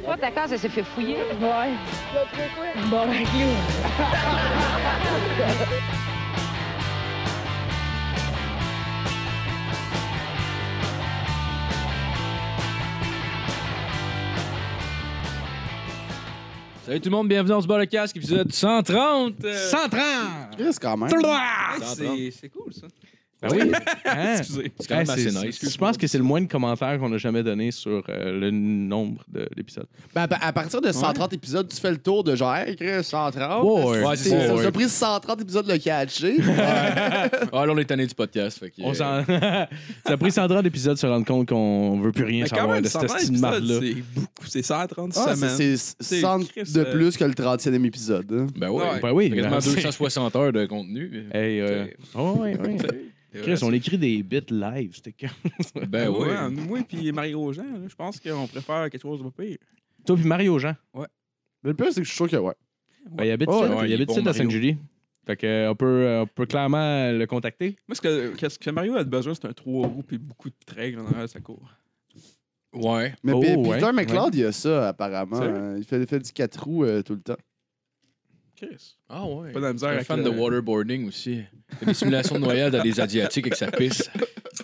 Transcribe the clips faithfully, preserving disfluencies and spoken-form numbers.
Toi, ta case, elle s'est fait fouiller. Ouais. Bon, ben, clou. Salut tout le monde, bienvenue dans ce bar de casque, épisode cent trente. Euh... cent trente! Chris, quand même. C'est, c'est cool, ça. Ben oui. Hein? Excusez. C'est quand même Hein, assez c'est- nice. c'est- Je pense que c'est le moins de commentaires qu'on a jamais donné sur euh, le nombre de l'épisode. Ben, ben, à partir de cent trente épisodes, tu fais le tour de genre, hey, Chris, cent trente. Ouais, ouais, C'est- c'est ça, ça ouais. a pris cent trente épisodes de le catcher. Ah, là, on est tanné du podcast. Fait que, On euh, s'en... Ça a pris cent trente épisodes de se rendre compte qu'on veut plus rien Mais quand savoir même, de cent cette trente petite épisodes, marde-là. c'est beaucoup. C'est cent trente Ah, semaines. c'est c'est C'est cent Chris, de euh, plus que le trentième épisode. hein. Ben ouais. Ouais. Ben oui, C'est quasiment merci. deux cent soixante heures de contenu. Hey, euh... oh, oui, oui. Chris, on écrit des bits live, c'était quand? Ben ouais. ouais. Moi et Mario Jean, là, je pense qu'on préfère quelque chose de pas pire. Toi puis Mario Jean. Mais le pire, c'est que je suis sûr que ouais. Ben, il habite Oh, ici, ouais, il il est habite bon, ici à Mario. Sainte-Julie. Fait que, euh, on, peut, on peut clairement le contacter. Moi, ce que, qu'est-ce que Mario a besoin, c'est un trois roues et beaucoup de traits en arrière de sa cour. Ouais. Mais Oh, P- ouais, Peter McLeod, il a ça, apparemment. Sérieux? Euh, Il fait, il fait du quatre roues euh, tout le temps. Chris. Ah ouais. Pas de la misère Un avec fan le- de waterboarding aussi. Il fait des simulations de noyade à des Asiatiques avec sa pisse.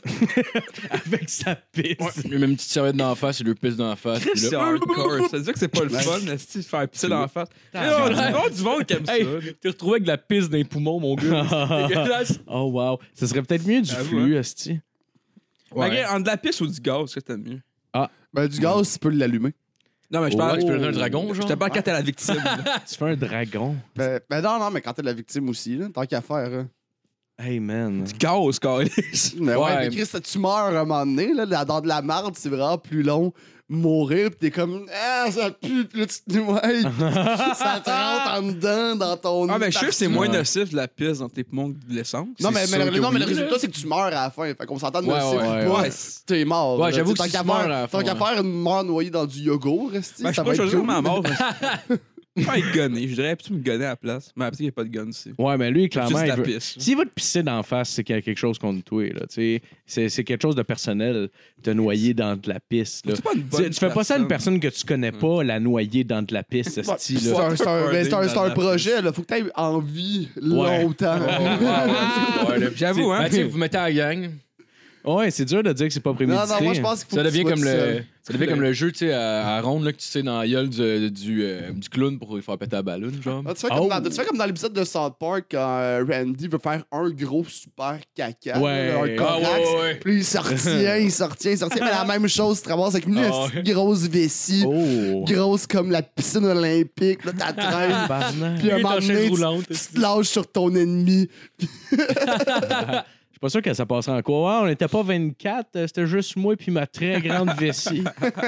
Avec sa pisse. Il lui met une petite serviette d'en face, il lui pisse dans la face. Chris, puis là- c'est hardcore. Ça veut dire que c'est pas le fun, esti, de faire pisser dans la face. Hey, on vrai. du monde, du monde qui aime ça. Hey, là. t'es retrouvé avec de la pisse dans les poumons, mon gars. Dégueulasse. Oh, wow. Ça serait peut-être mieux du J'avoue, flux, esti. Ouais. Malgré, entre de la pisse ou du gaz, c'est peut-être mieux. Ben, du gaz, tu peux l'allumer. Non, mais je Ouais, parle. tu peux devenir un dragon, Je genre. te parle quand t'es la victime. là. Tu fais un dragon. Ben, ben non, non, mais quand t'es la victime aussi, là, tant qu'à faire. hein. Hey, man. Du gaz, câlisse. Mais ouais, Ouais. mais Chris, tu meurs à un moment donné, là, là, dans de la marde, c'est vraiment plus long. Mourir, pis t'es comme, ah, ça pue, pis là, tu te ouais, ça te rentre en dedans dans ton. Ah, mais je suis sûr que c'est moins Ouais. nocif de la pisse dans tes poumons que de l'essence. Non, mais, C'est mais, sûr le, que non, mais oui, le résultat, là. c'est que tu meurs à la fin. Fait qu'on s'entend de Ouais, nocif ouais, ou pas, ouais. t'es mort. Ouais, là. j'avoue Tu sais, que tant si qu'à tu faire- meurs à la Tant fin, qu'à ouais. faire une mort noyée dans du yogourt, esti, Ben, je ça sais pas, va je être suis cool. ma mort. Je vais être gunné. Je dirais, puis tu me gunner à la place. Mais après, il n'y a pas de gun ici. Ouais, mais lui, clairement, Juste de il la veut... pisse. S'il va te pisser d'en face, c'est qu'il y a quelque chose contre toi, là, tu sais. C'est, c'est quelque chose de personnel, te noyer dans de la pisse, là. C'est pas une Tu, bonne tu fais pas ça à une personne que tu connais pas, la noyer dans de la pisse, Ouais, esti, C'est là. un, c'est un- ben, c'est un- c'est un Dans la projet, là. Faut que t'aies envie Ouais. longtemps. Ouais, là, J'avoue, hein. Ben, tu sais, vous mettez à la gang. Ouais, c'est dur de dire que c'est pas Non, prémédité. non, moi, je pense qu'il faut Ça que tu devient sois comme tout le, seul. ça devient comme le jeu, tu sais, à, à ronde, là, que tu sais dans la gueule du, du, euh, du clown pour lui faire péter la ballon, genre. Ah, tu, fais Oh. comme dans, tu fais comme dans l'épisode de South Park quand euh, Randy veut faire un gros super caca. Ouais. là, un Ah, corax. ouais, ouais, ouais. Puis il s'en retient, il s'en retient, il s'en retient. Mais la même chose, tu te ramasses avec une Ah, esti de grosse vessie, Oh! grosse comme la piscine olympique. Là, t'as traîne. Barnard. Puis à un moment donné, tu, tu te lâches sur ton ennemi. Je suis pas sûr que ça passerait en cours. Ouais, on n'était pas vingt-quatre, euh, c'était juste moi puis ma très grande vessie.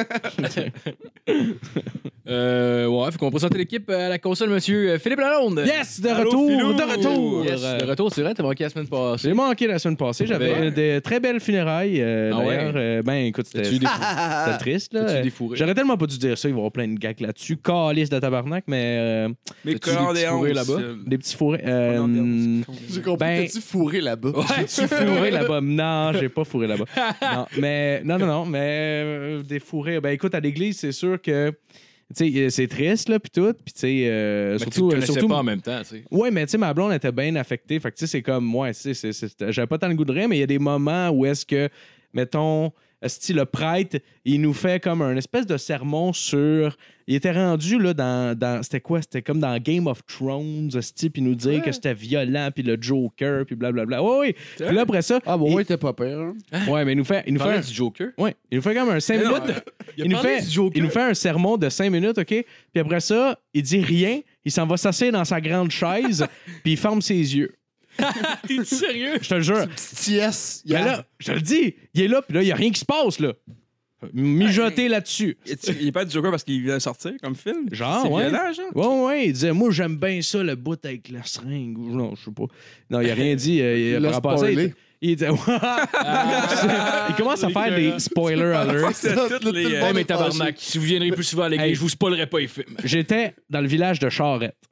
Euh, ouais, faut qu'on présente l'équipe à la console, monsieur euh, Philippe Lalonde. Yes! De Allô, retour! Philou! De retour! Yes, Euh, de retour, c'est vrai, t'as manqué la semaine passée. J'ai manqué la semaine passée. J'avais Ouais. des très belles funérailles. euh, Ah d'ailleurs, ouais? Euh, ben écoute, c'était T'as-tu eu des c'était triste. Là. T'as-tu défourré? J'aurais tellement pas dû dire ça. Il va y avoir plein de gags là-dessus. Calice de tabarnak, mais euh, Mais T'as-tu des petits fourrés là-bas? des petits fourrés. euh, J'ai compris Ben- que tu fourré là-bas. Ouais, tu fourré là-bas. Non, j'ai pas fourré là-bas. Non, mais non, non, non, mais euh, des fourrés. Ben écoute, à l'église, c'est sûr que tu sais, c'est triste là, puis tout, puis tu sais, euh, Mais surtout, tu le connaissais surtout. pas en même temps, tu sais. Ouais, mais tu sais, ma blonde était bien affectée. Fait que tu sais, c'est comme, ouais, tu sais, c'est- c'est- j'avais pas tant le goût de rire, mais il y a des moments où est-ce que, mettons, esti, le prêtre, il nous fait comme un espèce de sermon sur. Il était rendu là dans. dans c'était quoi? C'était comme dans Game of Thrones, esti, puis nous dire Ouais. que c'était violent, puis le Joker, puis blablabla. Ouais, ouais. Puis là, après ça. Ah, bon, il- ouais, t'es pas pire. Hein? Ouais, mais il nous fait. Il nous fait Parlais un- du Joker. Ouais, il nous fait comme un cinq Mais non, minutes. il a Il nous, parlé fait, du Joker. il nous fait un sermon de cinq minutes, OK? Puis après ça, il dit rien. Il s'en va s'asseoir dans sa grande chaise, puis il ferme ses yeux. T'es sérieux? Je te le jure. Petite yes. Mais là, je te le dis, il est là, puis là, il n'y a rien qui se passe, là. Mijoter là-dessus. Il est pas du Joker parce qu'il vient de sortir comme film. Genre, C'est ouais. violent, genre. Ouais, ouais, il disait, moi, j'aime bien ça, le bout avec la seringue. Ou non, je sais pas. Non, il a rien dit. euh, il Il a l'a par rapport à ça, il, spoilé. il disait, il commence à faire des spoiler alerts. C'est toutes les. Ouais, euh, mais tabarnak, si vous viendrez plus souvent à l'église, Hey. je vous spoilerai pas les films. J'étais dans le village de Charette.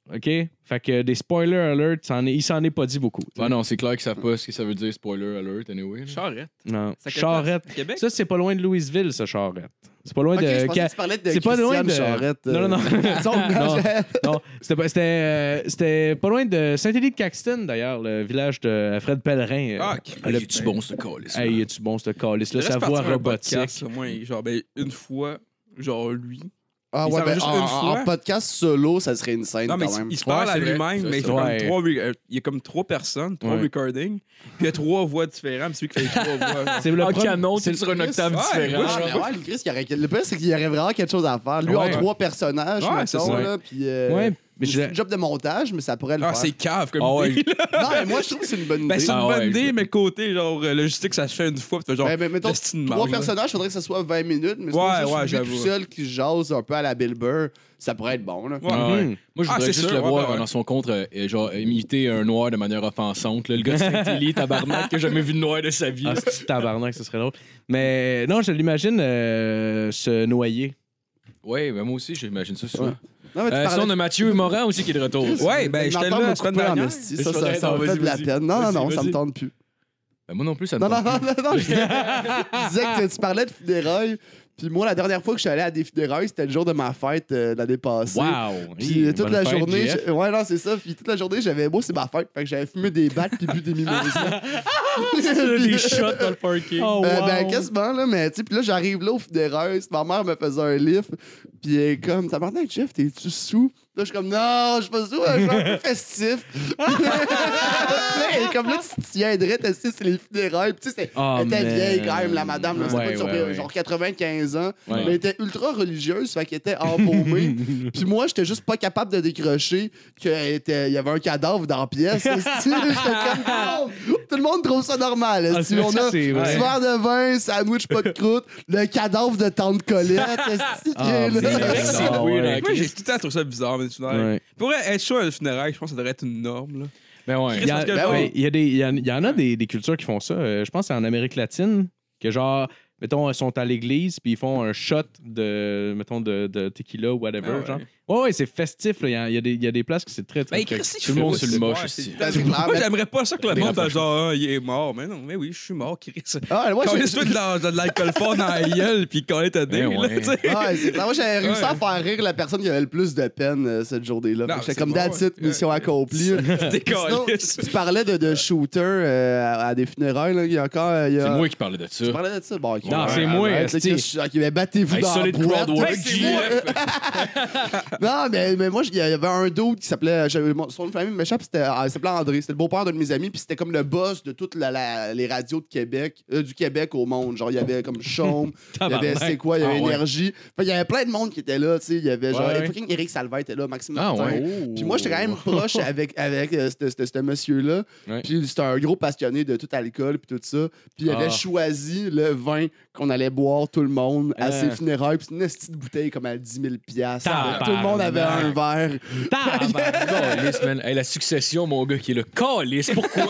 OK? Fait que des spoilers alert, c'en est, il s'en est pas dit beaucoup. Ah non, c'est clair qu'ils savent pas ce que ça veut dire spoiler alert, anyway. là. Charrette. Non. C'est à quelle Charrette. place? Québec? Ça, c'est pas loin de Louisville, ça, Charrette. C'est pas loin Ok, de. je pensais Ca- que tu parlais de c'est pas loin Christiane de- Charette. Non, non, non. non, non. C'était pas, c'était, euh, c'était pas loin de Saint-Élie-de-Caxton, d'ailleurs, le village de Fred Pellerin. euh. Ah, ok. Ah, là, tu bon, ce calice. Hey, es-tu bon, ce calice-là? Laisse Sa partir voix un robotique. podcast, au moins, genre, ben, une fois, genre, lui. Ah Il ouais, s'en ben, va juste en, une en- fois. en podcast solo, ça serait une scène Non, mais quand même. il se parle Ouais, à c'est vrai. lui-même, Ça, mais il c'est fait vrai. comme trois, re- euh, il y a comme trois personnes, trois Ouais. recordings, puis il y a trois voix différentes, c'est lui qui fait les trois voix. C'est le En pro- canon, c'est c'est sur une octave Ouais, différente. moi, Ah, mais ouais, le Chris, il y aurait... le pire, c'est qu'il y aurait vraiment quelque chose à faire. Lui, Ouais. en trois personnages, Ouais, c'est mettons, ça. là, puis... euh, Ouais, mais c'est je- un job de montage, mais ça pourrait le Ah, faire. c'est cave comme Ah ouais. idée. Non, mais moi, je trouve que c'est une bonne idée. Ben, c'est une Ah bonne ouais, idée, je- mais côté, genre, euh, logistique, ça se fait une fois, puis tu fais genre, Ben, ben, mettons, le style de trois marge, là. personnages, il faudrait que ce soit vingt minutes, mais Ouais, c'est juste ouais, lui j'avoue. tout seul qui jase un peu à la Bill Burr, ça pourrait être bon, là. Ouais. Ah ouais. Mhm. Moi, je Ah, voudrais c'est juste sûr, le ouais, voir ouais, ouais. dans son contre, euh, genre, imiter un noir de manière offensante. là. Le gars de Saint-Élie, tabarnak, qui a jamais vu de noir de sa vie. Ah, là. c'est tabarnak, ce serait drôle. Mais non, je l'imagine euh, se noyer. Ouais, ben moi aussi, j'imagine ça souvent. Ouais. Non, mais tu Euh, parlais sinon, on de- a Mathieu Morin aussi qui est de retour. Ouais, ben, j'étais L'entendre là me la semaine couper en dernière. esti, Je Ça, ça, ferais- ça me vas-y, fait de la vas-y. peine. Non, non, Vas-y, non, ça me vas-y. tente plus. Ben, moi non plus, ça me Non, non, tente non, non, non, je disais, je disais que tu parlais de funérailles. Puis moi, la dernière fois que je suis allé à des funérailles, c'était le jour de ma fête euh, l'année passée. Wow! Puis Hey, toute bonne la fête, journée, Jeff. je- ouais, non, c'est ça. Puis toute la journée, j'avais, moi, c'est ma fête. Fait que j'avais fumé des battes puis bu des mimosas. des shots dans le parking. Oh, Euh, wow. ben, quasiment, là, mais tu sais, puis là, j'arrive là au funérailles, ma mère me faisait un lift, puis elle est comme, t'as parlé avec Jeff, t'es-tu sous? Là, je suis comme, non, je suis pas sous, je suis un peu festif. Là, elle est comme, là, tu t'y aiderais, t'as c'est les funérailles, puis tu sais, c'est- Oh, elle était man. vieille quand même, la madame, là, c'était Ouais, pas une ouais, surprise, ouais. genre quatre-vingt-quinze ans, Ouais. mais elle était ultra religieuse, fait qu'elle était embaumée. Puis moi, j'étais juste pas capable de décrocher qu'il y avait un cadavre dans la pièce. esti. J'étais comme, non, tout le monde trouve ça normal. Ah, esti. c'est- On a c'est un vrai. verre de vin, sandwich pas de croûte, le cadavre de tante Colette, esti, qui Ah, est là. mais- C'est vrai que c'est Ah, weird, ouais. hein, Moi, j'ai Chris. tout le temps trouvé ça bizarre, mais les funérailles. Ouais. Pour être chaud à le funérailles, je pense que ça devrait être une norme, là. Ben ouais. Il y, a- parce que- ben ben ouais, il y a des- il y en- il y en a des, des cultures qui font ça. Euh, je pense que c'est en Amérique latine, que genre, mettons, ils sont à l'église, puis ils font un shot de, mettons, de, de tequila ou whatever. Ah ouais. genre. Ouais, ouais, c'est festif. là. Il y a- il y, a des- il y a des places que c'est très, très. Ben, très- Chris, si Tout le monde je sur fais le pas, moche, c'est- esti. Ben, c'est clair, Moi, mais- j'aimerais pas ça que le Des monde fasse rapprochements. genre, ah, il est mort. Mais non, mais oui, je suis mort, Chris. Ah, ouais, Quand j'ai- est toi de la- de l'alcool fort dans la gueule, puis quand est ta Ben dingue, ouais. là, tu sais. Ah, ouais, c'est clair. Moi, j'avais réussi Ouais. à faire rire la personne qui avait le plus de peine euh, cette journée-là. Non, Fait que J'étais c'est comme bon, that's ouais. it, mission accomplie. C'était Sinon, caliste. tu parlais de, de shooter euh, à, à des funérailles. Là. Il y a encore. euh, il y a- C'est moi qui parlais de ça. Tu parlais de ça? Bon, ok. Non, Ouais, c'est moi, arrête, esti. là, que je- ok, mais battez-vous Hey, dans la solid boîte. crowd work, Ouais, c'est moi. G F. Non, mais, mais moi, il y avait un dude qui s'appelait. j'avais- mon- Son nom de famille m'échappe, c'était, ah, il s'appelait André. C'était le beau-père d'un de mes amis, puis c'était comme le boss de toutes la- la- les radios de Québec, euh, du Québec au monde. Genre, il y avait comme Chaume, il y avait Tabarnak. C'est quoi, il y avait Ah, ouais. Énergie. Fait, il y avait plein de monde qui était là, tu sais. Il y avait genre. Ouais, ouais. Fucking Éric Salva était là, Maxime Ah, Martin. ouais. Oh. Puis moi, j'étais quand même proche avec, avec euh, ce- ce ce monsieur-là. Ouais. Puis c'était un gros passionné de tout alcool puis tout ça. Puis il avait Ah. choisi le vin qu'on allait boire tout le monde à Euh. ses funérailles. Puis c'était une petite bouteille comme à dix mille piastres. Tabarnak. Tout le monde avait un verre. Tabarnak. Calice, man. Hey, la succession, mon gars, qui est le calice. Pourquoi?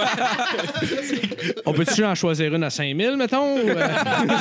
On peut-tu en choisir une à cinq mille, mettons? ou, euh?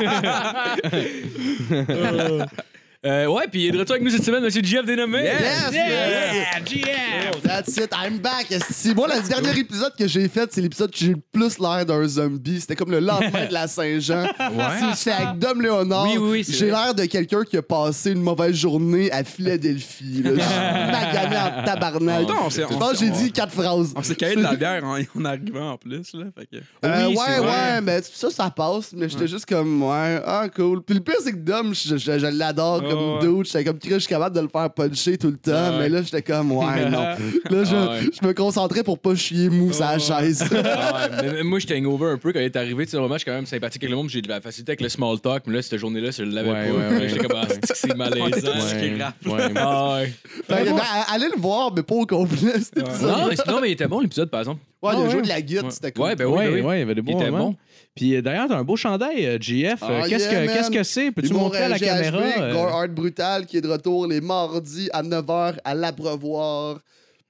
Euh, ouais, puis il est de retour avec nous cette semaine, Monsieur Jeff Dénommé. Yes, Yeah, G F! That's it, I'm back. Si moi, le dernier épisode que j'ai fait, c'est l'épisode que j'ai le plus l'air d'un zombie. C'était comme le lendemain de la Saint-Jean. C'est- C'est avec Dom Léonard. Oui, oui, oui, c'est J'ai vrai. l'air de quelqu'un qui a passé une mauvaise journée à Philadelphie. là. Je suis magané en tabarnak. Non, on s'est- Je on- pense que j'ai on- dit quatre phrases. On s'est caillé de la bière en, en arrivant en plus, là. Fait que... Euh, Oui, ouais, c'est vrai. ouais, mais ça, ça passe. Mais j'étais juste comme, ouais, ah, cool. Puis le pire, c'est que Dom, je, je- je l'adore Oh, comme ouais. dude. J'étais comme, Chris, je suis capable de le faire puncher tout le temps. Ah, ouais. Mais là, j'étais comme, ouais, non. Là, je, Ah, ouais. je me concentrais pour pas chier mou sur la Oh. chaise. Ah ouais, mais- mais moi, j'étais hangover un peu quand il est arrivé. Tu sais, normalement, je suis quand même sympathique avec le monde. J'ai de la facilité avec le small talk. Mais là, cette journée-là, je l'avais Ouais, pas. ouais, ouais. J'étais comme, ah, c'est que c'est malaisant. Ouais, ouais. Ah ouais. Fait que, ben, allez le voir, mais pas au complet, cet épisode. Non, mais, non, mais il était bon l'épisode, par exemple. Ouais, il a Ah, joué ouais. de la guitare, Ouais. c'était cool. Ouais, ben oui, Ouais, ben oui. ouais, il y avait des Il bons était moments. bon. Puis euh, d'ailleurs, t'as un beau chandail, euh, G F. Euh, Ah, qu'est-ce, yeah, que, man. qu'est-ce que c'est? Peux-tu Humour montrer à la G H B, caméra? euh? Gore Art Brutal qui est de retour les mardis à neuf heures à l'Abreuvoir.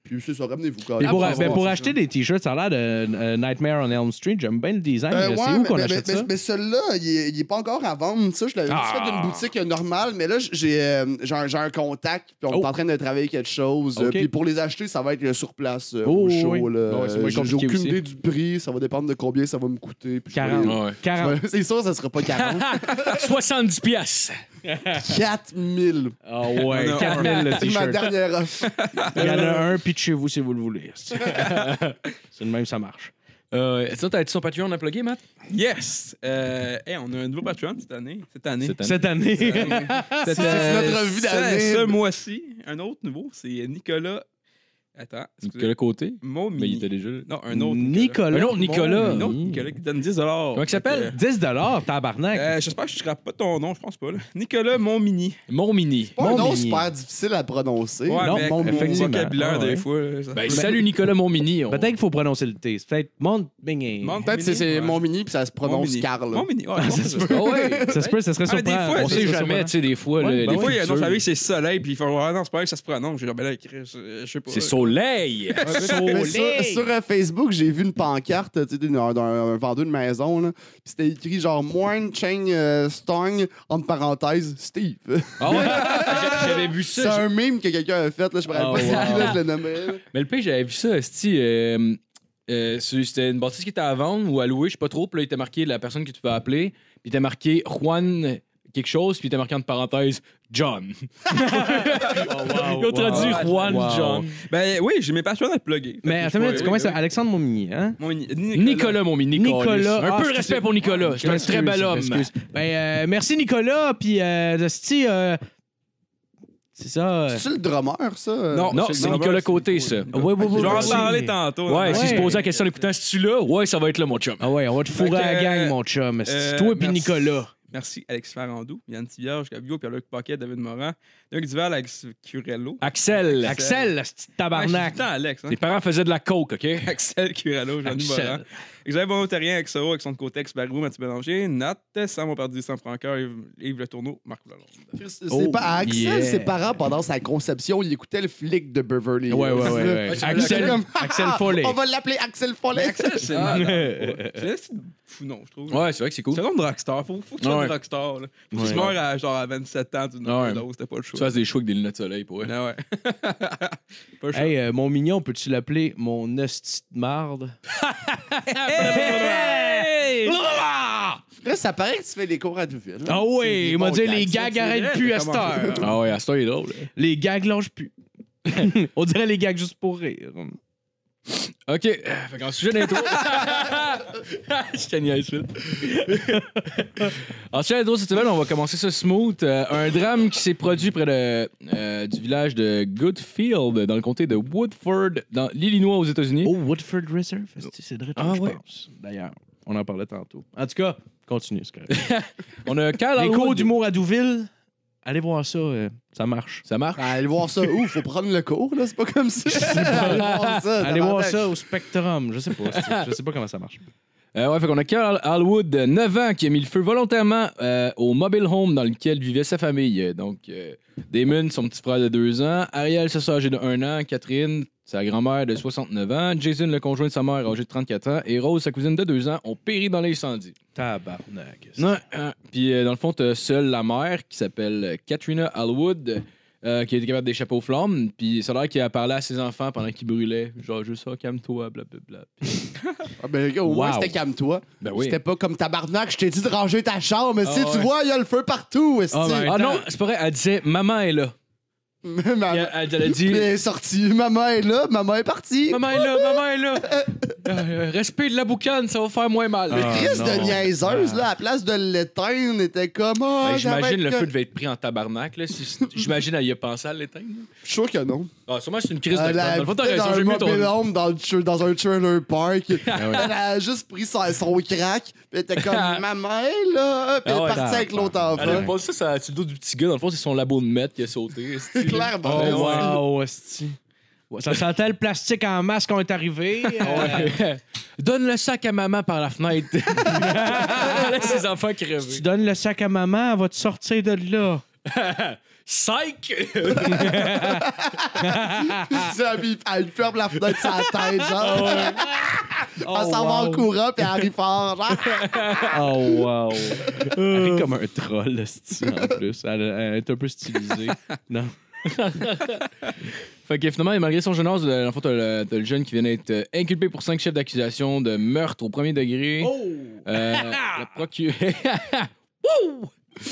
Puis c'est ça, ramenez-vous quand Et même. pour, Ah, ben, bon, pour c'est acheter ça. des t-shirts, ça a l'air de euh, Nightmare on Elm Street. J'aime bien le design. Euh, c'est ouais, où qu'on mais, achète mais, ça? mais, mais celui-là, il est, il est pas encore à vendre. Ça, je l'avais Ah. juste fait d'une boutique normale, mais là, j'ai euh, j'ai un, j'ai un contact, puis on Oh. est en train de travailler quelque chose. euh, Ok. Puis pour les acheter, ça va être euh, sur place euh, Oh, au show. oui. là. Ouais, c'est moins Euh, j'ai compliqué aucune aussi. idée du prix, ça va dépendre de combien ça va me coûter. puis je vais quarante. les- Ouais. quarante. Ouais, c'est sûr, ça sera pas quarante. soixante-dix piastres. quatre mille. Ah ouais, On a quatre mille le C'est ma t-shirt. dernière offre. Il y en a un, pitchez-vous si vous le voulez. C'est le même, ça marche. Euh, ça, t'as-tu son Patreon à plugger, Matt? Yes! Euh, hey, on a un nouveau Patreon cette année. Cette année. Cette année. C'est c'est notre revue d'année. Ce, ce mois-ci, un autre nouveau, c'est Nicolas. Attends. excusez. Nicolas Côté? Mon Mais il mini. était déjà là. Non, un autre. Nicolas. Un autre Nicolas. Un autre Nicolas qui donne dix dollars. Comment il s'appelle? dix dollars, tabarnak. Euh, J'espère que je ne scrape pas ton nom, je pense pas. Là. Nicolas Mon-Mini. Mon mini. Pas un Mon nom mini. super difficile à prononcer. Ouais, non, mais mon mon effectivement. vocabulaire, Ah, ouais. des fois. là, ça Ben, peut- salut Nicolas Mon mini. On- Peut-être qu'il faut prononcer le T. C'est peut-être Mont Bingé. Mont- Peut-être que c'est Ouais. mon mini, puis ça se prononce Mon-Mini. Carl. Mon-Mini. Ouais, ça se peut. Ah ouais. Ça se peut, ça serait Ah, des surprenant. fois, On ça sait serait jamais, surprenant. tu sais, des fois. Ouais, là, ben les Des fois, il y a un nom de futurs. famille, c'est Soleil, puis il faut voir, ah non, c'est pas vrai que ça se prononce. J'ai dit, ben là, écrit, je je sais pas. C'est Soleil. Mais sur, sur, euh, Facebook, j'ai vu une pancarte tu sais, d'un d'un- un vendeur de maison. Là, puis c'était écrit genre Moine Cheng euh, Stong, entre parenthèses, Steve. Ah ouais? J'avais vu C'est ça. un meme que quelqu'un a fait. Là, je me rappelle Oh, pas c'est qui, wow. là, je le nommais. là. Mais le pire, j'avais vu ça, esti, euh, euh, c'est- c'était une bâtisse qui était à vendre ou à louer, je sais pas trop. Puis là, il était marqué la personne que tu peux appeler. Puis il était marqué Juan quelque chose, puis il était marqué entre parenthèses John. Ils ont traduit wow. Juan Wow. John. Ben oui, j'ai mes patrons à plugger. Mais Fait que attends, je une peux- minute, comment oui, ça oui. Alexandre Momigny, hein? Mon- Nicolas. Nicolas, mon mini Nicolas. Un Ah, peu de c'est- respect pour Nicolas. C'est un Excuse, très bel homme. excuse. Ben, euh, merci Nicolas, puis euh, de Sti, euh, c'est ça. euh, C'est-tu le drummer, ça? Non, Non, le c'est drummer, Nicolas c'est Côté, Nicolas. ça. Ouais, ouais, ouais, Je vais en merci. parler tantôt. Ouais, hein. s'il se Ouais. posait la question en écoutant, c'est-tu là? Ouais, ça va être là, mon chum. Ah ouais, on va te fourrer Fait à la que, gang, mon chum. C'est euh, toi puis merci. Nicolas. Merci Alex Farandou, Yann Tivierge, Gabio, Pierre-Luc Paquet, David Morin, Luc Duval, Alex Curello. Axel. Axel, le petit Ah, tabarnak. je suis tout le temps Alex. Hein? Tes parents faisaient de la coke, OK? Axel Curello, Jean-Louis Axel. Morin. Xavier Bonneau-Terrien, Exo, avec son côté Ex-Barou, Mathieu Bélanger, Nat, Sam Perdu, Sam Francoeur, Yves, Yves Le Tourneau, Marc Lalonde. C'est Oh, pas Axel, yeah. ses parents, pendant sa conception, ils écoutaient le flic de Beverly Hills. Ouais, ouais, ouais. ouais. c'est Axel, Comme, Axel Ah, Foley. On va l'appeler Axel Foley. Axel, c'est Ah. malade. C'est fou, non, je trouve. Ouais, c'est vrai que c'est cool. C'est un nom de rockstar. Faut, faut que tu sois Ouais. un rockstar. Là. Faut Ouais. que tu meurs à, genre, à vingt-sept ans d'une Ouais. overdose. C'était pas le Tu choix. fasses des choix avec des lunettes de soleil pour eux. Ah ouais. Pas le choix. Hey, euh, mon mignon, peux-tu l'appeler mon hostie de marde? Là, ça paraît que tu fais des cours à Douville. Ah oui, il m'a dit les gags c'est arrêtent vrai, plus à ça cette commence. heure. Ah ouais, à ce temps, il est drôle. Les gags lâchent plus. On dirait les gags juste pour rire. OK. Fait qu'en sujet d'intro. Je t'ai niaise, Phil. En sujet d'intro, cette semaine, on va commencer ça smooth. Euh, un drame qui s'est produit près de, euh, du village de Goodfield, dans le comté de Woodford, dans l'Illinois, aux États-Unis. Oh, Woodford Reserve, c'est de retour, Ah, je ouais. pense. D'ailleurs, on en parlait tantôt. En tout cas, continue, c'est correct. On a Kyle Les cours Hallwood. d'humour à Douville, allez voir ça, euh, ça marche. Ça marche? Ah, allez voir ça où? Faut prendre le cours, là. C'est pas comme ça. allez voir ça. Allez voir davantage. ça au Spectrum, je sais pas, c'est- je sais pas comment ça marche. Euh, ouais, fait qu'on a Kyle Hallwood, de neuf ans, qui a mis le feu volontairement euh, au mobile home dans lequel vivait sa famille. Euh, Donc, euh, Damon, son petit frère de deux ans, Ariel, sa soeur âgée de un an, Catherine, sa grand-mère de soixante-neuf ans, Jason, le conjoint de sa mère, âgé de trente-quatre ans, et Rose, sa cousine de deux ans, ont péri dans l'incendie. Tabarnak. Ouais, euh, puis euh, dans le fond, t'as seule la mère qui s'appelle euh, Katrina Hallwood, euh, qui a été capable d'échapper aux flammes. Puis ça a l'air qu'il a parlé à ses enfants pendant qu'ils brûlaient. Genre, juste ça, calme-toi, blablabla. Puis- Ah, ben, au moins, Wow. c'était calme-toi. Ben oui. C'était pas comme tabarnak, je t'ai dit de ranger ta chambre, mais Ah, si tu ouais. vois, il y a le feu partout. esti. Ah, ben, Ah non, c'est pas vrai, elle disait maman est là. Ma- Puis elle, elle, elle a dit Elle est sortie. Maman est là, maman est partie. maman est là, maman est là. Euh, respect de la boucane, ça va faire moins mal. Le Ah, Christ non. de niaiseuse, Ah. là, à la place de l'éteindre, était comme. Ah, Ben, ça va j'imagine être le que- feu devait être pris en tabarnak. Là. Si- J'imagine elle y a pensé à l'éteindre. Je suis sûr que non. Ah, sûrement c'est une crise Elle de a Dans le fond, t'as habité raison, dans j'ai un mieux ton... mobile home dans, le tra- dans un trailer park. Ah Elle a juste pris son, son crack, puis elle était comme maman est là, puis elle Ah ouais, est partie avec l'autre Elle a enfant. pas ça, ça sur le dos du petit gars. Dans le fond, c'est son labo de maître qui a sauté. C'est clair, Oh, wow, esti. Ouais, ça sentait le plastique en masse quand on est arrivé. euh, Ouais. Donne le sac à maman par la fenêtre. Laisse ses enfants crever. Tu donnes le sac à maman, elle va te sortir de là. Psych! Elle ferme la fenêtre de sa tête, genre. Elle Oh, s'en va en wow. courant, puis elle arrive fort, genre. Oh, wow. Elle rit comme un troll, style, en plus. Elle, elle est un peu stylisée. Non. Fait que finalement, malgré son jeune âge, dans le fond, t'as le, t'as le jeune qui vient d'être euh, inculpé pour cinq chefs d'accusation de meurtre au premier degré. Oh! Euh, le procureur. Wouh!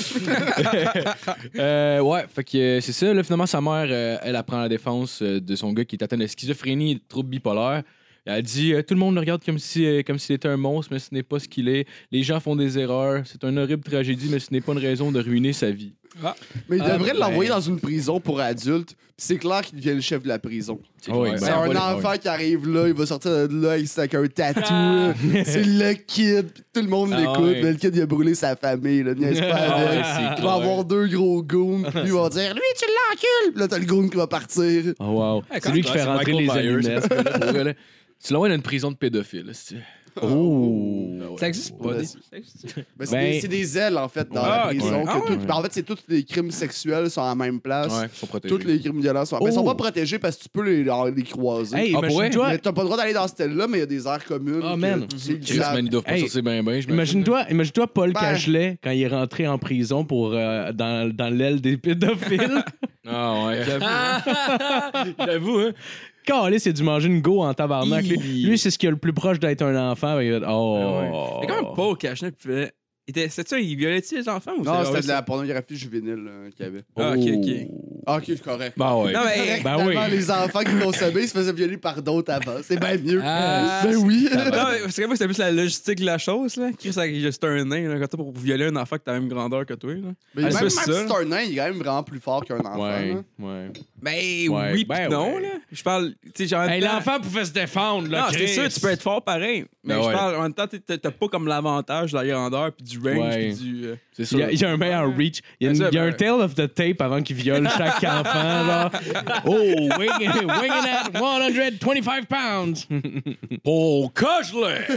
euh, ouais, fait que euh, c'est ça. Là, finalement, sa mère, euh, elle apprend la défense euh, de son gars qui est atteint de schizophrénie et de troubles bipolaires. Elle dit euh, tout le monde le regarde comme si euh, comme s'il était un monstre, mais ce n'est pas ce qu'il est. Les gens font des erreurs. C'est une horrible tragédie, mais ce n'est pas une raison de ruiner sa vie. Mais il Ah, devrait ben. l'envoyer dans une prison pour adultes, puis c'est clair qu'il devient le chef de la prison. C'est Ah oui, clair. ben, C'est on un va le- enfant qui arrive là, il va sortir de là avec avec un tatou. là. C'est le kid, puis tout le monde Ah l'écoute, ouais. mais le kid il a brûlé sa famille, là, niaise pas Ah avec. ouais, c'est Il va clair. avoir deux gros goons, puis lui il va dire lui tu l'encules, puis là t'as le goon qui va partir. Oh, wow. Ouais, C'est lui qui quand fait c'est rentrer les Michael Myers. allumettes. Pour vrai, là. Tu l'envoies dans une prison de pédophiles. c'est- Oh! Ça existe pas. Ouais, des- c'est- ça existe. Ben, c'est, Ben- des, c'est des ailes en fait dans Ah, la ok. prison. Ah, que tout- ouais. ben, en fait, c'est tous les crimes sexuels sont à la même place. Ouais, ils sont protégés. Tous les crimes violents sont. Ben, ils sont Oh. pas protégés parce que tu peux les, les croiser. Hey, Ah, pour imagine-toi, Mais t'as pas le droit d'aller dans cette aile-là, mais il y a des aires communes. Oh, que man. tu sais, ils Chris, savent. man, ils doivent pas Hey, sortir bien, bien. imagine-toi, imagine-toi Paul Ben. Cagelet quand il est rentré en prison pour euh, dans, dans l'aile des pédophiles. Ah ouais. J'avoue, hein. Calé, c'est dû manger une go en tabarnak. Lui, Hi. lui, c'est ce qui est le plus proche d'être un enfant. Il va être, oh. C'est quand même Paul Cachenet qui fait. Il était- C'est ça, il violait-tu les enfants ou Non, c'est- c'était de la pornographie juvénile là, qu'il y avait. Ah, ok, ok. Ah, ok, c'est correct. Bah ouais. Non, mais. Correct, Ben finalement, oui. les enfants qui consommaient, ils se faisaient violer par d'autres avant. C'est bien mieux. Ah. ben oui. Non, mais parce que moi, c'était plus la logistique de la chose, là. Chris, c'est un nain, là. Quand t'as pour violer un enfant qui a la même grandeur que toi, là. Mais Ah, même, c'est même ça. si c'est un nain, il est quand même vraiment plus fort qu'un enfant. Ouais, là. ouais. Ben Ouais, oui, ben pis non, ouais. là. Je parle, tu sais, genre. en Hey, même temps- l'enfant pouvait se défendre, là. Non, c'est Chris. sûr, tu peux être fort pareil. Mais Ben je ouais. parle, en même temps, t'as t'as pas comme l'avantage de la grandeur, puis du range, Ouais. puis du. euh, C'est Il sûr. y, a, il y a un meilleur reach. Il y a, une- Ben ça, il y a un ben- tail of the tape avant qu'il viole chaque enfant. Genre. Oh, winging, winging at one hundred twenty-five pounds. Paul Cagelet!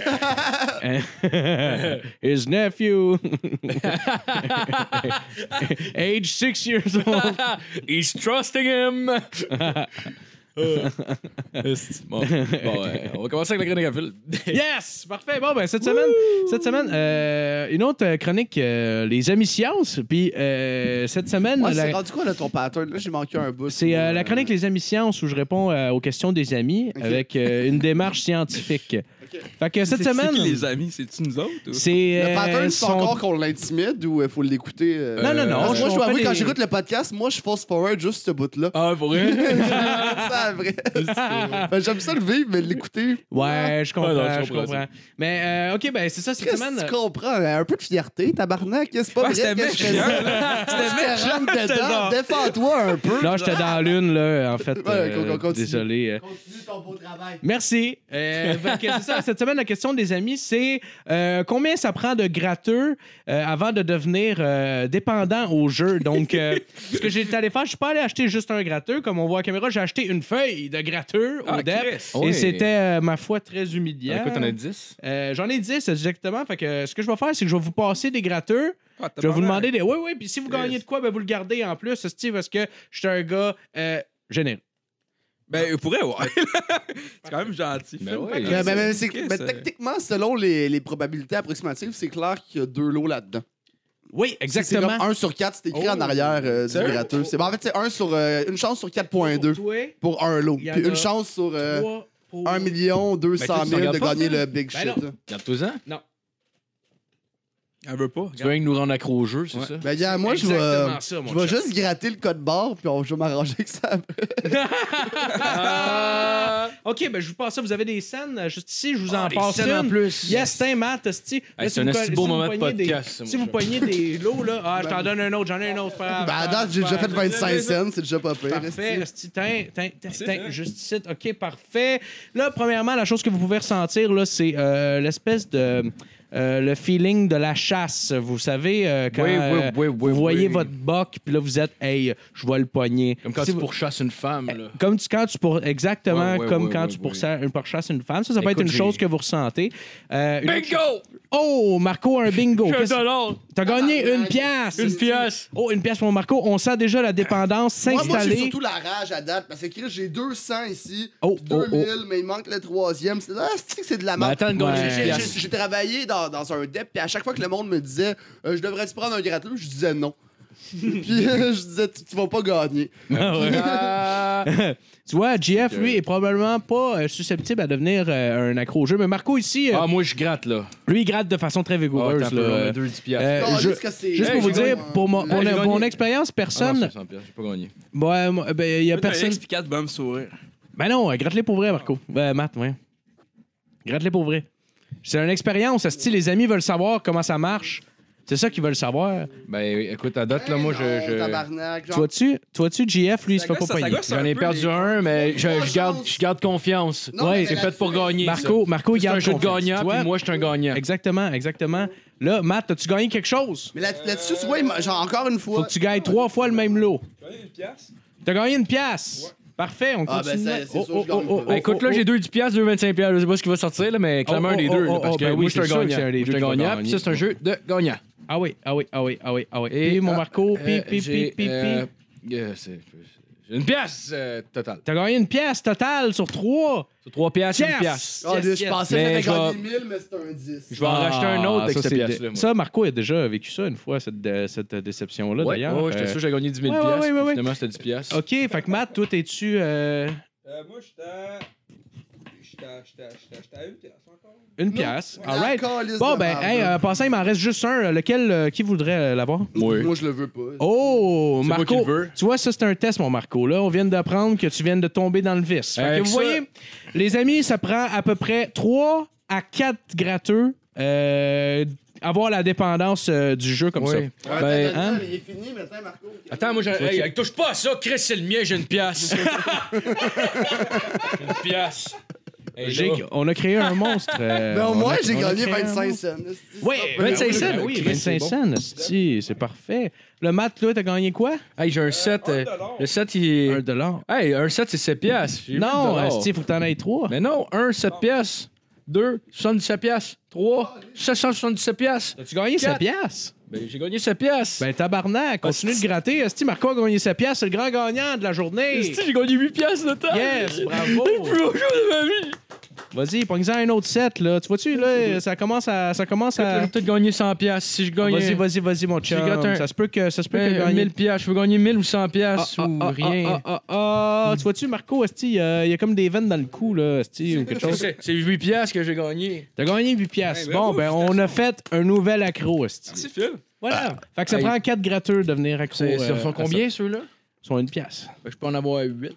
His nephew. Age six years old. He's trusting him! Euh. Esti. Bon, bon, ouais, on va commencer avec la chronique à fil. Yes! Parfait. Bon, ben, cette semaine, cette semaine euh, une autre euh, chronique, euh, les amis sciences. Puis, euh, cette semaine, Ouais, la- c'est rendu quoi là, ton pattern? Là, j'ai manqué un bout. c'est euh, la chronique Les Amis Sciences où je réponds euh, aux questions des amis Ok. avec euh, une démarche scientifique. Fait que cette c'est- semaine, C'est qui les amis? C'est-tu nous autres? ou? c'est. Le euh, pattern, c'est son- encore qu'on l'intimide ou il faut l'écouter? euh? Non, non, non. Parce que moi, je on dois fait avouer, quand des- j'écoute le podcast, moi, je force forward juste ce bout-là. Ah, pour vrai? C'est vrai. Ben, j'aime ça le vivre, mais l'écouter. Ouais, je comprends, Ouais, non, je je comprends comprends. Mais, euh, OK, ben, c'est ça, cette Qu'est-ce semaine. que tu comprends? Un peu de fierté, tabarnak. C'est pas Ouais, vrai c'était que je fais méchant, ça. là. C'était Je te méchant, rentre c'était dedans. genre- Défends-toi un peu. Là, j'étais dans l'une, là, en fait. Ouais, euh, qu'on- qu'on continue. désolé. euh. Continue ton beau travail. Merci. Euh, fait que c'est ça, cette semaine, la question des amis, c'est euh, combien ça prend de gratteux euh, avant de devenir euh, dépendant au jeu? Donc, euh, ce que j'ai été allé faire, je suis pas allé acheter juste un gratteux. Comme on voit à la caméra, j'ai acheté une feuille de gratteux au Ah, D E P. Chris. Et Ouais. c'était, euh, ma foi, très humiliant. Quoi, t'en as dix? Euh, J'en ai dix exactement. Fait que euh, ce que je vais faire, c'est que je vais vous passer des gratteux. Ah, Je vais vous tabarnak. demander des. Oui, oui. Puis si vous Yes. gagnez de quoi, ben, vous le gardez en plus, Steve, parce que je suis un gars euh, généreux. Ben, il pourrait, ouais. C'est quand même gentil. Ben Fais-le ouais. pas Mais, comme mais- mais ça. c'est- Chris, mais euh, techniquement, selon les, les probabilités approximatives, c'est clair qu'il y a deux lots là-dedans. Oui, C'est exactement. comme un sur quatre, c'est écrit Oh. en arrière euh, du Sérieux? gratteux. C'est, ben, en fait, c'est un sur, euh, une chance sur quatre virgule deux Toi, pour un lot. Il y en Puis a une chance sur euh, trois pour- un million deux cent Ben, tu mille regardes de pas, gagner ça? le big Ben shit. non. là. Garde-toi-en. Elle veut pas. Tu viens de nous rendre accro au jeu, c'est Ouais. ça? Ben, gars, moi, je Exactement vais, ça, mon je vais chum. juste gratter le code barre, puis on, je vais m'arranger avec ça. Ah! OK, ben je vous passe ça. Vous avez des scènes euh, juste ici. Je vous en Ah, des passe scènes en une. plus. Yes, c'est un Matt, esti. Hey, Là, c'est si un vous esti co- beau si vous moment de pognez des- podcast, ça, Si mon vous chum. pognez des lots, là, ah, je t'en donne un autre, j'en ai un autre. c'est pas grave, Ben, à c'est pas date, grave, j'ai déjà c'est fait pas grave. vingt-cinq cents, c'est déjà pas pire. Parfait, esti. esti, tiens, tiens, tiens, C'est tiens, ça. juste ici. OK, parfait. Là, premièrement, la chose que vous pouvez ressentir, là, c'est euh, l'espèce de... euh, le feeling de la chasse. Vous savez, euh, quand Oui, oui, euh, oui, oui, vous voyez oui. votre boc, puis là, vous êtes, hey, je vais le pogner. Comme quand Si tu vous- pourchasses une femme, là. Comme tu, quand tu pour, exactement Ouais, ouais, comme ouais, quand ouais, tu ouais. pourchasses une, pourchasses une femme. Ça, ça peut Écoute, être une j'ai- chose que vous ressentez. Euh, une autre chose- Bingo! Oh, Marco a un bingo. Un Qu'est-ce- dollar! T'as gagné Ah, une ouais. pièce. Une pièce! Oh, une pièce pour Marco. On sent déjà la dépendance Moi, moi j'ai s'installer. surtout la rage à date, parce que Chris, j'ai deux cents ici, Oh, deux mille, oh, mais il manque le troisième. C'est ah, c'est que c'est de la Mais merde. attends, une Ouais. gagner J'ai- une j'ai- pièce. J'ai travaillé dans, dans un dep, puis à chaque fois que le monde me disait euh, je devrais-tu prendre un gratteux, je disais non. Puis euh, je disais tu, tu vas pas gagner. Ah ouais. Ah! Tu vois, G F, lui, Ok. est probablement pas euh, susceptible à devenir euh, un accro au jeu. Mais Marco, ici, euh, Ah, moi, je gratte, là. lui, il gratte de façon très Ah, vigoureuse. t'as un là. peu, on met deux dix piastres. Euh, Non, je- juste que c'est- Juste Hey, pour vous j'ai dire, gagné. pour mon, Hey, mon- j'ai mon gagné. expérience, Ah non, personne. c'est cent piastres, j'ai pas gagné. Ouais, moi, ben, il y a personne. Expliqué de bon me sourire. Ben non, euh, gratte-les pour vrai, Marco. Ben, Matt, ouais. Gratte-les pour vrai. C'est une expérience. Si les amis veulent savoir comment ça marche, c'est ça qu'ils veulent savoir. Ben, écoute, à date, là, moi, je. Non, je... tabarnak, genre, Tu vois-tu, tu vois-tu, G F, lui, il se Ça fait pas gosse, ça payer. gosse un J'en ai peu, perdu les- un, mais je, Trois je garde, chances. je garde confiance. Non, Ouais, mais C'est la- fait pour gagner. Marco, Marco, il C'est garde un jeu de confiance, gagnant, tu vois? puis moi, je suis un gagnant. Exactement, exactement. Là, Matt, as-tu gagné quelque chose? Mais là- là-dessus, tu vois, il m'a- genre encore une Faut fois. que tu gagnes trois fois le même lot. Tu gagnes une pièce? T'as gagné une pièce. Parfait, on Ah, ben, continue. c'est- c'est sûr que je gagne pas. Ben, écoute, là, j'ai deux dix piastres, deux vingt-cinq piastres. Je sais pas ce qui va sortir, là, mais clairement Oh, un des oh, deux. oh, là, parce oh, que ben moi, oui, je suis un c'est sûr que gagnant. c'est un des Moi, je suis deux un qui va gagnant, gagner. puis ça, c'est un jeu de gagnant. Ah oui, ah oui, ah oui, ah oui, ah oui. Et, Puis, mon ah, Marco, puis, euh, puis, j'ai, puis, puis, euh, puis. euh, c'est- J'ai une pièce euh, totale. T'as gagné une pièce totale sur trois. Sur trois piastres, Yes! une pièce. Ah, Yes, je yes. pensais Mais que je j'avais vais- gagné mille, mais c'était un dix. Je vais en racheter un autre avec ça, cette c'est pièce-là. dé- moi. Ça, Marco a déjà vécu ça une fois, cette, dé- cette déception-là, Ouais, d'ailleurs. ouais, j'étais Euh, sûr que j'ai gagné dix mille ouais, ouais, piastres. ouais, puis ouais. Finalement, c'était dix piastres. OK, fait que Matt, toi, t'es-tu... euh, Euh, moi, j'étais à... J'étais à... J'étais à... J'étais à une pièce encore. une pièce? La All right. calice Bon, de ben, marde. hey, euh, passant, il m'en reste juste un. Lequel, euh, qui voudrait euh, l'avoir? Oui. Moi, je le veux pas. Oh, C'est moi Marco, qui le veux. tu vois, ça, c'est un test, mon Marco. Là, on vient d'apprendre que tu viens de tomber dans le vice. Fait que Avec vous ça- voyez, les amis, ça prend à peu près trois à quatre gratteux euh, avoir la dépendance euh, du jeu comme Oui. ça. Ouais, Ben, attends, attends, hein? il est fini, mais attends, Marco. Attends, moi, j'ai. Hey, hey, touche pas à ça, Chris, c'est le mien, j'ai une pièce. J'ai une pièce. Hey, J'ai- là. on a créé un monstre. euh, Mais au on moins, a- j'ai on a gagné créé un vingt-cinq monstre. cents. Oui, vingt-cinq cents, Oui, ok, vingt-cinq c'est cents, esti, c'est parfait. Le Matt, là, t'as gagné quoi? Hey, j'ai un set. un euh, dollar. le set, il Un est. dollar. Hey, un set, c'est sept piastres. J'ai Non, huit dollars. esti, faut que t'en ailles trois. Mais non, un, sept piastres. Deux, soixante-dix-sept piastres. Trois, sept cent soixante-dix-sept piastres. As-tu gagné Quatre. sept piastres? Ben, j'ai gagné sept piastres. Ben, tabarnak, continue de gratter. Esti, Marco a gagné sept piastres, c'est le grand gagnant de la journée. Esti, j'ai gagné huit piastres de temps. Yes, bravo. Le plus beau jeu de ma vie. Vas-y, pogne-en un autre set, là. Tu vois-tu, là, ça commence à... Ça commence Peut-être que à... J'ai peut-être gagné cent piastres. Si je gagne. Vas-y, vas-y, vas-y, mon chum. gratte un- Ça se peut que ça se peut que Ben, gagner... mille piastres. Je veux gagner mille ou cent Ah, piastres ah, ou ah, rien. ah, ah, ah, tu vois-tu, Marco, esti, il y, a- il y a comme des veines dans le cou, là, esti, ou quelque chose. C'est c'est huit piastres que j'ai gagné. T'as gagné huit piastres. Ouais, Bon, bravo, ben, on a fait un nouvel accro, esti. Merci, Phil. Voilà. Fait que ça Hey. prend quatre gratteurs de devenir accro. C'est euh, c'est- sont à combien ceux-là? ça. Ils sont une pièce. Ben, je peux en avoir huit.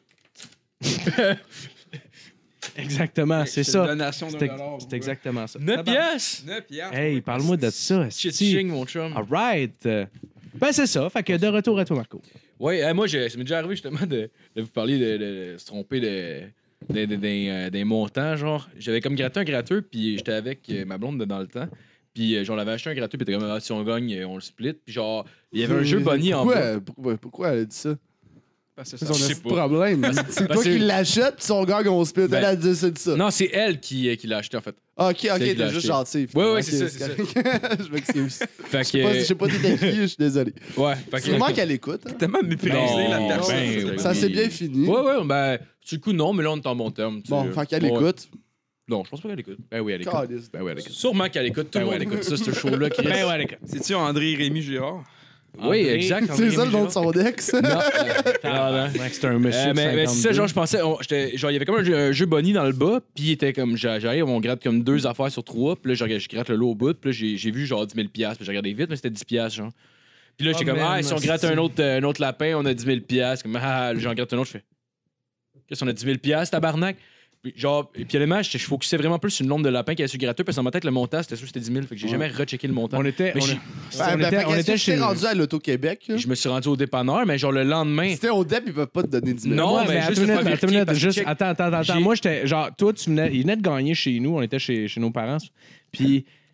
Exactement, c'est Une ça. donation d'un C'est dollar. c'est exactement ça. neuf piastres? neuf piastres. Hey, parle-moi de ça, esti. Ching, mon chum. All right. Euh, Ben, c'est ça. Fait que de retour à toi, Marco. Oui, moi, j'ai- ça m'est déjà arrivé justement de, de vous parler de, de- de se tromper de, de- de- des, euh, des montants. Genre, j'avais comme gratté un gratteux, puis j'étais avec euh, ma blonde de- dans le temps. Puis euh, genre, on avait acheté un gratteux, puis t'es comme, ah, si on gagne, euh, on le split. Puis genre, il y avait un jeu Bonnie en bas. pourquoi, pourquoi, pourquoi elle a dit ça? Parce que C'est ça- son je sais esti de pas. problème. C'est Parce toi que- qui l'achètes, puis son gars, on split. Ben- Elle a dit ça de ça. Non, c'est elle qui, euh, qui l'a acheté en fait. Ah, ok, ok, qui l'a t'es juste acheté. gentil. Ouais, ouais, Ok, c'est ça, c'est correct. Je m'excuse. Fait Je sais pas- je sais pas t'étais qui, je suis désolé. Ouais, fait que. Sûrement qu'elle écoute. hein. tellement méprisé, Non, la personne. ben, Ça oui. s'est bien fini. Ouais, ouais, ben, du coup, non, mais là, on est en bon terme. tu Bon, sais. fait qu'elle Ouais. écoute. Non, je pense pas qu'elle écoute. Ben oui, elle écoute. Caliste. Ben oui, elle écoute. Sûrement qu'elle écoute. Tout le monde écoute ça, ce show-là. Chris. Ben oui, elle écoute. C'est-tu André Rémy Girard? Oui, André- exact. C'est ça le nom de son ex. Non, euh, non, non. Tabarnak, C'est un monsieur Euh, de mais, mais c'est ça, cinquante-deux. genre, je pensais, on- j'étais- genre, il y avait comme un jeu, un jeu Bonnie dans le bas, puis il était comme, j'a- j'arrive, on gratte comme deux affaires sur trois, puis là, je, regarde- je gratte le lot au bout, puis là, j'ai, j'ai vu genre dix mille piastres, puis j'ai regardé vite, mais c'était dix piastres, genre. Puis là, j'étais Oh, comme, man, ah, si on gratte c'est- un autre, euh, un autre lapin, on a dix mille piastres, comme, ah, j'en gratte un autre, je fais, qu'est-ce qu'on a dix mille piastres, tabarnak? Puis genre, et puis honnêtement, je je focusais vraiment plus sur le nombre de lapins qu'il y a sur le gratteux, parce que dans ma tête, le montant, c'était sûr que c'était dix mille, fait que j'ai jamais rechecké le montant. On était, Mais on, j'ai- est- Ben, on ben, était, fait on qu'est-ce était que chez t'es rendu à l'Auto-Québec. là? Je me suis rendu au dépanneur, mais genre le lendemain, Si t'es au D E P, ils peuvent pas te donner dix mille. Non, Ouais, mais mais juste attends une une fois minute, attends une vérifier, minute, parce que juste, check- attends, attends, attends. j'ai- Moi, j'étais, genre, toi, tu venais, il venait de gagner chez nous, on était chez, chez nos parents, puis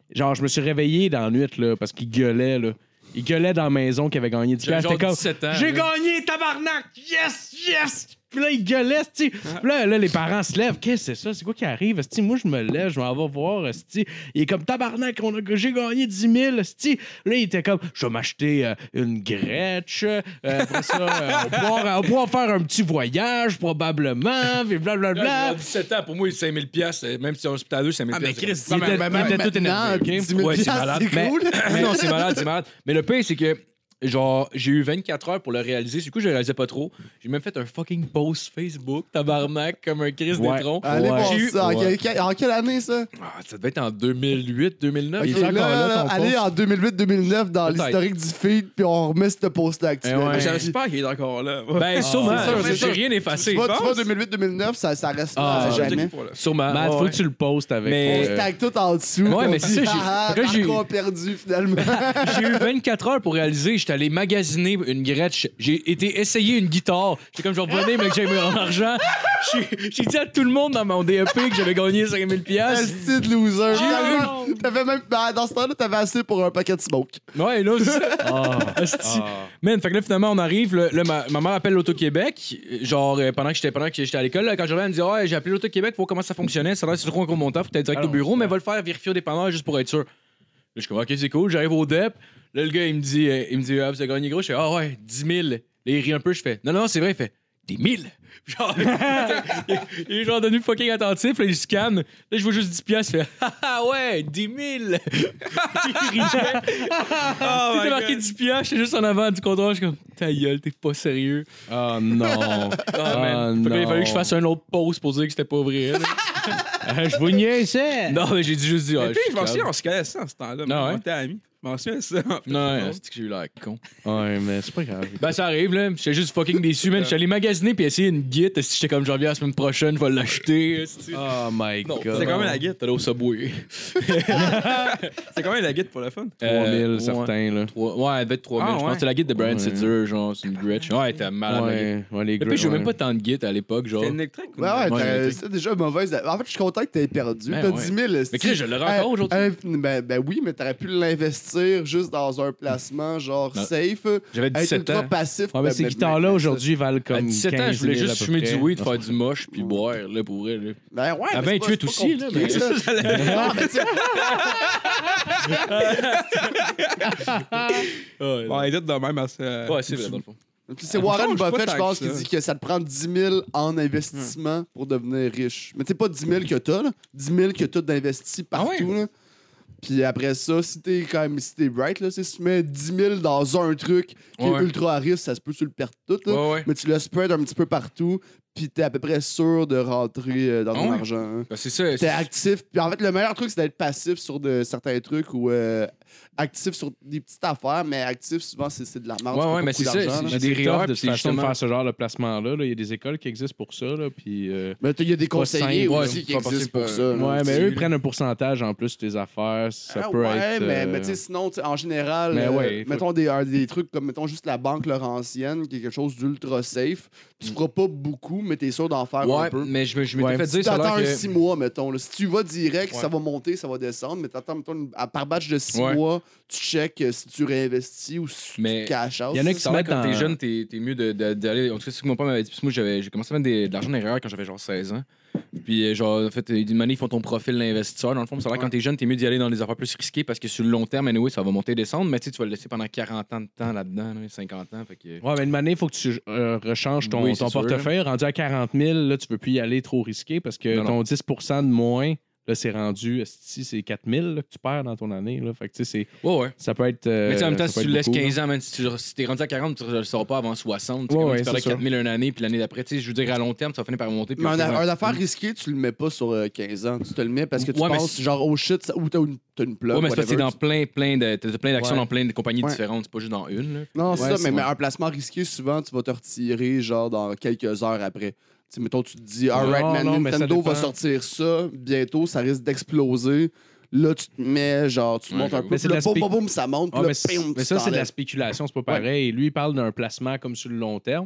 genre, je me suis réveillé dans la nuit, là, parce qu'il gueulait, là. Il gueulait dans la maison qu'il avait gagné dix piastres. Genre J'étais comme, dix-sept ans, j'ai là. gagné, tabarnak! Yes! Yes! Puis là, il gueulait, c'ti. Puis là, là, les parents se lèvent. Qu'est-ce que c'est ça? C'est quoi qui arrive? C'ti? Moi, je me lève, je m'en vais voir. C'ti. Il est comme tabarnak, on a, j'ai gagné dix mille. C'ti. Là, il était comme, je vais m'acheter euh, une Gretsch. Euh, après ça, euh, on, va pouvoir, on va pouvoir faire un petit voyage, probablement. Puis blablabla. Là, dix-sept ans, pour moi, cinq mille piastres, même si on est hospitalier, cinq mille Ah, mais piastres. Chris, Il était, il était tout énervé, OK? dix mille Ouais, c'est piastres, malade. c'est Mais- cool. non, c'est malade, c'est malade. Mais le pire, c'est que, genre, j'ai eu vingt-quatre heures pour le réaliser. Du coup, je le réalisais pas trop. J'ai même fait un fucking post Facebook, tabarnak, comme un Chris Ouais. d'étron. Allez Ouais. voir J'ai eu- ça. En, ouais. quelle, en quelle année, ça? Ah, ça devait être en deux mille huit, deux mille neuf. Ok, Il est là, encore là, là, ton allez post? en deux mille huit deux mille neuf dans Peut-être. l'historique du feed, puis on remet ce post-là actuel. Eh ouais. J'espère qu'il est encore là. Ben, sûrement. c'est sûr, c'est J'ai sûr. rien effacé. Tu vois, tu vois penses? deux mille huit deux mille neuf, ça, ça reste là Ah, à je jamais. Sûrement. Matt, faut ouais. que tu le postes avec. Mais- On euh, se tag tout en dessous. Ouais, on mais dit, c'est ça, j'ai- ah, fait que j'ai- Marco a perdu, finalement. J'ai eu vingt-quatre heures pour réaliser. J'étais allé magasiner une Gretsch. J'ai été essayer une guitare. J'étais comme, je vais revenir, mais que j'ai mon argent. J'ai j'ai dit à tout le monde dans mon D E P que j'avais gagné cinq mille piastres. Esti de loser. J'ai Finalement, T'avais même, ben, dans ce temps-là, t'avais assez pour un paquet de smoke. Ouais, là, c'est ça. Ah, Asti. ah. Man, fait que là, finalement, on arrive. Là, là, ma, ma mère appelle l'Auto-Québec. Genre, euh, pendant que j'étais pendant que j'étais à l'école, là, quand je reviens, elle me dit, ouais, j'ai appelé l'Auto-Québec, faut voir comment ça fonctionnait. Ça a l'air c'est trop un gros montant, faut être direct au Alors, bureau, mais ouais. va le faire vérifier au dépanneur juste pour être sûr. Là, je suis comme, ok, c'est cool. J'arrive au D E P. Là, le gars, il me dit, euh, il me dit, ah, vous avez gagné gros. Je fais, ah ouais, dix mille. Là, il rit un peu. Je fais, non, non, c'est vrai. Il fait, des mille. Genre, il, il est genre devenu fucking attentif. Là, il scanne. Là, je vois juste dix piastres. Il fait, ah ouais, dix mille. Il riait. Oh C'était my marqué God. dix piastres. J'étais juste en avant du comptoir. Je suis comme, ta gueule, t'es pas sérieux. Ah non. Ah, Ah, man. Fait que là, il non. fallait que je fasse un autre pause pour dire que c'était pas vrai. là. Euh, je vous niaisais. Non, mais j'ai dit juste dit, ah, Mais puis, suis je m'en souviens, calme. on se connaissait en ce temps-là. Ah ouais? On était amis. Je m'en souviens de ça. en fait. Non, ouais, c'est que j'ai eu l'air con. Ouais, mais c'est pas grave. Ben, ça arrive, là. J'étais juste fucking déçu, man. J'étais allé magasiner puis essayer une Git. Si j'étais comme, j'en viens la semaine prochaine, je vais l'acheter. esti. Oh my Non, god. C'est quand même la guide. T'allais au Subway. C'est quand même la guide pour le fun. trois mille, Euh, certains, là. Trois- Ouais, elle devait être trois mille. Ah, Je pense ouais. que c'était la Git de Brian Ouais. Setzer, genre, c'est une Gretsch. Ouais, elle était malade, la Git. Ouais, ouais, les Et puis, gros. je jouais même pas tant de Git à l'époque, genre. C'est une électrique ou Ouais, ouais, Ouais, t'as- mais- c'était déjà mauvaise. En fait, je suis content que t'aies perdu. Ben T'as ouais. dix mille. esti. Mais Chris, je l'aurais encore Euh, aujourd'hui. euh, ben, ben oui, mais t'aurais pu l'investir juste dans un placement genre Non. safe. J'avais Être dix-sept ultra ans. passif. Ah, mais Ben, ces ben, guitares-là, ben, aujourd'hui, valent comme À dix-sept ans, je voulais quinze mille juste à peu fumer du près. weed, faire du moche, puis boire, là, pour vrai. Là. Ben ouais. À mais c'est pas- vingt-huit c'est pas aussi, là, mais- compliqué, ça. Ah, mais tu sais, Ouais, Bon, elle est toute de même assez. euh, ouais, c'est vrai, dans le fond. Puis c'est Ah, Warren je sais pas Buffett, tant je pense, que qui ça. dit que ça te prend dix mille en investissement pour devenir riche. Mais tu sais, pas dix mille que t'as, là. dix mille que t'as d'investi partout, Ah ouais? là. Puis après ça, si t'es quand même, si t'es bright, là, si tu mets dix mille dans un truc qui Ouais. est ultra à risque, ça se peut que tu le perds tout, là. Ouais, ouais. Mais tu le spread un petit peu partout, puis t'es à peu près sûr de rentrer euh, dans Ah ton ouais? argent. hein. Ben, c'est ça. T'es c'est- actif. Puis en fait, le meilleur truc, c'est d'être passif sur de, certains trucs ou euh, actif sur des petites affaires, mais actif, souvent, c'est c'est de la merde. Ouais, tu fais ouais, pas mais beaucoup c'est ça, d'argent, c'est- là. j'ai Mais des c'est tough rires, de c'est toute façon de justement- faire ce genre de placement-là. là. Il y a des écoles qui existent pour ça. Là, puis, euh, Mais il y a des conseillers simple, aussi ouais, qui faut pas existent passer pour par- ça. là. ouais, mais Tu- eux ils prennent un pourcentage en plus de tes affaires. Ça Ah peut ouais, être. mais, euh, mais tu sais, sinon, tu sais, en général, Mais euh, ouais, faut- mettons des, euh, des trucs comme, mettons, juste la banque Laurentienne, qui est quelque chose d'ultra safe. Tu feras pas beaucoup, mais t'es sûr d'en faire un Ouais, peu. mais je me- je m'étais Ouais, fait Si dire ça a t'attends l'air un que... six mois, mettons. là. Si tu vas direct, Ouais. ça va monter, ça va descendre, mais t'attends, mettons, une- à- par batch de six Ouais. mois, tu check euh, si tu réinvestis ou si Mais tu cash out. il y en a qui Ça se a l'air mettent quand dans- t'es jeune, t'es t'es mieux de- de- d'aller. En tout cas, c'est ce que mon père m'avait dit. Parce que moi, j'avais- j'ai commencé à mettre des- de l'argent derrière quand j'avais genre seize ans. Puis, euh, genre, en fait, d'une manière, ils font ton profil d'investisseur. Dans le fond, ça a l'air Ouais. quand t'es jeune, t'es mieux d'y aller dans des affaires plus risquées parce que sur le long terme, anyway, ça va monter et descendre. Mais tu sais, tu vas le laisser pendant quarante ans de temps là-dedans, là, cinquante ans. Fait que. Ouais, mais une année, il faut que tu euh, rechanges ton, Oui, c'est ton sûr, portefeuille. Rendu à quarante mille, là, tu peux plus y aller trop risqué parce que Non, non. ton dix pour cent de moins, là, c'est rendu, si c'est quatre mille là, que tu perds dans ton année. Là. Fait que, tu sais, c'est- Ouais, ouais. ça peut être. euh, Mais tu sais, en même temps, ça si peut tu être le laisses beaucoup, quinze là. ans, man, si tu si t'es rendu à quarante, tu ne le sors pas avant soixante. Tu Ouais, sais, ouais, tu perdrais c'est ça. quatre mille une année, puis l'année d'après, tu sais, je veux dire, à long terme, ça va finir par monter. puis Mais un, on peut- un affaire risqué, tu le mets pas sur euh, quinze ans. Tu te le mets parce que tu Ouais, mais penses, c'est- genre, oh shit, ça- ou t'as une, t'as une plug. Ouais, mais c'est parce que c'est whatever. dans plein, plein de. T'as plein d'actions Ouais. dans plein de compagnies Ouais. différentes, c'est pas juste dans une. Là. Non, c'est Ouais, ça, c'est mais, mais vrai. un placement risqué, souvent, tu vas te retirer, genre, dans quelques heures après. Tu sais, mettons, tu te dis, Non, alright, man, non, mais ça Nintendo va dépend. sortir ça, bientôt, ça risque d'exploser. Là, tu te mets, genre, tu Ouais, montes un j'avoue. peu, Mais c'est puis de là, la boum, spé- boum, boum, ça monte, Ah, puis là, mais c'est- pim, mais tu ça, c'est de la t'enlèves. spéculation, c'est pas pareil. Lui, il parle d'un placement comme sur le long terme.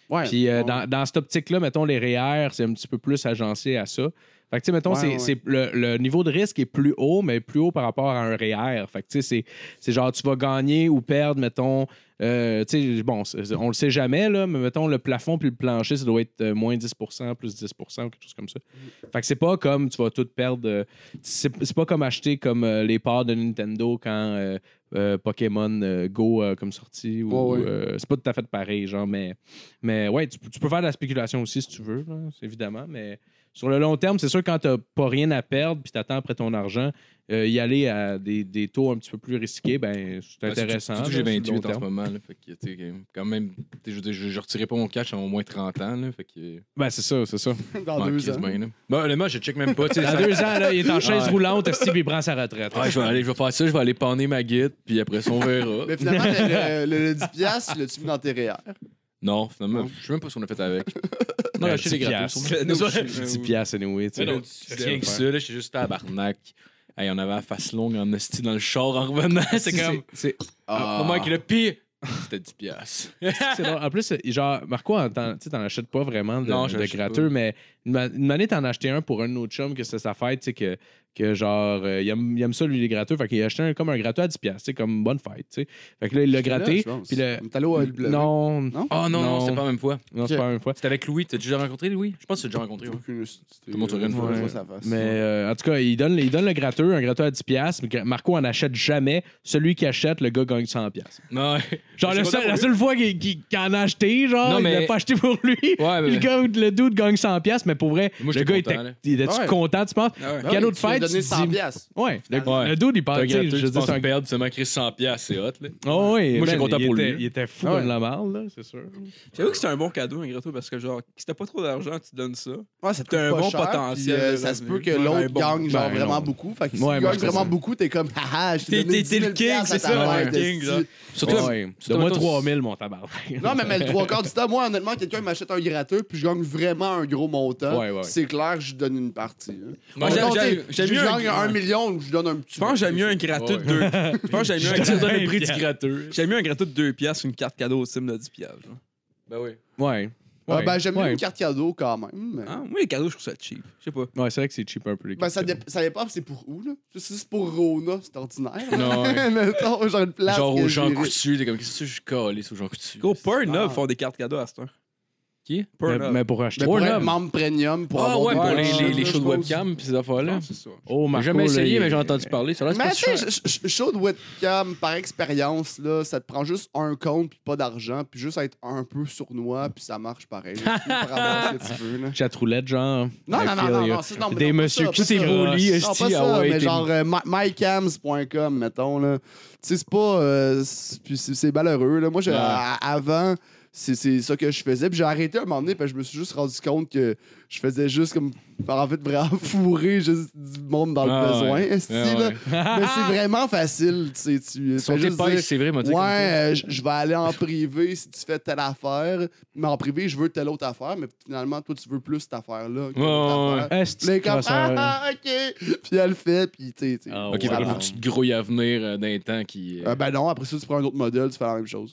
Ouais. Puis euh, Ouais. dans, dans cette optique-là, mettons, les R E E R, c'est un petit peu plus agencé à ça. Fait que, tu sais, mettons, Ouais, c'est, ouais. c'est le, le niveau de risque est plus haut, mais plus haut par rapport à un R E E R. Fait que, tu sais, c'est, c'est genre, tu vas gagner ou perdre, mettons, euh, tu sais, bon, c'est- on le sait jamais, là, mais mettons, le plafond puis le plancher, ça doit être euh, moins dix pour cent, plus dix pour cent ou quelque chose comme ça. Fait que c'est pas comme tu vas tout perdre. euh, c'est, c'est pas comme acheter comme euh, les parts de Nintendo quand euh, euh, Pokémon euh, Go a comme sorti. Ou, Ouais, ouais. euh, c'est pas tout à fait pareil, genre, mais, mais ouais, tu, tu peux faire de la spéculation aussi si tu veux, là, c'est évidemment, mais sur le long terme, c'est sûr quand t'as pas rien à perdre puis t'attends après ton argent, euh, y aller à des, des taux un petit peu plus risqués, ben c'est Ouais, intéressant. Surtout que là, j'ai sur le long vingt-huit en ce terme. moment. Là, fait que, tu sais, quand même, tu sais, je veux dire, je, je retirais pas mon cash en au moins trente ans. Là, fait que, Ben c'est ça, c'est ça. Dans ouais, deux ans. quasiment, là. Bon, honnêtement, je check même pas. tu sais, Dans ça- deux ans, là, il est en chaise Ouais. roulante, esti, puis il prend sa retraite. Ouais, je vais aller, je vais faire ça, je vais aller panner ma guide, puis après ça, on verra. Mais finalement, le, le, le dix piastres, l'as-tu mis dans tes R E E R? Non, finalement, je sais même pas ce qu'on a fait avec. Non, Ben, j'ai acheté dix des gratos. piastres. sûrement. dix piastres, anyway, tu sais. Mais non, c'est rien que ça, là, j'étais juste tabarnak. Hey, on avait la face longue en esti dans le char en revenant. C'est comme. C'est, Ah. Moment qui le pire, c'était dix piastres. c'est drôle. En plus, c'est- genre, Marco, en t'en- tu sais, t'en achètes pas vraiment de, Non, de j'en achète gratteux, pas. mais une, ma- une année, t'en as acheté un pour un de nos chums que c'était sa fête, tu sais, que, que genre, euh, il, aime, il aime ça, lui, les gratteux. Fait qu'il a acheté un, comme un gratteux à dix piastres, tu sais, comme bonne fête, tu sais. Fait que là, il l'a J'étais là, gratté. je pense. Puis le. T'es allé au L W? Non. Non? Oh non, non, Non. c'était pas la même fois. Non, c'est Ok. pas la même fois. C'était avec Louis. T'as déjà rencontré Louis? Je pense que tu l'as déjà rencontré. Ouais. Aucune- te montrerai une fois, je ouais. vois sa face. Mais euh, en tout cas, il donne, il donne le gratteux, un gratteux à dix piastres. Mais Marco en achète jamais. Celui qui achète, le gars gagne cent piastres. Non, ouais. Genre, Je le suis seul- content la pour seule fois qu'il qu'il- qu'il en a acheté, genre, Non, il mais- l'a pas acheté pour lui. Ouais, mais- Puis le, gars, le dude gagne cent piastres, mais pour vrai, Moi, le j'étais gars content, était, là. il était-tu Ouais. content, tu penses? Ah ouais. Ah cadeau oui, de tu lui as fête, donné tu cent dis- piastres. Ouais, le, Ouais. le dude, il T'as parle, un tu sais, gratteux, je veux tu dire, penses c'est un... perdre, seulement écrit cent piastres, c'est hot, là. Oh, oui, Moi, je suis man, content il pour était, lui. Il était fou Ah ouais. comme la marde, là, c'est sûr. J'avoue que c'est un bon cadeau, un gâteau, parce que genre, si t'as pas trop d'argent, tu donnes ça. Ouais, ça te T'as coûte un pas bon cher, potentiel puis, euh, de ça se peut revenu. que Ouais, l'autre ben bon. gagne genre Ben vraiment non. beaucoup. Fait que si Ouais, tu ben, gagnes c'est vraiment ça. beaucoup, t'es comme haha, je t'ai T'es- donné t'es- dix t'es le mille king, piastres à c'est ta ça, mère, ouais, king, esti. genre. Surtout, Ouais, surtout donne-moi toi, trois mille, mon tabarnak. Non, mais, mais le trois quarts du temps, moi, honnêtement, quelqu'un m'achète un gratteux, puis je gagne vraiment un gros montant. Ouais, ouais. C'est clair que je donne une partie. hein. Moi, Par j'aime- contre, j'aime- tu sais, j'aime je mieux un- gagne un million, je donne un petit. Je pense que j'aime mieux un gratteux de deux. Je pense que j'aime mieux un je te gratteux donne le prix piastres. du gratteux. J'aime mieux un gratteux de deux piastres qu'une carte cadeau au Steam de dix piastres. genre. Ben oui. Ouais. Ah, Ouais. ben, j'aime mieux ouais. une carte cadeau quand même. mais- Ah, moi, les cadeaux, je trouve ça cheap. Je sais pas. Ouais, c'est vrai que c'est cheap un peu, les Ben, ça, cartes dé- ça dépend, c'est pour où, là? Si c'est pour Rona, c'est ordinaire. Non, ouais. Mettons, genre une place. Genre que aux Jean j'irais. Coutu, t'es comme, qu'est-ce que je calisse aux Jean Coutu? Gros, Pornhub Ah. font des cartes cadeaux à cette heure. Qui? mais, Pornhub. mais pour acheter. Mais pour Pornhub. être membre premium, pour Ah avoir ouais, des pour bonnes les, choses, les, là, les shows de je pense. webcam pis ces affaires-là. c'est ça. Oh, J'ai Marco, jamais là, essayé, il- mais j'ai entendu parler. Ça a l'air Mais pas tu cher. sais, ch- ch- show de webcam, par expérience, là, ça te prend juste un compte puis pas d'argent, puis juste être un peu sournois, puis ça marche pareil. là. Tu peux avoir ce que tu veux. Là. Chatroulette, genre. Non, I non, non, feel non, you. non, c'est- non, mais Des non, pas monsieur ça, qui pas t'es ça. beau lit, Non, esti, pas ah ça, ouais, mais t'es- genre euh, my- mycams point com, mettons. Là. Tu sais, c'est pas. euh, c'est- puis c'est c'est malheureux. Là. Moi, j'ai- Ouais. à- avant, c'est c'est ça que je faisais. Puis j'ai arrêté à un moment donné, puis je me suis juste rendu compte que je faisais juste comme. En fait, vraiment fourrer juste du monde dans le Ah, besoin. ouais. esti, Ah, là. ouais. Mais c'est vraiment facile. Tu sais, tu Sur fais tes juste paies, dire, c'est vrai, moi, tu sais, ouais, comme ça. euh, je je vais aller en privé si tu fais telle affaire. Mais en privé, je veux telle autre affaire. Mais finalement, toi, tu veux plus cette affaire-là. que Ouais, l'autre ouais, affaire. Esti, Puis là, elle est comme, crosseur. ah, ah, ok. Puis elle le fait, puis tu sais. tu sais. Ah, Ok, ouais. fait que Voilà. faut que tu te grouilles à venir euh, d'un temps qui. Euh, ben non, après ça, tu prends un autre modèle, tu fais la même chose.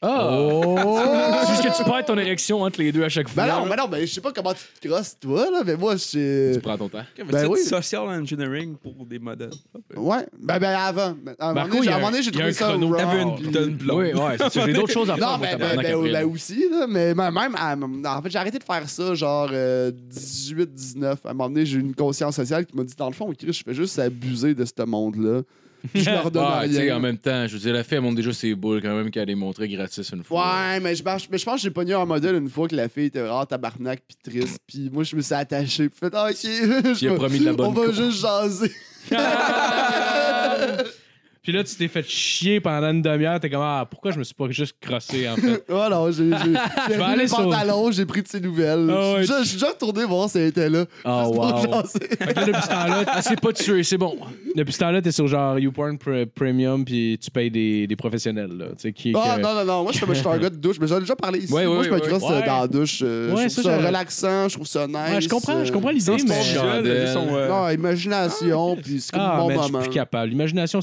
Oh! C'est juste que tu perds ton érection entre les deux à chaque fois. Ben non, là. ben non, ben je sais pas comment tu te crosses, toi, là, mais moi, je Tu prends ton temps. Ben oui. Social engineering pour des modèles. Ouais, ben, ben avant. À un moment Marco, donné, il y j'ai- a à un moment donné, un- j'ai il y a trouvé un ça chrono. wrong, T'avais une puis- putain de blonde. Oui, ouais, c'est ça. J'ai d'autres choses à faire. Non, moi, ben, ben, tabarnak, ben, après, ben là. aussi, là, mais même, même à- en fait, j'ai arrêté de faire ça, genre euh, dix-huit dix-neuf. À un moment donné, j'ai eu une conscience sociale qui m'a dit, dans le fond, Chris, je fais juste abuser de ce monde-là. Puis je leur donne Ah, tu sais, rien. en même temps, je veux dire, la fille, elle montre déjà ses boules quand même qu'elle les montrait gratis une fois. Ouais, mais je, mais je pense que j'ai pogné un modèle une fois que la fille était vraiment tabarnak puis triste. Puis moi, je me suis attaché. Puis fait, ah, ok. Puis il a promis de la bonne On va cour. juste jaser. Puis là, tu t'es fait chier pendant une demi-heure. T'es comme, ah, pourquoi je me suis pas juste crossé, en fait? Oh non, j'ai j'ai- j'ai vais remis aller les sur- pantalons, j'ai pris de ses nouvelles. Ah ouais, Je je suis déjà retourné voir si elle était là. Oh, Juste pour wow. jaser. Fait que là, depuis ce temps-là, Ah, c'est pas tué, c'est bon. depuis ce temps-là, t'es sur genre YouPorn Pr- Premium, puis tu payes des, des professionnels, là. Tu sais, qui. Ah que- non, non, non, moi je suis je suis un gars de douche, mais j'en ai déjà parlé ici. Ouais, moi ouais, je me ouais, crosse ouais. euh, dans la douche. euh, Ouais, je ça, trouve ça j'ai- relaxant, je trouve ça nice. Ouais, je comprends, je comprends euh, l'idée, C'est mais. Chandelle. ils sont, euh, Non, imagination, puis c'est comme Ah, un bon mais je suis moment. plus capable. L'imagination, ça le fait plus.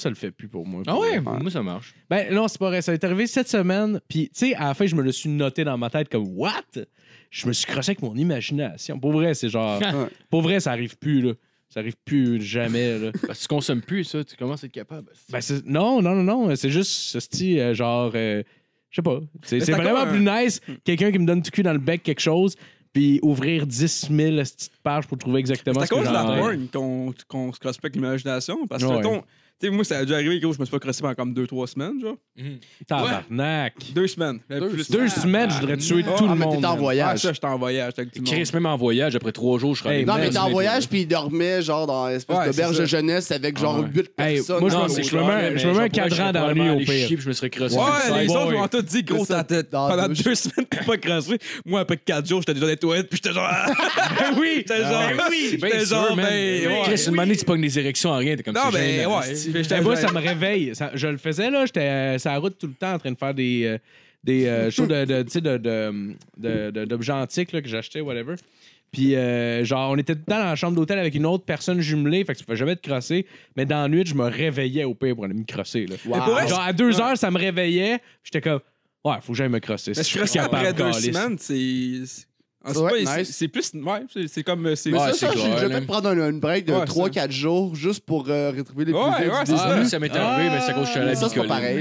plus pour moi. Ah Pour ouais, vrai. moi ça marche. Ben non, c'est pas vrai. Ça est arrivé cette semaine. Puis, tu sais, à la fin, je me le suis noté dans ma tête comme What? Je me suis crossé avec mon imagination. Pour vrai, c'est genre. Ouais. Pour vrai, ça arrive plus, là. Ça arrive plus jamais, là. Parce que tu consommes plus ça, tu commences à être capable. Ben, c'est- non, non, non, non. C'est juste, ce style, euh, genre. euh, je sais pas. C'est Mais c'est c'est vraiment encore plus nice, quelqu'un qui me donne du cul dans le bec, quelque chose, puis ouvrir dix mille petites pages pour trouver exactement C'est à ce que cause de la j'entends. porn qu'on qu'on se crosse pas avec l'imagination. Parce que, Ouais. mettons, tu sais, moi, ça a déjà arrivé, gros, je me suis pas crossé pendant comme deux trois semaines, genre. Tabarnak. Deux semaines. Deux Plus- Deux semaines, je voudrais tuer Ah, tout Ah, le mais monde. t'étais en man. Ah, voyage. ça, j'étais en voyage avec tout le Chris, monde. même en voyage, après trois jours, je serais Hey, allé- Non, man, mais t'es en Ouais, voyage, puis il dormait genre dans une espèce Ouais, d'auberge c'est de ça. jeunesse avec genre Ah ouais. huit Hey, personnes. moi, je dans me- l'auto. je me mets- je me mets un cadran dans la nuit au pire. Puis je me serais crossé. Ouais, sur le les side. autres boy. m'ont tous dit, gros, C'est ça, t'as- dans la pendant douche. deux semaines, t'es pas crossé. Moi, après quatre jours, j'étais déjà dans les toilettes, puis j'étais genre. Ah, oui! J'étais genre. Ben oui, c'est bien J'étais sûr, genre, man. ben. ouais. Chris, une année, tu pognes des érections en rien, t'es comme Non, c'est ben, gênant, ouais. esti. Puis j'étais- Ben, moi, ça me réveille. Ça- je le faisais, là. J'étais euh, sur la route tout le temps en train de faire des, euh, des euh, shows de, de, tu sais, de, de, de, de- d'objets antiques là, que j'achetais, whatever. Puis, euh, genre, on était tout le temps dans la chambre d'hôtel avec une autre personne jumelée, fait que tu pouvais jamais te crosser. Mais dans la nuit, je me réveillais au pire pour aller me crosser. Là. Wow. pour vrai, Genre, à deux heures, ça me réveillait. J'étais comme, ouais, faut que j'aille me crosser. Mais Si je je suis crois capable, qu'après deux câlisse. semaines, c'est. Ah, Ça c'est doit pas- être c'est- nice. C'est plus. Ouais, c'est- c'est comme. c'est- Mais Ouais, ça, c'est ça, j'ai clair, déjà là. fait prendre un, une break de Ouais, trois ça. quatre jours juste pour euh, retrouver les Ouais, plaisirs ouais, du c'est début. Ah, ça m'est arrivé, mais c'est à cause que je suis allé à Ça, c'est pas Bicoline. pareil,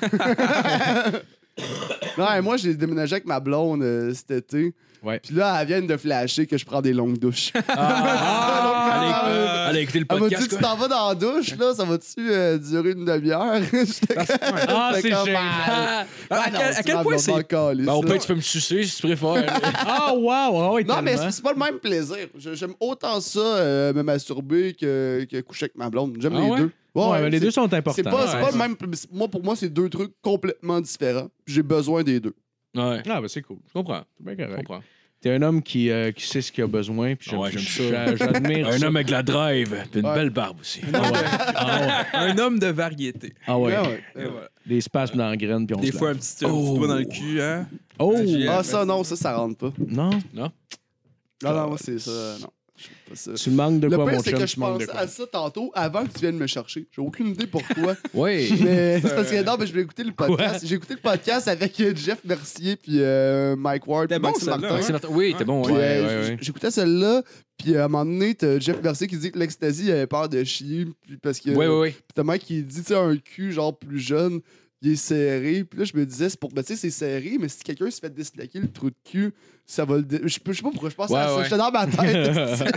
là. Non, et moi, j'ai déménagé avec ma blonde euh, cet été. Ouais. Puis là, elle vient de flasher que je prends des longues douches. Ah, allez, allez écouter le Elle m'a dit, podcast. tu quoi. t'en vas dans la douche, là, ça va-tu euh, durer une demi-heure? J'étais comme- Ah, j'étais c'est comme, gênant. ah, À non, quel- à c'est quel ma point blonde c'est- en calice, Ben, au là. pire, tu peux me sucer si tu préfères. Ah, wow! Ah, ouais, Non, mais tellement. c'est c'est pas le même plaisir. Je- J'aime autant ça, euh, me masturber, que, que coucher avec ma blonde. J'aime Ah les ouais? deux. Ouais, mais les c'est- deux sont importants. C'est pas, c'est Ouais. pas le même. Moi, pour moi, c'est deux trucs complètement différents. J'ai besoin des deux. Ouais, Ah, ben c'est cool. je comprends. C'est bien Je correct. comprends. T'es un homme qui, euh, qui sait ce qu'il a besoin. Puis j'aime, Ouais, j'aime j'a- J'admire Un ça. homme avec de la drive, puis une Ouais. belle barbe aussi. Ah ouais. Ah ouais. Un homme de variété. Ah ouais. Ouais, ouais. Et voilà. Des spasmes dans la graine, puis on Des se fois, un lave. petit, un petit doigt dans le cul, hein. Oh! J'ai- Ah, ça, non, ça, ça rentre pas. Non? Non, non, moi, c'est ça. Non. Je fais pas ça. Tu manques de Le quoi, pire, mon c'est chum? que Tu je manques de pensais quoi? à ça tantôt avant que tu viennes me chercher. J'ai aucune idée pourquoi. Oui. Mais c'est parce que non, mais je vais écouter le podcast. J'ai écouté le podcast avec euh, Jeff Mercier puis euh, Mike Ward. C'était puis bon, Maxime celle-là, Martin. hein? C'est Martin- Oui, t'es bon, Puis, ouais. euh, ouais, j- ouais. J'écoutais celle-là, puis euh, à un moment donné, t'as Jeff Mercier qui dit que l'ecstasy, il avait peur de chier, puis parce que... Oui, oui, oui. Puis t'as Mike qui dit, tu sais, un cul genre plus jeune, il est serré. Puis là, je me disais, c'est pour... Ben, tu sais, c'est serré, mais si quelqu'un se fait disloquer le trou de cul, ça va le... dé- Je peux- je sais pas pourquoi je pense Ouais, à ça. ouais. J'étais dans ma tête.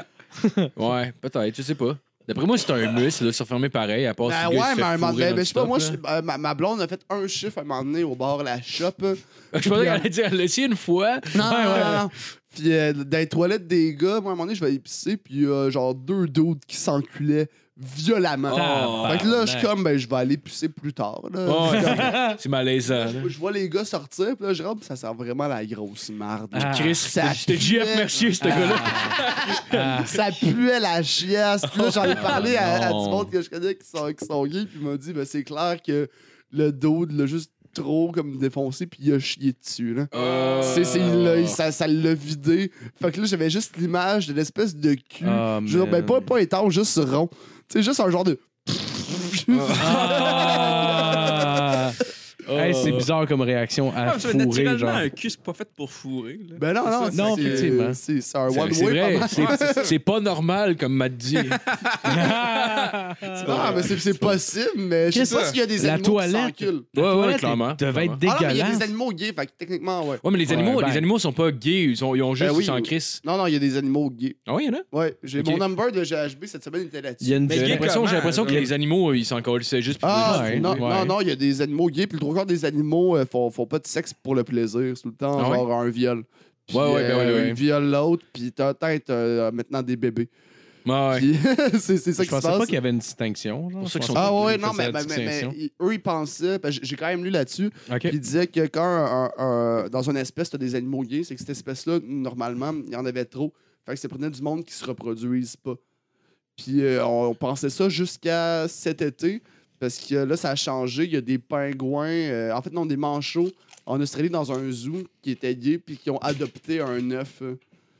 Ouais, peut-être, je sais pas. D'après moi, c'est un muscle, là, se refermer pareil, à part Ben si le gars, il ouais, se mais fait à un moment fourrer donné, ben, je sais pas, moi, non-stop, je- euh, ma, ma blonde a fait un chiffre à un moment donné au bord de la shop. là. là. Je pensais qu'elle allait dire, elle l'a essayé une fois. Non, non, non, non. Puis euh, dans les toilettes des gars, moi, à un moment donné, je vais épicer, puis il y a genre deux dudes qui s'enculaient violemment. Oh. Fait que là, je suis comme, ben, je vais aller pisser plus tard. Là. Ouais. C'est comme- C'est malaisant. là. je, je vois les gars sortir, puis là, je rentre, puis ça sent vraiment la grosse marde. Ah. Chris, Ça c'était J F puait. Mercier, ce gars-là. Ah. Ça puait la chiasse. Puis là, j'en ai parlé à, à du non. monde que je connais qui sont, qui sont gays, puis il m'a dit, ben, c'est clair que le dude l'a juste trop comme défoncé, puis il a chié dessus. Là. Euh, C'est, c'est, il l'a- il- ça, ça l'a vidé. Fait que là, j'avais juste l'image de l'espèce de cul. Ah, Je veux dire, ben, man. pas, pas étanche, juste rond. Tu sais, juste un genre de. Ah! Hey, c'est bizarre comme réaction à Ah, parce que fourrer, naturellement, genre. un cul, c'est pas fait pour fourrer. Là. Ben non, non, C'est ça, non, c'est- effectivement. C'est, c'est un C'est one-way. c'est vrai, pas mal. c'est- c'est pas normal, comme m'a dit. Non, mais c'est, c'est possible, mais je Qu'est-ce sais pas que- s'il y a des la animaux toilette? qui s'enculent. La Ouais, ouais, toilette clairement, devait être Ah non, mais il y a dégueulasse. des animaux gays, fait que techniquement, ouais. Ouais, mais les Ouais, animaux, ben. les animaux sont pas gays, ils, sont, ils ont juste, Ben oui. ils s'en crissent. Non, non, il y a des animaux gays. Ah oui, il y en a? Ouais, j'ai Ok. mon number de G H B cette semaine, il était là-dessus. Il y a une Mais j'ai gay l'impression, j'ai comment, l'impression que là? les animaux, ils s'en c'est juste pour Ah, Ouais, non, ouais. non, non, il y a des animaux gays, puis le trois quarts des animaux euh, font, font pas de sexe pour le plaisir. C'est tout le temps Ah ouais? genre un viol. Puis, Ouais, ouais, ben ouais, ouais. Ils violent l'autre, puis t'as peut-être euh, maintenant des bébés. Ouais, ouais. Puis c'est, c'est ça Je qui se pensais passe. pas qu'il y avait une distinction. Genre. Pour ça Je qu'ils pensais Ah pas ouais, qu'ils non, faisaient mais, la mais, mais, distinction. ils- eux, ils pensaient, parce que j'ai quand même lu là-dessus, OK. puis ils disaient que quand un- un- un- dans une espèce, t'as des animaux gays, c'est que cette espèce-là, normalement, il y en avait trop. Fait que ça prenait du monde qui se reproduisent pas. Puis euh, on, on pensait ça jusqu'à cet été, parce que là, ça a changé. Il y a des pingouins, euh, en fait, non, des manchots en Australie dans un zoo qui étaient gays, puis qui ont adopté un œuf. euh.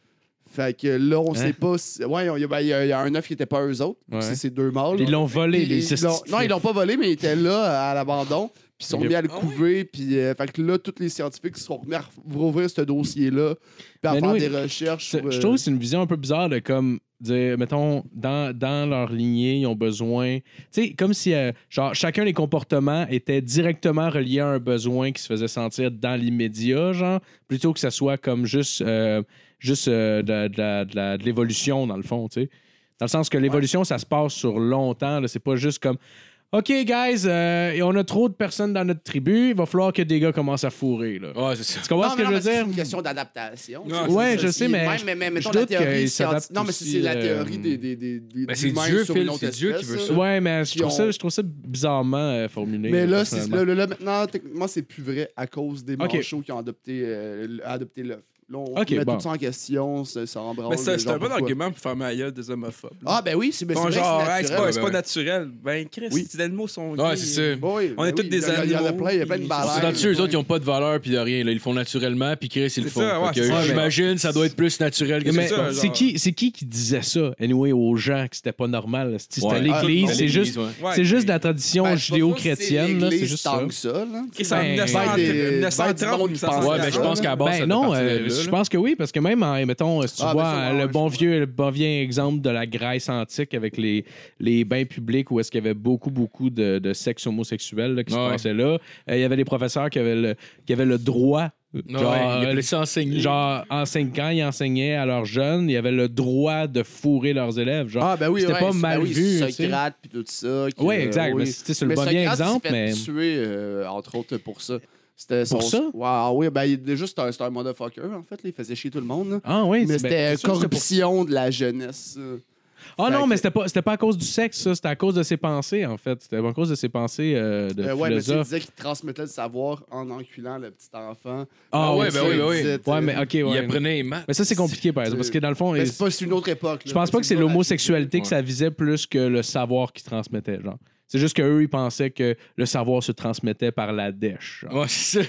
Fait que là, on Hein? sait pas si... Ouais, il y, a- ben, il y a il y a un œuf qui était pas eux autres. Ouais. C'est ces deux mâles. Ils l'ont volé, Ils- les ils l'ont- Non, ils l'ont pas volé, mais ils étaient là à l'abandon. Puis ils sont Ok. mis à le Ah ouais? couver. Puis euh, fait que là, tous les scientifiques sont remis à rouvrir ce dossier-là. Puis à Mais faire nous, des recherches. C'est- sur, Je euh, trouve que c'est une vision un peu bizarre de comme dire, mettons, dans, dans leur lignée, ils ont besoin. Tu sais, comme si euh, genre, chacun des comportements était directement relié à un besoin qui se faisait sentir dans l'immédiat, genre, plutôt que ça soit comme juste, euh, juste euh, de, de la- de la- de l'évolution, dans le fond, tu sais. Dans le sens que l'évolution, ça se passe sur longtemps, là, c'est pas juste comme. OK, guys, euh, et on a trop de personnes dans notre tribu, il va falloir que des gars commencent à fourrer. Là. Ouais, c'est ça. Tu comprends Non, ce mais que non, je mais veux c'est dire? une question d'adaptation. Ouais, tu sais, ouais, c'est je ça. sais, Si- mais même, mais, mais je mettons la doute théorie qu'il scientifique. s'adapte Non, mais c'est aussi, c'est la euh, théorie des, des, des, des Ben, c'est humains Dieu, sur Phil, une autre c'est Dieu qui espèce, veut ça. ça. Ouais, mais je Qui trouve, ça, ont- je trouve ça bizarrement euh, formulé. Mais là, là, c'est, personnellement. là, là, là, maintenant, techniquement, c'est plus vrai à cause des Ok. manchots qui ont adopté, euh, adopté l'œuf. Là, on Ok, met bon. tout ça en question, ça, ça en branle. Mais c'est c'est genre, un bon pourquoi. argument pour faire ma gueule des homophobes. là. Ah, ben oui, c'est, ben, c'est Bon, vrai genre, que hey, c'est c'est naturel. pas, c'est pas ouais. naturel. Ben, Chris, Oui. les animaux sont Ouais, gays. c'est ça. Oui, On est ben tous oui, des il y a- Il y en a animaux, plein, il y a plein de puis- balaires. C'est dans-dessus, eux autres, ils n'ont pas de valeur puis de rien. Là. Ils le font naturellement, puis Chris, ils le C'est font. ça, ouais, Fait que, c'est ça, j'imagine ça doit être plus naturel que Mais ça. ça, c'est genre. qui, c'est qui qui disait ça, anyway, aux gens que c'était pas normal? C'était Ouais. l'Église, Ah, c'est juste, ouais. Ouais, c'est juste de mais- la tradition Ben, je sais pas judéo-chrétienne, si là, c'est l'Église juste tant ça. que ça, là. Chris, en Ben, mille neuf cents, ben, des- mille neuf cent ben, du trente, monde mille qui neuf cent pense Ouais, à mais ça, je pense là. qu'à la base, Ben ça non, fait partie euh, de là, je là. pense que oui, parce que même, en, mettons, si tu Ah, vois ben ça, euh, ouais, le je bon vois. vieux, le bon vieux exemple de la Grèce antique avec les, les bains publics où est-ce qu'il y avait beaucoup, beaucoup de, de sexe homosexuel là, qui Ouais. se passait là. Euh, Il y avait des professeurs qui avaient le, qui avaient le droit, genre, Ouais, il a euh, laissé enseigner. genre en cinq ans, ils enseignaient à leurs jeunes, il y avait le droit de fourrer leurs élèves. Genre. Ah, ben oui, C'était ouais, pas c'est- mal ben oui, vu, tu sais. Socrate puis tout ça. qui, Oui, euh, exact. oui. Mais c'est c'est le Mais bon bien Socrate s'est exemple, fait mais. tuer, euh, entre autres, pour ça. C'était son... Pour ça? Ouais, ah oui, ben, il- déjà, c'était un, c'était un motherfucker, en fait. Là, il faisait chier tout le monde. Là. Ah oui, Mais c'est- c'était ben, c'est sûr que c'était pour- corruption de la jeunesse. ça. Ah Fait non, que- mais c'était pas, c'était pas à cause du sexe, ça. C'était à cause de ses pensées, en fait. C'était à cause de ses pensées euh, de Euh, ouais, mais tu sais, il philosophe. disait qu'il transmettait le savoir en enculant le petit enfant. Ah ouais, oui, ben ça, oui, ben il oui. disait, tu sais. Ouais, mais OK, Il ouais. apprenait les maths. Mais ça, c'est compliqué, par exemple, parce que dans le fond, Mais il- c'est pas c'est une autre époque. je pense pas que c'est pas l'homosexualité que Ouais. ça visait plus que le savoir qu'ils transmettaient, genre. C'est juste qu'eux, ils pensaient que le savoir se transmettait par la dèche. genre. Ouais, c'est ça.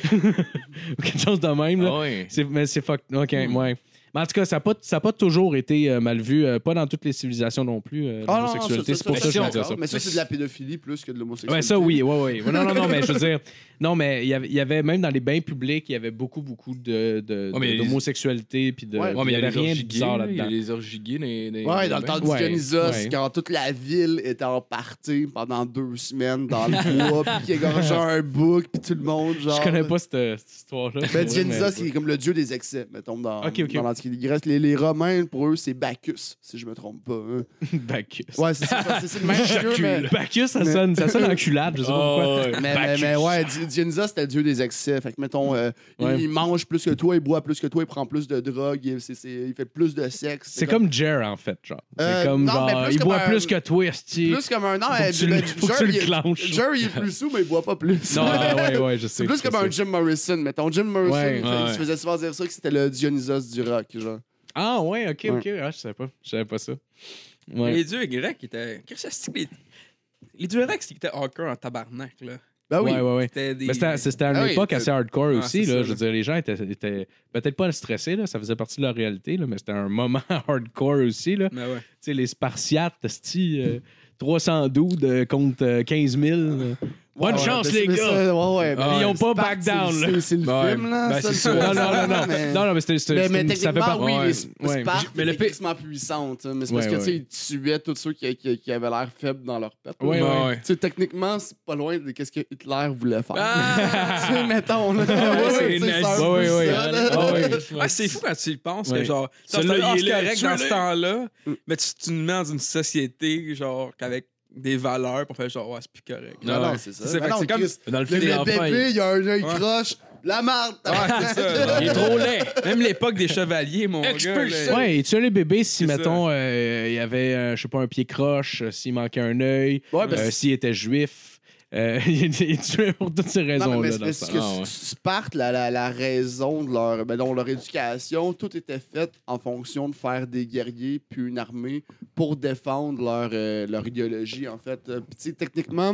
Ou quelque chose de même, là. Ah ouais. C'est- mais c'est fuck. OK, ouais. Mais en tout cas, ça n'a pas, ça a pas toujours été euh, mal vu, euh, pas dans toutes les civilisations non plus, euh, Ah non, non, l'homosexualité. ça, C'est pour ça que je je veux suis dire ça. d'accord. Mais ça, c'est de la pédophilie plus que de l'homosexualité. Ouais, ça, oui, oui, oui. Non, non, non, mais je veux dire, non, mais il y avait, il y avait même dans les bains publics, il y avait beaucoup, beaucoup de, de, Ouais, mais de- d'homosexualité, puis de. Ouais, Ouais, mais il y a avait les rien de orgies gays, bizarre là. Il y a là-dedans. les orgies gays dans les- dans les- Ouais, dans le temps du Ouais, Dionysos, ouais. quand toute la ville était en partie pendant deux semaines dans le bois, puis qu'il égorgeait un bouc, puis tout le monde, genre... Je connais pas cette, cette histoire-là. Ben, Dionysos, c'est comme le dieu des excès, mettons, dans, Ok, ok. dans l'Antiquité grecque. Les, les Romains, pour eux, c'est Bacchus, si je me trompe pas. hein. Bacchus. Ouais, c'est ça, c'est c'est le même dieu, mais... Bacchus, ça Mais- sonne, ça sonne enculade, je sais pas pourquoi. Ah ouais. Mais, mais, mais ouais, Di- Dionysos, c'était le dieu des excès. Fait que, mettons, euh, il- Ouais. il, mange plus que toi, il boit plus que toi, il prend plus de drogue, il, c'est- c'est- il fait plus de sexe. C'est comme Jer, en fait, genre. Euh, C'est comme, non, mais genre, plus il comme boit un- plus que toi, esti. Plus comme un... Non, Faut mais que tu le- le- faut que Jer, tu le il est- clenches. Jer, il est plus sous, mais il boit pas plus. Non, ouais, ouais, ouais, je sais. C'est plus je comme sais. un Jim Morrison, mettons. Jim Morrison, Ouais. il, fait- Ouais. il se faisait souvent dire ça, que c'était le Dionysos du rock, genre. Ah, ouais, ok, Ouais. ok. Ah, je savais pas. Je savais pas ça. Ouais. Les dieux grecs étaient. Qu'est-ce que c'est que les. Les dieux grecs, c'était hardcore en tabarnak, là. Ben oui. Ouais, ouais, ouais. C'était des. Mais c'était c'était à une Ah oui, époque euh, assez hardcore ah, aussi. c'est Là. ça, Je veux dire, les gens étaient, étaient peut-être pas stressés, là, ça faisait partie de leur réalité, là, mais c'était un moment hardcore aussi. Là. Tu Mais ouais. sais, les Spartiates, esti, euh, trois cents douze de contre euh, quinze mille. euh. Bonne Ouais, chance, mais les c'est- gars! ça, ouais, ouais. Ah, mais ils ont pas Sparte, back down, c'est- là. C'est c'est le Ouais. film, là. Ben, ça, c'est le- ça. Non, non, non, non. mais- Non, non, mais c'était. c'était- Mais, c'était mais une- ça fait techniquement, partie. oui, Ouais. les Ouais. Sparte Mais le était pi- extrêmement puissante. hein, Mais c'est parce Ouais, que, ouais. tu sais, ils tuaient tous ceux qui, qui, qui avaient l'air faibles dans leur peuple. Ouais, là. ouais. Ouais. Tu sais, techniquement, c'est pas loin de ce que Hitler voulait faire. Ah! Tu sais, mettons, là. ouais, Ouais, c'est tu sais, nazi. un peu Ouais, ouais, ça, ouais. là. Ah ouais. Ah, c'est fou quand tu y penses Ouais. que genre. Celui-là, C'est ah, il c'est est là, correct dans tuez-le. ce temps-là, Mm. mais tu, tu nous mets dans une société, genre, qu'avec des valeurs, puis on fait genre, ouais, c'est plus correct. Non, Ah non, ouais. c'est ça. C'est- Mais fait que non, c'est comme- Chris, Dans le Le, film, le l'enfant, bébé, il y a un œil Ouais. croche. La marde! Ouais, c'est ça. il est trop laid. Même l'époque des chevaliers, mon gars. Expulsé. là, Ouais, et tu as les bébés si, C'est ça. mettons, euh, il y avait, euh, je sais pas, un pied croche, euh, s'il manquait un œil, Ouais, ben, euh, s'il était juif. Euh, il est tué pour toutes ces Non, mais- raisons-là. mais dans c'est le parce sens. que Ah, ouais. Sparte, la, la, la raison de leur, ben, donc, leur éducation, tout était fait en fonction de faire des guerriers puis une armée pour défendre leur, euh, leur idéologie, en fait. Euh, puis, tu sais, techniquement,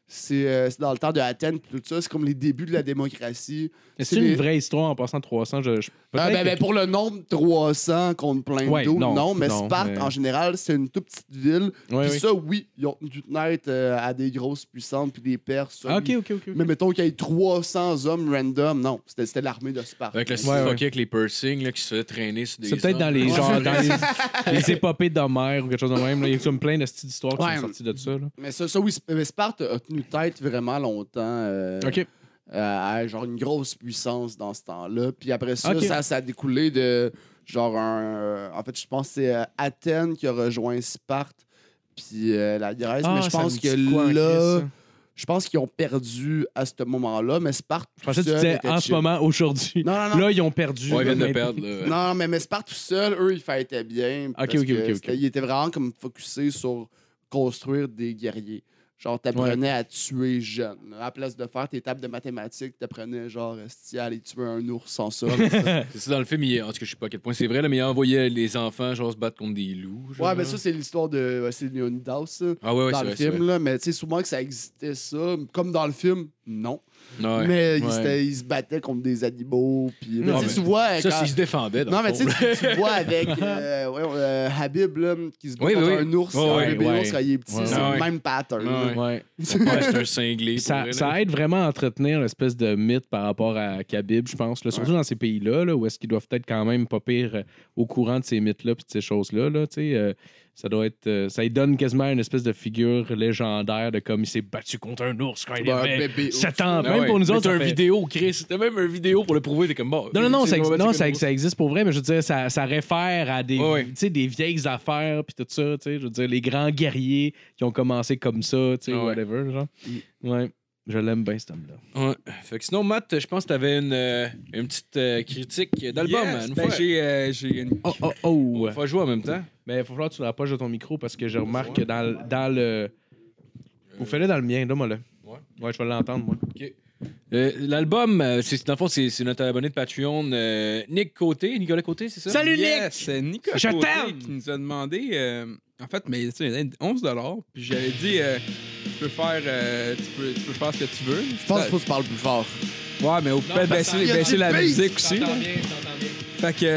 C'est euh, c'est dans le temps de Athènes puis tout ça. C'est comme les débuts de la démocratie. C'est C'est une les- vraie histoire en passant trois cents. Je, je- Ah, peut-être ben, que- ben, pour le nombre trois cents contre plein Ouais, d'autres, non, non, mais non, Sparte, mais- en général, c'est une toute petite ville. Ouais, Puis ouais. ça, oui, ils ont dû tenir euh, à des grosses puissantes, puis des Perses. ça, Ah, ok, oui. ok, ok. ok. Mais mettons qu'il y ait trois cents hommes random, non, c'était c'était l'armée de Sparte. Avec le Ouais, style ouais. fucké avec les piercings là, qui se faisaient traîner sur des C'est peut-être dans hommes. les Ouais. genre dans les, les épopées d'Homère ou quelque chose de même. là. Il y a comme plein de petites histoires qui Ouais. sont sorties de ça. Là. Mais ça, ça oui, Sp- mais Sparte a tenu tête vraiment longtemps. euh, OK. euh, à genre une grosse puissance dans ce temps-là. Puis après ça, Ok. ça, ça a découlé de genre un. euh, en fait, je pense que c'est euh, Athènes qui a rejoint Sparte, puis euh, la Grèce. mais je Ah, ça pense me que dit quoi, en là, Christ, je pense qu'ils ont perdu à ce moment-là, mais Sparte. Je pensais que tu tout seul disais était en ce chill. moment, aujourd'hui. Non, non, non. Là, ils ont perdu. Ouais, ils viennent de Mais- perdre. Là. Non, mais, mais Sparte tout seul, eux, ils fêtaient bien. parce ok, que ok, ok. c'était- Ils étaient vraiment comme focusés sur construire des guerriers. Genre, t'apprenais à tuer jeune. À la place de faire tes tables de mathématiques, t'apprenais genre esti, à aller tuer un ours sans ça. C'est ça dans le film, il, en tout cas, je sais pas à quel point c'est vrai, là, mais il envoyait les enfants genre se battre contre des loups. genre. Ouais, mais ça, c'est l'histoire de. ouais, c'est Leonidas, ça. Ah ouais, ouais, dans c'est le vrai, c'est film, là. Mais tu sais, souvent que ça existait, ça. Comme dans le film, non. vrai. Ouais. Mais ils, Ouais. s'étaient- ils se battaient contre des animaux. Puis, mais Non, tu sais, mais tu vois. Ça, quand- c'est ils se défendaient. dans Non, le mais tu fond, sais, tu, tu vois avec euh, ouais, euh, Habib, là, qui se bat Oui, oui, contre oui. un ours, Ouais, un ouais, bébé ouais. ours quand il est petit. Ouais, c'est ouais. le même pattern. Ouais, là. ouais. Ouais. Son père, c'est un cinglé. pour Ça, vrai, là. ça aide vraiment à entretenir l'espèce de mythe par rapport à Khabib, je pense. Là, surtout dans ces pays-là, là, où est-ce qu'ils doivent être quand même pas pire euh, au courant de ces mythes-là et de ces choses-là. Là, tu sais, euh, ça doit être. euh, ça lui donne quasiment une espèce de figure légendaire de comme il s'est battu contre un ours quand il Ben, un avait bébé ours. sept ans. Ah Même ouais. pour nous Mais autres. t'as ça un fait- vidéo, Chris. T'as même un vidéo pour le prouver. T'es comme bon. Non, non, non, c'est ça, une ex- mauvaise non, comme ça, ours. ça existe pour vrai, mais je veux dire, ça, ça réfère à des, Ouais, ouais. tu sais, des vieilles affaires puis tout ça, tu sais, je veux dire, les grands guerriers qui ont commencé comme ça, tu sais, Ah ouais. whatever, genre. Ouais, je l'aime bien, cet homme-là. Ouais. Fait que sinon, Matt, je pense que t'avais une, euh, une petite euh, critique d'album. Yes, une ben, fois. j'ai, euh, j'ai une... Oh, oh, On oh! va faire jouer en même temps. Mais il va falloir que tu le rapproches de ton micro parce que je remarque que dans, le- dans le. Vous faites-le dans le mien, donne-moi le. Ouais. Ouais, je vais l'entendre, moi. Euh, L'album, euh, c'est, dans le fond, c'est, c'est notre abonné de Patreon, euh, Nick Côté, Nicolas Côté, c'est ça? Salut, Yes, c'est Nicolas Je Côté t'aime! qui nous a demandé, euh, en fait, mais tu sais, onze dollars. Puis j'avais dit, euh, tu peux faire, euh, tu peux, tu peux faire ce que tu veux. Je pense qu'il faut que tu parles plus fort. Ouais, mais au peut parce baisser, qu'il y a baisser du la beat. musique aussi. là. Fait que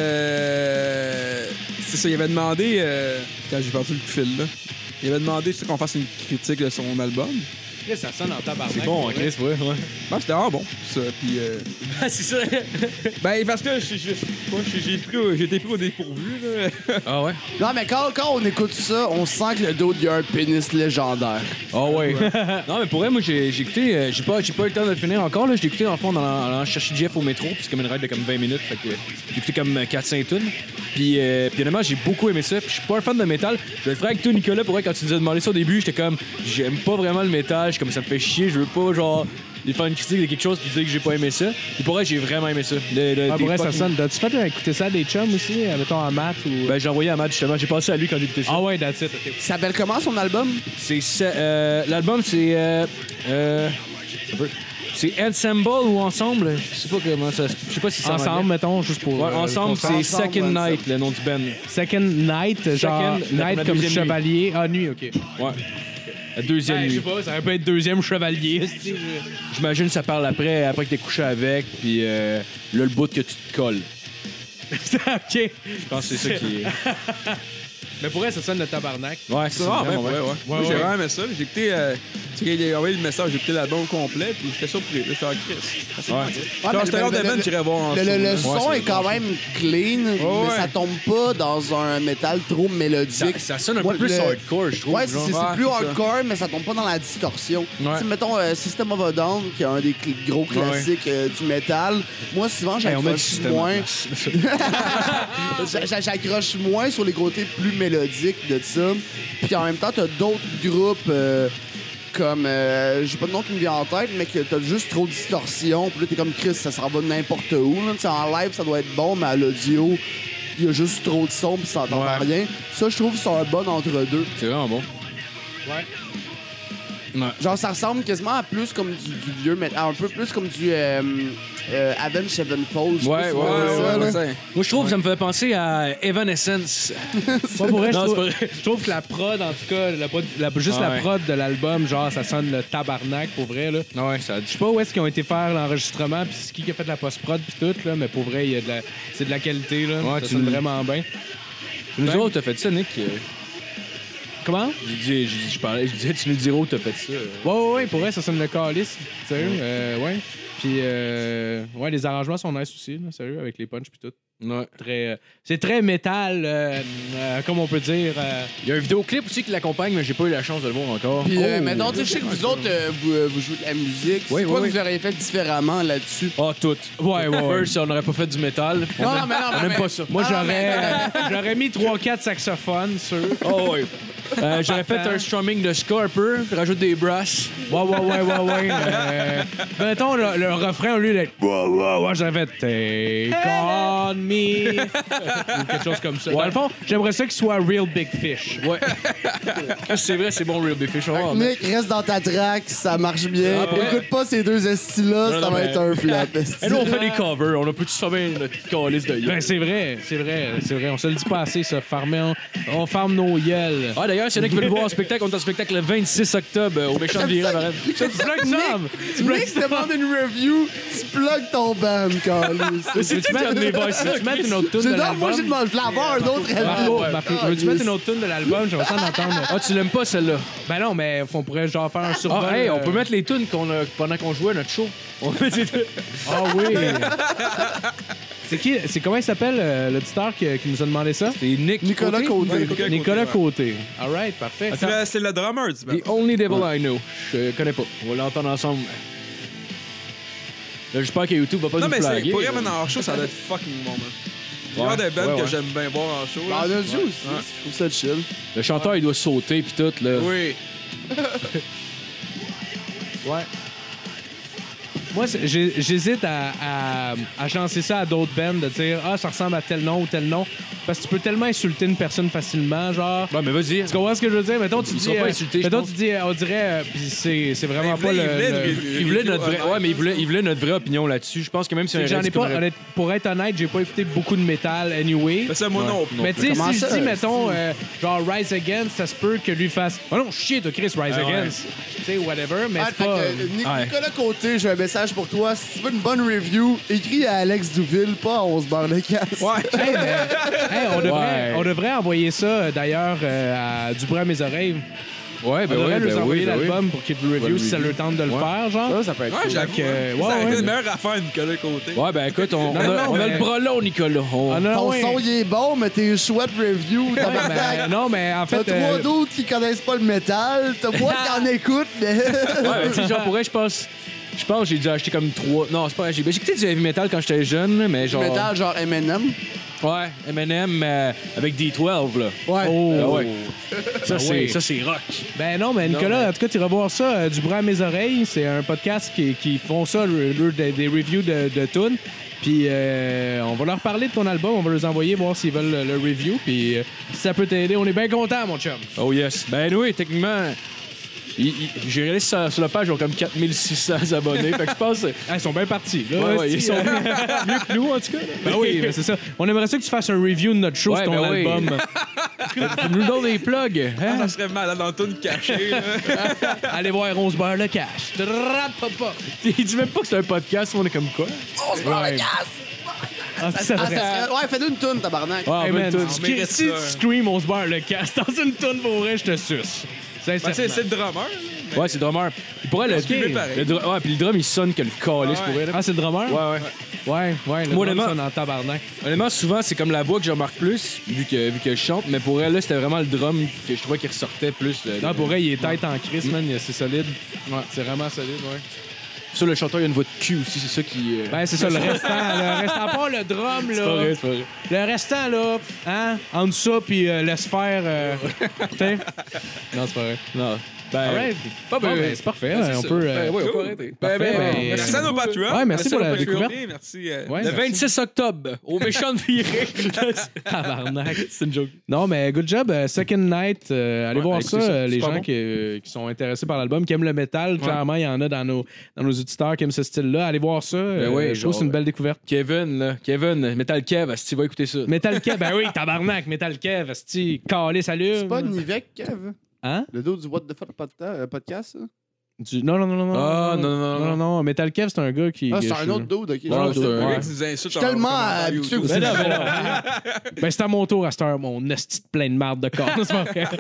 euh, c'est ça, il avait demandé, euh, quand j'ai perdu le fil là, il avait demandé tu sais, qu'on fasse une critique de son album. Ça sonne en tabarnak. C'est bon, hein, Chris, ouais. ouais. Ben, c'était vraiment bon, ça. Puis, euh, c'est ça. ben, parce que je- je- je- moi, j'ai j'ai pris au- j'ai été pris au dépourvu, là. Ah ouais? Non, mais quand, quand on écoute ça, on sent que le dos, il y a un pénis légendaire. Ah ouais. Non, mais pour vrai, moi, j'ai, j'ai écouté, euh, j'ai pas, j'ai pas eu le temps de le finir encore, là. J'ai écouté, dans le fond, en allant chercher Jeff au métro, puis c'est comme une ride de comme vingt minutes, fait que j'ai écouté comme quatre cinq tunes. Puis, euh, puis honnêtement, j'ai beaucoup aimé ça. Puis je suis pas un fan de métal. Je vais être vrai avec toi, Nicolas, pour vrai, quand tu nous as demandé ça au début, j'étais comme, j'aime pas vraiment le métal, je suis comme ça me fait chier, je veux pas, genre, lui faire une critique de quelque chose puis dire que j'ai pas aimé ça. Puis pour vrai, j'ai vraiment aimé ça. Le- le- Ah, des pour vrai, ça fucking- sonne. As-tu fait euh, écouter ça à des chums aussi, euh, mettons en maths ou. Ben, j'ai envoyé à Matt, justement, j'ai pensé à lui quand j'ai écouté ça. ah ouais, that's it, ok. Il s'appelle comment son album? C'est ça, euh, l'album, c'est. Euh, euh, un peu. C'est Ensemble ou Ensemble? Je sais pas comment ça. Je sais pas si c'est Ensemble, mettons, juste pour. Ouais, euh, ensemble, qu'on c'est sache. Second Ensemble, Night, le nom du band. Second Night, genre. Second, la- Night la comme deuxième nuit. chevalier. Ah, nuit, ok. Ouais. La deuxième Ben, je sais nuit. pas, ça aurait pu être deuxième chevalier. c'est- J'imagine que ça parle après, après que t'es couché avec, puis euh, là, le bout que tu te colles. ok. Je pense que c'est ça qui est. Mais pour elle, ça sonne le tabarnak. Ouais, c'est C'est ça. vraiment, ouais, ouais. Moi, j'ai ouais. vraiment aimé ça. J'ai écouté, euh, tu sais, quand il a envoyé le message, j'ai écouté l'album au complet, puis j'étais surpris. Là, j'étais en crise. Ouais. Ouais, Genre, mais c'était le- hors de le- band, le- j'irais voir en Le, le- le show, là. son Ouais, est c'est quand même clean, mais ouais. ça tombe pas dans un métal trop Ça, mélodique. ça sonne un Ouais, peu plus le- hardcore, je trouve. Ouais, c'est genre. c'est- c'est Ouais, plus c'est ça. hardcore, mais ça tombe pas dans la distorsion. Ouais. Tu sais, mettons euh, System of a Down, qui est un des cl- gros classiques euh, du métal. Moi, souvent, Hey, on met du j'accroche système. moins. J'a- j'a- J'accroche moins sur les côtés plus mélodiques de ça. Puis en même temps, t'as d'autres groupes euh, comme, euh, j'ai pas de nom qui me vient en tête, mais que t'as juste trop de distorsion. Puis là, t'es comme Chris, ça s'en va n'importe où. Là. Tu sais, en live, ça doit être bon, mais à l'audio, il y a juste trop de son, puis ça t'entend Ouais. rien. Ça, je trouve que c'est un bon entre-deux. C'est vraiment bon. Ouais. Ouais. Genre, ça ressemble quasiment à plus comme du, du vieux, mais un peu plus comme du. euh, euh, Avenged Sevenfold. je sais Ouais, pas si ouais, vous ouais, voyez ça, ouais, là. ouais, ouais. Moi, je trouve que ça me fait penser à Evanescence. Moi, pour vrai, je Non, trouve, c'est pas vrai. je trouve que la prod, en tout cas, la prod- la- juste Ah la ouais. prod de l'album, genre, ça sonne le tabarnak, pour vrai, là. Ouais, ça a Je sais pas où est-ce qu'ils ont été faire l'enregistrement, puis c'est qui qui a fait la post-prod, puis tout, là, mais pour vrai, il y a de la... c'est de la qualité, là. Ouais, ça tu sonne le- vraiment bien. Nous autres, t'as fait ça, Nick. Euh, Comment? Je disais, je, je parlais, je disais, tu nous diras où t'as fait ça. Ouais, ouais, ouais, pour vrai, ça sonne le calice, sérieux, euh, ouais. Puis, euh, ouais, les arrangements sont nice aussi, là, sérieux, avec les punchs, puis tout. Ouais. Très, euh, c'est très métal, euh, euh, comme on peut dire. euh, Il y a un vidéoclip aussi qui l'accompagne, mais j'ai pas eu la chance de le voir encore. Puis, euh, Oh. mettons, tu sais, je sais que vous autres, euh, vous, euh, vous jouez de la musique. Oui, C'est quoi oui, que vous auriez fait différemment là-dessus? Ah, tout. Ouais, ouais, ouais. First, on n'aurait pas fait du métal. Non, non, mais non, On mais- aime pas ça. Moi, Ah, non, j'aurais, euh, j'aurais mis trois quatre saxophones sur. Oh, ouais. Euh, J'aurais fait un strumming de ska un peu, puis rajoute des brasses. Ouais, ouais, ouais, ouais, ouais. Euh, mettons le, le refrain, au lieu d'être ouais, ouais, ouais, j'aurais fait Take on me. Ou quelque chose comme ça. Dans le fond, j'aimerais ça qu'il soit Real Big Fish. Ouais. C'est vrai, c'est bon, Real Big Fish. On va en mettre. Nick, reste dans ta track, ça marche bien. Ah, ouais. Écoute pas ces deux estis-là, Non, ça non, va mais- être un flop. esti. Et nous, on fait des covers. On a pu tous faire notre calice de gueule. Ben, c'est vrai, c'est vrai, c'est vrai. On se le dit pas assez, ça. Farmer, on, on farme nos gueules. Ah, d'ailleurs, s'il y en a qui veulent le voir en spectacle, on est en spectacle le vingt-six octobre euh, au Méchant de Virage. Arrête. Tu bloques ça! Tu bloques Nick demande une review, tu plugues ton band, Carlis. C'est tu mettre des voices Veux-tu mettre une autre tune C'est de donc, moi, j'ai l'album? demandé, je voulais avoir un autre Marco, review. Marco, veux-tu mettre une autre tune de l'album? J'aimerais ça en entendre. Ah, tu l'aimes pas, celle-là? Ben non, mais on pourrait genre faire un survol. Ah, hey, on euh, peut mettre les tunes qu'on a pendant qu'on jouait à notre show. On peut mettre les tunes. Ah oui! C'est qui? C'est comment il s'appelle euh, l'auditeur qui, qui nous a demandé ça? C'est Nick Nicolas Côté. Côté, Nicolas ouais. Côté. All right, parfait. C'est le, c'est le drummer du band. The Only Devil I Know. Je connais pas. On va l'entendre ensemble. Là, j'espère que YouTube va pas Non, nous mais c'est flaguer. pour vraiment en show, ça doit être fucking bon, man. Il y a Ouais, des bands ouais, que ouais. j'aime bien voir en show. On a Là. aussi, Ouais. je trouve ça chill. Le chanteur, il doit sauter puis tout, là. Oui. Ouais. Moi, c'est- j'ai- j'hésite à, à, à lancer ça à d'autres bands, de dire « Ah, ça ressemble à tel nom ou tel nom. » Parce que tu peux tellement insulter une personne facilement, genre... Ouais, mais vas-y. Tu comprends ce que je veux dire? Mettons, tu Ils dis... sont pas euh, insultés, je mettons, pense. tu dis, euh, on dirait... euh, Puis c'est c'est vraiment Il pas voulait- le... il voulait le- une- Il voulait une notre vraie... review Ouais, mais il voulait, honnête. il voulait notre vraie opinion là-dessus. Je pense que même si c'est que j'en ai pas... honnête- pour être honnête, j'ai pas écouté beaucoup de métal anyway. C'est ça, moi non. plus. Mais tu sais, Comment si je ça, dis, euh, mettons, euh, genre Rise Against, ça se peut que lui fasse « Oh non, chier, toi, Chris, Rise Ah ouais. Against. » Tu sais, whatever, mais Ah, c'est fait pas... que, euh, Nic- Ouais. Nicolas Côté, j'ai un message pour toi. Si tu veux une bonne review, écris à Alex Douville, pas à onze barres de casse. Ouais. Hey, mais- hey, on, devrait, Ouais. on devrait envoyer ça, euh, d'ailleurs, euh, à Dubrun à mes oreilles. Ouais, On ben devrait oui, leur ben envoyer oui, ben oui. l'album pour qu'ils le review le si ça review. leur tente de le Ouais. faire, genre. Ça, ça peut être Ouais, cool. j'avoue. Fait que, hein. ouais, ça a été ouais. une meilleure affaire, Nicolas Côté. Ouais, ben écoute, on, Non, on a, non, on a mais- le bras long, Nicolas. On- Ah, non, Ton ouais. son, il est bon, mais tes choix de review, Ouais, tabarnak. ben, non, mais en T'as fait... trois euh, d'autres qui connaissent pas le métal. T'as moi qui en écoute, mais. Ouais, mais tu sais, genre, pour vrai, je pense... Je pense que j'ai dû acheter comme trois... Non, c'est pas vrai. J'ai ben, j'ai écouté du heavy metal quand j'étais jeune, mais genre... Métal, genre M and M. Ouais, M and M euh, avec D douze, là. Ouais. Oh. Ah ouais. Ça, Ah c'est ouais. ça, c'est rock. Ben non, mais Nicolas, Non, mais- en tout cas, tu iras voir ça, euh, du bras à mes oreilles. C'est un podcast qui, qui font ça, le- le- des, des reviews de, de tunes. Puis euh, on va leur parler de ton album, on va les envoyer voir s'ils veulent le, le review. Puis euh, si ça peut t'aider, on est bien contents, mon chum. Oh yes. Ben oui, techniquement... il- il- J'ai regardé sur, sur la page, ils ont comme quatre mille six cents abonnés. Fait que je pense... Ah, ils sont bien partis. Là, Ouais, ouais, ils si, sont euh, mieux que nous, en tout cas. là. Ben oui, ben c'est ça. On aimerait ça que tu fasses un review de notre show Ouais, sur ton ben oui. album. Tu nous donnes des plugs. Ah, Hein? ça serait malade dans le tune caché. là. Allez voir onze beurre le cash. Trap-papa. Il dit même pas que c'est un podcast, on est comme quoi. Ouais. Ah, ça Ah, ça serait- serait- Ouais, fais-nous une toune, tabarnak. Ah, Hey, ben, man, tout. si on tu- mérite si ça. tu scream on se barre le casse dans une tonne pour vrai, je te suce. Ben, c'est Sincèrement. c'est le drummer. là, mais- Ouais, c'est drummer. Il pourrait le, On se filmait pareil. le drum- Ouais, puis le drum, il sonne que le calice Ah pour ouais. elle. Ah, c'est le drummer? Ouais, ouais. Ouais, ouais, le Moi, drum honnêtement- sonne en tabarnak. Honnêtement, souvent, c'est comme la voix que je remarque plus, vu que, vu que je chante, mais pour elle, là, c'était vraiment le drum que je trouvais qui ressortait plus. le- Non, le- pour vrai, il est tête en crise, man. C'est solide. Ouais, c'est vraiment solide, ouais. Ça, le chanteur, il a une voix de cul aussi, c'est ça qui. euh, Ben, c'est ça, le restant. Le restant, pas le drum, c'est pas là. vrai, c'est pas vrai. Le restant, là, hein, entre ça, puis euh, laisse faire. euh, tu sais? Non, c'est pas vrai. Non. Ben, Alright. pas Bon, ben, c'est parfait. Ben, c'est on ça. peut. euh, Ben, ouais, on peut Cool. arrêter. Ben, ben, Parfait, ben, ben, merci à nos patrons. Ouais, merci pour la à nos découverte. patrons. Merci. euh, Ouais, Le merci. vingt-six octobre, au méchant de virée. Tabarnak. C'est une joke. Non, mais good job. euh, Second Night, euh, allez Ouais, voir écoutez ça. ça, euh, les super gens bon. qui, euh, qui sont intéressés par l'album, qui aiment le métal, clairement, il y en a dans nos, dans nos auditeurs qui aiment ce style-là. Allez voir ça. euh, oui, je trouve que c'est une belle découverte. Kevin, là. Kevin, Metal Kev, si tu vas écouter ça. Metal Kev, ben oui, tabarnak, Metal Kev, esti, calé, salut. C'est pas Nivek, Kev? Hein? Le dos du What the Fuck podta- euh, podcast, ça? Du- Non, non, non, non, non. Ah, non, non, non, non, non, non. Metal Kev, c'est un gars qui. Ah, que c'est je- un autre dude, ok. Non, je c'est sais un- pas. Le Ouais. gars qui nous insulte Je suis en tellement commentaire habitué YouTube. aux Ben non, ben non. Ben, c'est à mon tour à cette heure, mon esti de plein de marde de corps. C'est pas vrai.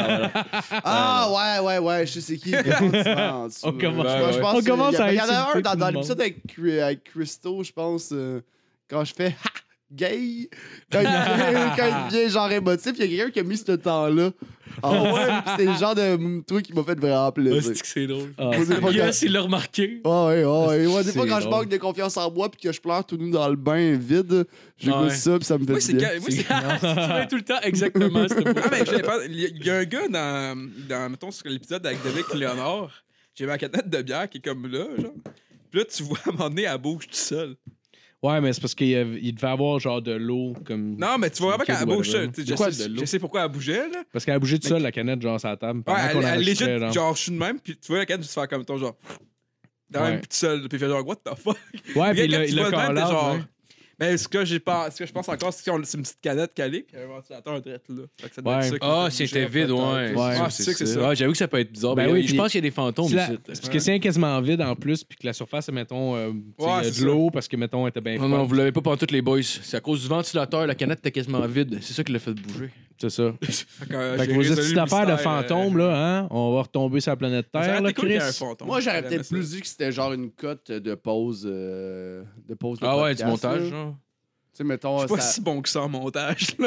Ah, ouais, ouais, ouais, je sais c'est qui. Effectivement, en dessous. On commence- Je pense- je pense on qu'il y a- commence à Il y en a un insulter dans, tout dans le l'épisode monde. avec, Cri- avec Christo, je pense, euh, quand je fais ha, gay. Quand il, vient, quand il devient genre émotif, il y a quelqu'un qui a mis ce temps-là. Ah ouais, pis c'est le genre de mm, truc qui m'a fait vraiment plaisir. que c'est drôle. Ah, Moi, des fois, quand- Yes, il l'a remarqué. Ah ouais, ah ouais, ouais. Des C'est fois, quand je drôle. manque de confiance en moi puis que je pleure tout nu dans le bain vide, j'écoute Ouais. ça puis ça me fait Moi, du c'est bien. quand- moi, c'est- Tu fais tout le temps exactement ce Ah, mais j'avais pas- il y a- il y a un gars dans, dans mettons, sur l'épisode avec David Léonard, j'ai ma canette de bière qui est comme là, genre. Puis là, tu vois, à un moment donné, elle bouge tout seul. Ouais, mais c'est parce qu'il y avait- il devait avoir genre de l'eau comme. Non, mais tu vois vraiment Ok, qu'elle bouge whatever. seule. Tu sais, De quoi, Je sais- de l'eau? je sais pourquoi elle bougeait, là. Parce qu'elle a bougé tout seul, la canette, genre, sur la table. Ouais, pendant elle, qu'on elle legit, enregistrait, genre. genre, je suis de même, puis tu vois la canette se faire comme ton genre. Dans Ouais. même, puis tout seul. Puis il fait genre, what the fuck? Ouais, puis Puis il quand a- tu il a vois de même, call t'es out, genre. ouais. Mais ce que, j'ai pas, ce que je pense encore, c'est qu'on- c'est une petite canette calée, puis il y a un ventilateur direct là. Fait que ça doit Ouais. être ça qui Ah, fait c'était bouger, vide, en fait, ouais. euh, Ouais, Ah, c'est ça que c'est ça. Ouais, j'avoue que ça peut être bizarre. Ben Ben oui, oui, je puis- pense qu'il y a des fantômes C'est la- ici. c'est parce que c'est quasiment vide en plus, puis que la surface, mettons, euh, tu sais, Ouais, il y a c'est de l'eau parce que, mettons, elle était bien Non, non, froide. vous l'avez pas pendant toutes les boys. C'est à cause du ventilateur, la canette était quasiment vide. C'est ça qui l'a fait bouger. C'est ça. Fait que, euh, Fait que j'ai vos résolu petites le affaires de mystère, euh, fantômes, là, hein, on va retomber sur la planète ça aurait Terre, été là, cool qu'il y ait Chris. un fantôme. Moi, j'aurais J'aimais peut-être ça. plus dit que c'était genre une cote de pause. euh, de pause de Ah ouais, du podcast, montage, là. genre. Tu sais, mettons. Je suis pas ça- si bon que ça en montage, là.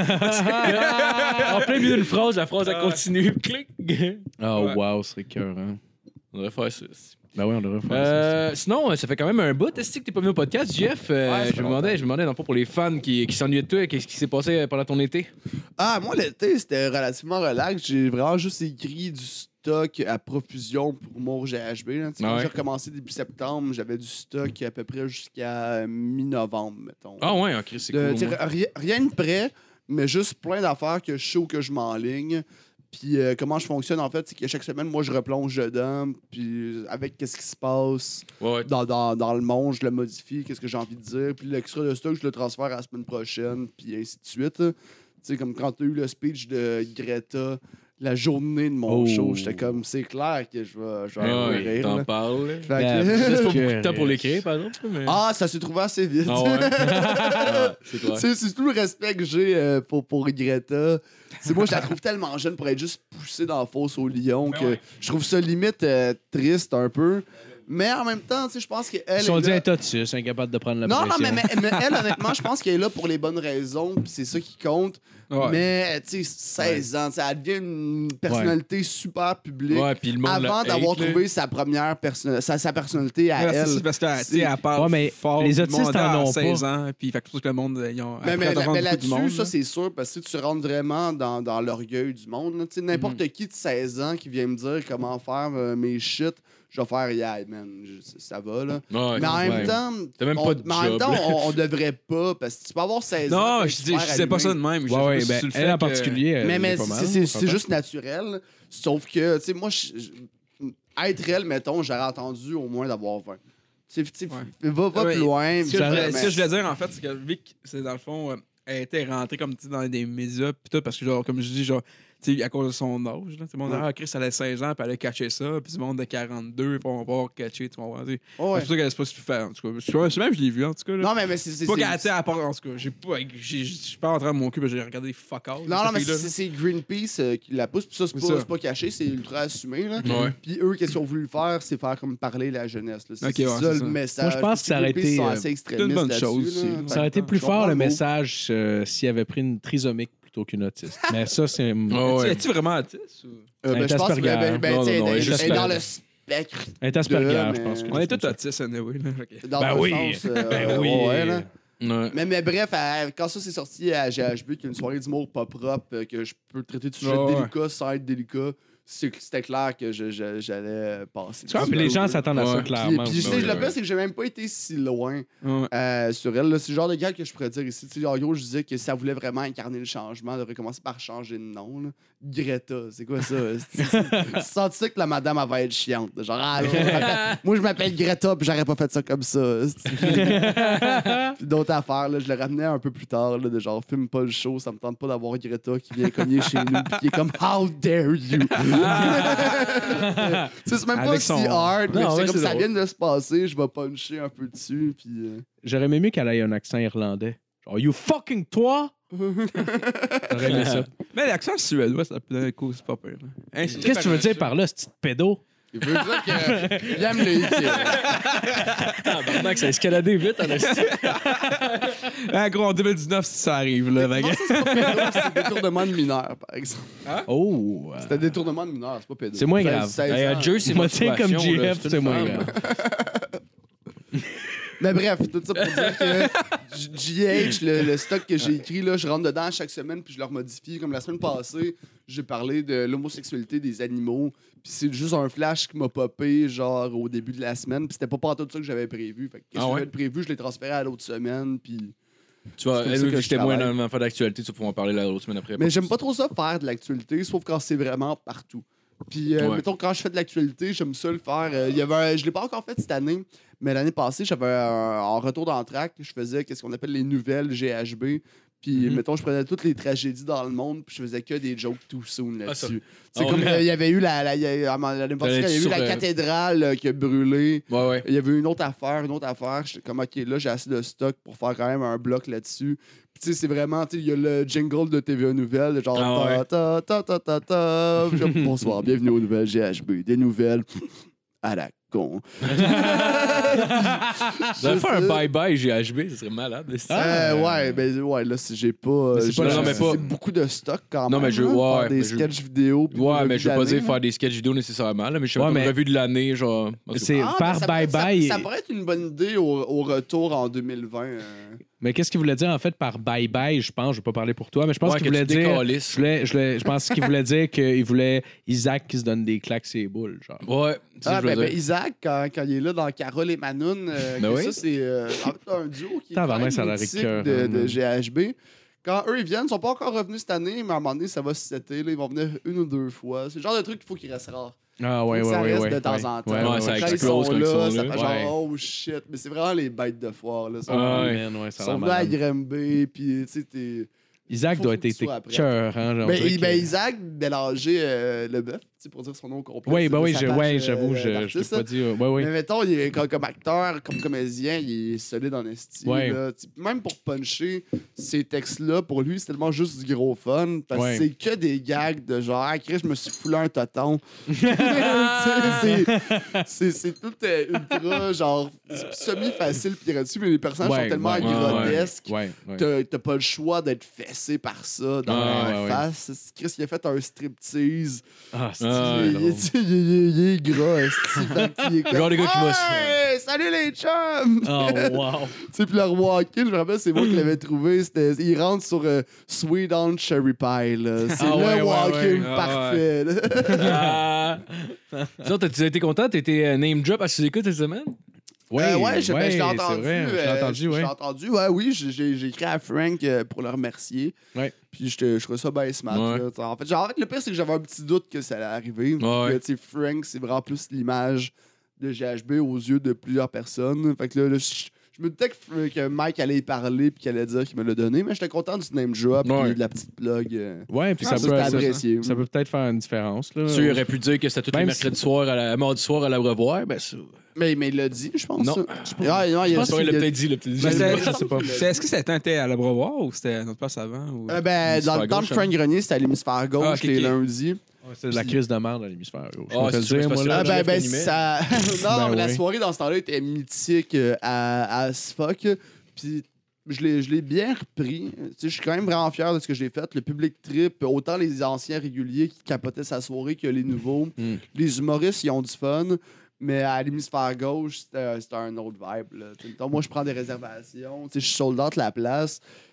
En plein milieu d'une phrase, la phrase, elle continue. Clic. Oh, Ouais. wow, ce serait cœur, hein. On devrait faire ça. Ben oui, on devrait faire ça. Euh, sinon, ça fait quand même un bout. Est-ce que t'es pas venu au podcast, Jeff? Euh, Ouais, ça fait je me demandais, je me demandais, dans le fond, pour les fans qui, qui s'ennuyaient de toi, qu'est-ce qui s'est passé pendant ton été? Ah, moi, l'été, c'était relativement relax. J'ai vraiment juste écrit du stock à profusion pour mon G H B. Là. Tu sais, Quand Ouais. j'ai recommencé début septembre, j'avais du stock à peu près jusqu'à mi-novembre, mettons. Ah ouais, ok, c'est De- cool. tu sais, au moins. rien, rien de prêt, mais juste plein d'affaires que je sais où que je m'enligne. Puis euh, comment je fonctionne, en fait, c'est que chaque semaine, moi, je replonge dedans. Puis avec qu'est-ce qui se passe Ouais, ouais. dans, dans, dans le monde, je le modifie, qu'est-ce que j'ai envie de dire. Puis l'extra de stock, je le transfère à la semaine prochaine, puis ainsi de suite. Tu sais, comme quand tu as eu le speech de Greta, la journée de mon Oh. show, j'étais comme, c'est clair que je vais, je vais Ah mourir, ouais, là. t'en parles. Fait que- Ben, Ça, c'est pas beaucoup Que de temps pour reste. l'écrire, par exemple. Mais... Ah, ça s'est trouvé assez vite. Ah ouais. Ah, c'est clair. C'est c'est tout le respect que j'ai euh, pour, pour Greta. C'est moi, je la trouve tellement jeune pour être juste poussée dans la fosse au lion que je trouve ça limite euh, triste un peu. Mais en même temps, tu sais, je pense qu'elle. Ils sont est dit là- un totus, incapable de prendre la Non, non, pression. mais, mais, mais elle, honnêtement, je pense qu'elle est là pour les bonnes raisons, puis c'est ça qui compte. Ouais. Mais, tu sais, seize ans, tu sais, elle devient une personnalité super publique Ouais, puis le monde avant la d'avoir hate, là. trouvé sa première personne, sa, sa personnalité à Ouais, c'est- elle. c'est parce que, tu sais, elle parle Ouais, mais fort. les du autistes monde en à ont pas. seize ans, puis fait que tout que le monde, ils ont. Mais, mais, après, mais devant beaucoup de monde, là-dessus, ça, là. c'est sûr, parce que tu rentres vraiment dans, dans l'orgueil du monde. là. Tu sais, N'importe Mhm. qui de seize ans qui vient me dire comment faire euh, mes shit, je vais faire, yeah, man, je- ça va, là. Ouais, mais en ouais. même temps, T'as même on, pas de mais en même job, temps, là. on, on devrait pas, parce que tu peux avoir seize ans. Non, puis je être dis, je super disais pas ça de allumé. même. je Ouais, ouais, disais ben, sur le elle fait en que- particulier. elle Mais, l'est mais pas mal, c'est- on c'est c'est s'entend. juste naturel. Sauf que, tu sais, moi, je- je- être elle, mettons, j'aurais attendu au moins d'avoir vingt. Tu sais, tu sais, Ouais. va, va Ouais, plus loin. Ce que, je mais- voulais, ce que je voulais dire, en fait, c'est que Vic, c'est dans le fond, euh, elle était rentrée comme tu sais, dans des médias, pis tout, parce que, genre, comme je dis, genre, tu sais, à cause de son âge, là, tout le monde dit, Ouais. ah, Chris, elle a seize ans, puis elle a catché ça, puis du monde de quarante-deux, puis on va pouvoir catcher, tu vois. C'est Ouais. pour ça qu'elle sait pas ce qu'il fait, en tout cas. Je sais même, je l'ai vu, en tout cas. Là. Non, mais, mais c'est. c'est- pas c'est- qu'elle, tu sais, à part, en tout cas, j'ai pas, j'ai- je suis pas en train de mon cul, parce que j'ai regardé des fuck out. Non, cette non, mais fille-là, c'est là. c'est Greenpeace euh, qui la pousse, puis ça, c'est C'est pas, ça. c'est pas caché, c'est ultra assumé. Là. Ouais. Puis eux, qu'est-ce qu'ils ont voulu faire, c'est faire comme parler la jeunesse. là. C'est Ok, c'est ouais, ça c'est le ça. message. Moi, je pense que ça aurait Greenpeace été, sont euh, assez c'est une extrémistes bonne là-dessus, chose là. aussi. Ça aurait été Fait plus que, fort je le comprends message euh, s'il avait pris une trisomique plutôt qu'une autiste. Mais ça, c'est. Ah ouais. Es-tu vraiment autiste ou. Euh, ben, Elle je est pense que Asperger. ben, ben, Non, tu sais, non, non, elle elle est est juste dans là. le spectre. Elle est Asperger, De- je pense. mais- que On est c'est tous comme ça. autistes, anyway, là. ok. Dans Ben le oui. sens, euh, Ben oui. ouais, là. Ouais. Mais, mais bref, à- quand ça s'est sorti à G H B, qu'il y a une soirée d'humour pas propre, euh, que je peux traiter de sujets Ouais, ouais. délicats sans être délicat, c'est- c'était clair que je- je- j'allais passer. Ah, puis les gens s'attendent à ça, Ouais. Puis, clairement. puis, tu sais, ouais, le ouais. pire, c'est que j'ai même pas été si loin Ouais. euh, sur elle. là. C'est le genre de gars que je pourrais dire ici. Tu sais, en gros, je disais que si elle voulait vraiment incarner le changement, elle devrait commencer par changer de nom. Là. Greta, c'est quoi ça? C'est- c'est- Tu sens ça que la madame, elle va être chiante. Genre, ah, je m'appelle- moi, je m'appelle Greta, puis j'aurais pas fait ça comme ça. Puis d'autres affaires, là, je le ramenais un peu plus tard, là, de genre, filme pas le show, ça me tente pas d'avoir Greta qui vient cogner chez nous, puis qui est comme, how dare you? Tu sais, c'est même pas Avec si son- hard, mais Non, c'est ouais, comme c'est ça drôle. vient de se passer, je vais puncher un peu dessus, puis. euh, J'aurais aimé mieux qu'elle ait un accent irlandais. Genre, you fucking toi! J'aurais aimé ça. Mais l'accent suédois, ça peut être cool, c'est pas pire. Hein, c'est- Qu'est-ce que tu veux dire par là, ce petit pédo? Il veut dire qu'il aime le Tabarnak, ça a escaladé vite, en esti. Ah, gros, en deux mille dix-neuf, si ça arrive, là. Non, vague. ça, c'est pas pédo, c'est détournement de mineur, par exemple. Oh! euh, C'était détournement de mineur, c'est pas pédo. C'est moins seize- grave. seize Hey, ans. à Jer, c'est Moi, tiens, comme motivation, là, G F, une c'est moins femme. grave. Mais bref, tout ça pour dire que G H, le, le stock que j'ai écrit, là, je rentre dedans chaque semaine puis je le remodifie. Comme la semaine passée, j'ai parlé de l'homosexualité des animaux. Puis c'est juste un flash qui m'a popé, genre, au début de la semaine. Puis c'était pas pas tout ça que j'avais prévu. Fait que qu'est-ce Ah que ouais? j'avais prévu, je l'ai transféré à l'autre semaine. Puis... Tu vois, C'est comme elle, ça vu que que je j'étais moins travaille. dans l'enfant d'actualité, tu vas pouvoir en parler l'autre semaine après. Mais j'aime pas trop ça faire de l'actualité, sauf quand c'est vraiment partout. Puis, euh, Ouais. mettons, quand je fais de l'actualité, j'aime ça le faire. Euh, il y avait un- je l'ai pas encore fait cette année, mais l'année passée, j'avais un, en retour d'entraque, je faisais qu'est-ce qu'on appelle les nouvelles G H B. Puis, Mhm. mettons, je prenais toutes les tragédies dans le monde, puis je faisais que des jokes too soon Ah, ça- là-dessus. C'est Ah, comme, ouais. euh, il y avait eu la, la, il y a- à l'année passée, il y avait eu sur, la euh, cathédrale euh, qui a brûlé. Ouais, ouais. Il y avait une autre affaire, une autre affaire. J'étais comme, OK, là, j'ai assez de stock pour faire quand même un bloc là-dessus. Puis, tu sais, c'est vraiment, tu sais, il y a le jingle de T V A Nouvelles, genre, Ah ouais. ta, ta, ta, ta, ta. Puis, genre, bonsoir, bienvenue aux nouvelles G H B. Des nouvelles à la con. Ça va faire un bye-bye G H B, ça serait malade. esti. Euh, ouais, ben, ouais, là, si j'ai pas. Mais c'est euh, pas- j'ai- non, mais pas- c'est beaucoup de stock quand Non, même. mais je- là, ouais, faire des mais je- sketchs vidéo. puis Ouais, des mais je veux pas revues dire d'année, faire des sketchs vidéo nécessairement, là, mais je sais Ouais, pas, comme mais- revue de l'année, genre. en tout cas. C'est Ah, par ben, ça pourrait- bye-bye. Ça, ça pourrait être une bonne idée au, au retour en deux mille vingt. euh. Mais qu'est-ce qu'il voulait dire en fait par bye-bye, je pense, je vais pas parler pour toi, mais je pense Ouais, qu'il que voulait tu dire. décalisses. Je, voulais, je, voulais- je pense qu'il voulait dire qu'il voulait Isaac qui se donne des claques ses boules, genre. Ouais, c'est ça Ah, que je ben, veux ben, dire. Isaac, quand, quand il est là dans Carole et Manoun, euh, Ben que oui. ça, c'est euh, en fait, un duo qui est quand Tabarnak, même ça a l'air mythique écœurant, de, de man. G H B. Quand eux, ils viennent, ils sont pas encore revenus cette année, mais à un moment donné, ça va se setter. Là, ils vont venir une ou deux fois. C'est le genre de truc qu'il faut qu'il reste rare. Ah ouais, Faut que ouais, ça ouais, reste ouais. de temps ouais. en temps. Ouais, Ouais, ouais, ça ouais. Quand explose ils sont quand ils là, sont ça là. fait genre, Ouais. oh shit. Mais c'est vraiment les bêtes de foire. Là. Ils sont, Ah, ouais. Man, ouais, ils ça a sont l'air venus à malade. Grimby, puis tu sais, t'es. Isaac faut doit que tu être sois après. cœur, hein, genre. Ben, on dirait il- ben, que- Isaac Bélanger euh, Leboeuf, tu sais, pour dire son nom complet. Oui, c'est ben de oui, sa je- page, ouais, euh, j'avoue, je je l'ai d'artiste, pas là. dit. euh, Ouais, ouais. Mais mettons, il est, comme, comme acteur, comme comédien, il est solide en esti. Ouais. là. Tu sais, même pour puncher ces textes-là, pour lui, c'est tellement juste du gros fun. Parce Ouais. que c'est que des gags de genre, ah, Chris, je me suis foulé un toton. Tu sais, c'est- c'est- c'est tout euh, ultra, genre, semi-facile pis dessus, mais les personnages Ouais, sont tellement ouais, grotesques. Ouais, ouais. T'as t'as pas le choix d'être fessé par ça dans Ouais, la ouais, ouais. face. Chris, il a fait un striptease. Ah, c'est Ah, il, drôle. il- tu sais, il- il- il est gras, esti. Fait qu'il est comme, Genre les gars qui bossent. Hey, salut les chums! Oh, wow. Tu sais, puis leur walk-in, je me rappelle, c'est moi qui l'avais trouvé. C'était, il rentre sur euh, Sweet on Cherry Pie. Là. C'est Ah le ouais, ouais, walk-in ouais. Ah parfait. là. Ah. Sinon, t'as- tu as été content? T'as été euh, name drop à sous-écoute cette semaine? Ouais, Euh, ouais, je, ben, je l'ai c'est entendu. vrai, je l'ai euh, entendu, je ouais. l'ai entendu, ouais, oui. J'ai, j'ai- j'ai écrit à Frank euh, pour le remercier. Ouais. Puis je, je trouvais ça bien smart. Ouais. là. En, fait, genre, en fait, le pire, c'est que j'avais un petit doute que ça allait arriver. Puis Ouais. que, tu sais, Frank, c'est vraiment plus l'image de G H B aux yeux de plusieurs personnes. Fait que là, là, je, je me doutais que, que Mike allait y parler puis qu'il allait dire qu'il me l'a donné, mais j'étais content du name drop Ouais. puis de la petite plug. euh. Ouais, puis Ah, ça, ça, peut, c'était ça, apprécié. ça peut peut-être faire une différence. Là. Tu aurais pu dire que c'était tous les Même mercredis soirs, à la, mardi soir à la revoir. Ben, ça. Mais, mais il l'a dit, je pense. Non. ça. Ah, non, il Je a pense dit- qu'il il l'a a- peut-être dit. Il l'a peut-être dit. Mais Je c'est- sais pas. c'est- Est-ce que c'était à l'Abreuvoir ou c'était à notre place avant? Ou... Euh, ben, L'hémisphère dans le temps de gauche, Frank Grenier, c'était à l'hémisphère gauche Ah, ok, les ok. lundis. Ouais, c'est de la crise de merde dans l'hémisphère. gauche. Ah, Je vais te c'est le sûr, dire, c'est moi, parce là. Ah, que ben, Jeff ben, animait. ça. non, Ben mais la oui. soirée dans ce temps-là était mythique euh, à, à ce fuck. Puis je l'ai, je l'ai bien repris. Tu sais, je suis quand même vraiment fier de ce que j'ai fait. Le public trip, autant les anciens réguliers qui capotaient sa soirée que les nouveaux. Mm. Les humoristes, ils ont du fun. Mais à l'hémisphère gauche, c'était, c'était un autre vibe. Là. Tu sais, mettons, moi, je prends des réservations. Tu sais, je suis sold out la place.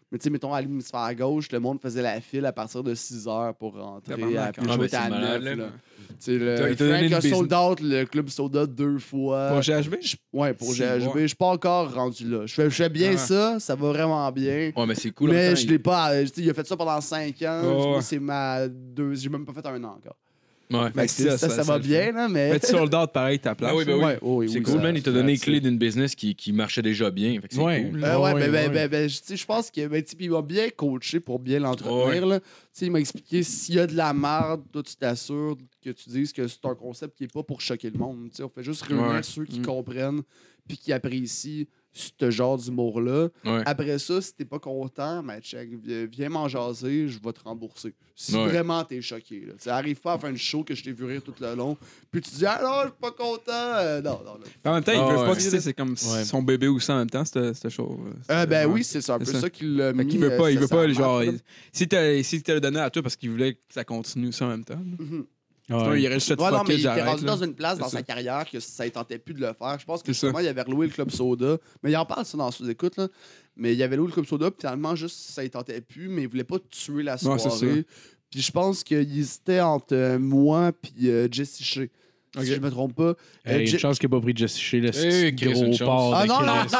Mais tu sais, mettons, à l'hémisphère gauche, le monde faisait la file à partir de six heures pour rentrer. Tabarnak, Puis ah, jouer ben, à c'est malade, neuf, là. là. Tu sais, le Il t'a donné Frank une a sold business. out le Club Soda deux fois. Pour G H B? Je- Ouais, pour Si, G H B. ouais. Je suis pas encore rendu là. Je fais, je fais bien Ah. ça, ça va vraiment bien. Ouais, mais c'est cool. en mais même je temps, l'ai pas. euh, tu sais, Il a fait ça pendant cinq ans. Ouais, Moi, ouais. c'est ma deux. J'ai même pas fait un an encore. il- Ouais. Fait que c'est ça, ça, ça, ça, ça ça va le bien, là, mais. Mais tu sold out pareil ta place. Ah oui, ben oui. Ouais, oui, C'est oui, cool, ça- man. Il t'a ça- donné les ça- clés d'une business qui, qui marchait déjà bien. Fait que c'est Ouais. cool. Euh, Ah ouais, ouais, ben, ben, ouais. ben, ben, je tu sais, je pense que ben, tu sais, puis il m'a bien coaché pour bien l'entretenir. Ouais. là. Tu sais, il m'a expliqué s'il y a de la merde, toi, tu t'assures que tu dises que c'est un concept qui n'est pas pour choquer le monde. Tu sais, on fait juste réunir Ouais. ceux qui Mm. comprennent puis qui apprécient ce genre d'humour-là. Ouais. Après ça, si t'es pas content, ben, check, viens, viens m'en jaser, je vais te rembourser. Si Ouais. vraiment t'es choqué. Là. Tu sais, arrive pas à la fin du show que je t'ai vu rire tout le long, puis tu dis « Ah non, je suis pas content! Euh, Non, non, non. En même temps, il Ah, veut ouais. pas que c'est c'est comme Ouais. son bébé aussi en même temps, cette cette chose. Euh, ben oui, c'est ça, un peu C'est ça, ça. qu'il l'a Fait mis. qu'il veut pas, il euh, veut pas, ça- ça genre, marche, il- si t'as si t'as le donné à toi parce qu'il voulait que ça continue ça en même temps. là. Mhm. Sinon, il reste cette Ouais, non, fois mais il était j'arrête. rendu là. dans une place dans C'est sa ça. carrière que ça ne tentait plus de le faire. Je pense que C'est ça. justement, il avait reloué le Club Soda. Mais il en parle ça dans sous-écoute, là. Mais il avait loué le Club Soda, puis finalement, juste ça ne tentait plus, mais il voulait pas tuer la Ouais, c'est soirée. Puis je pense qu'il hésitait entre euh, moi et euh, Jesse Shea. Ok. Si je me trompe pas. Il y a Euh, une Je- chance qu'il n'a pas pris Jesse Shea, le Eh, Chris, gros une chance. porc Ah de non, non, Chris.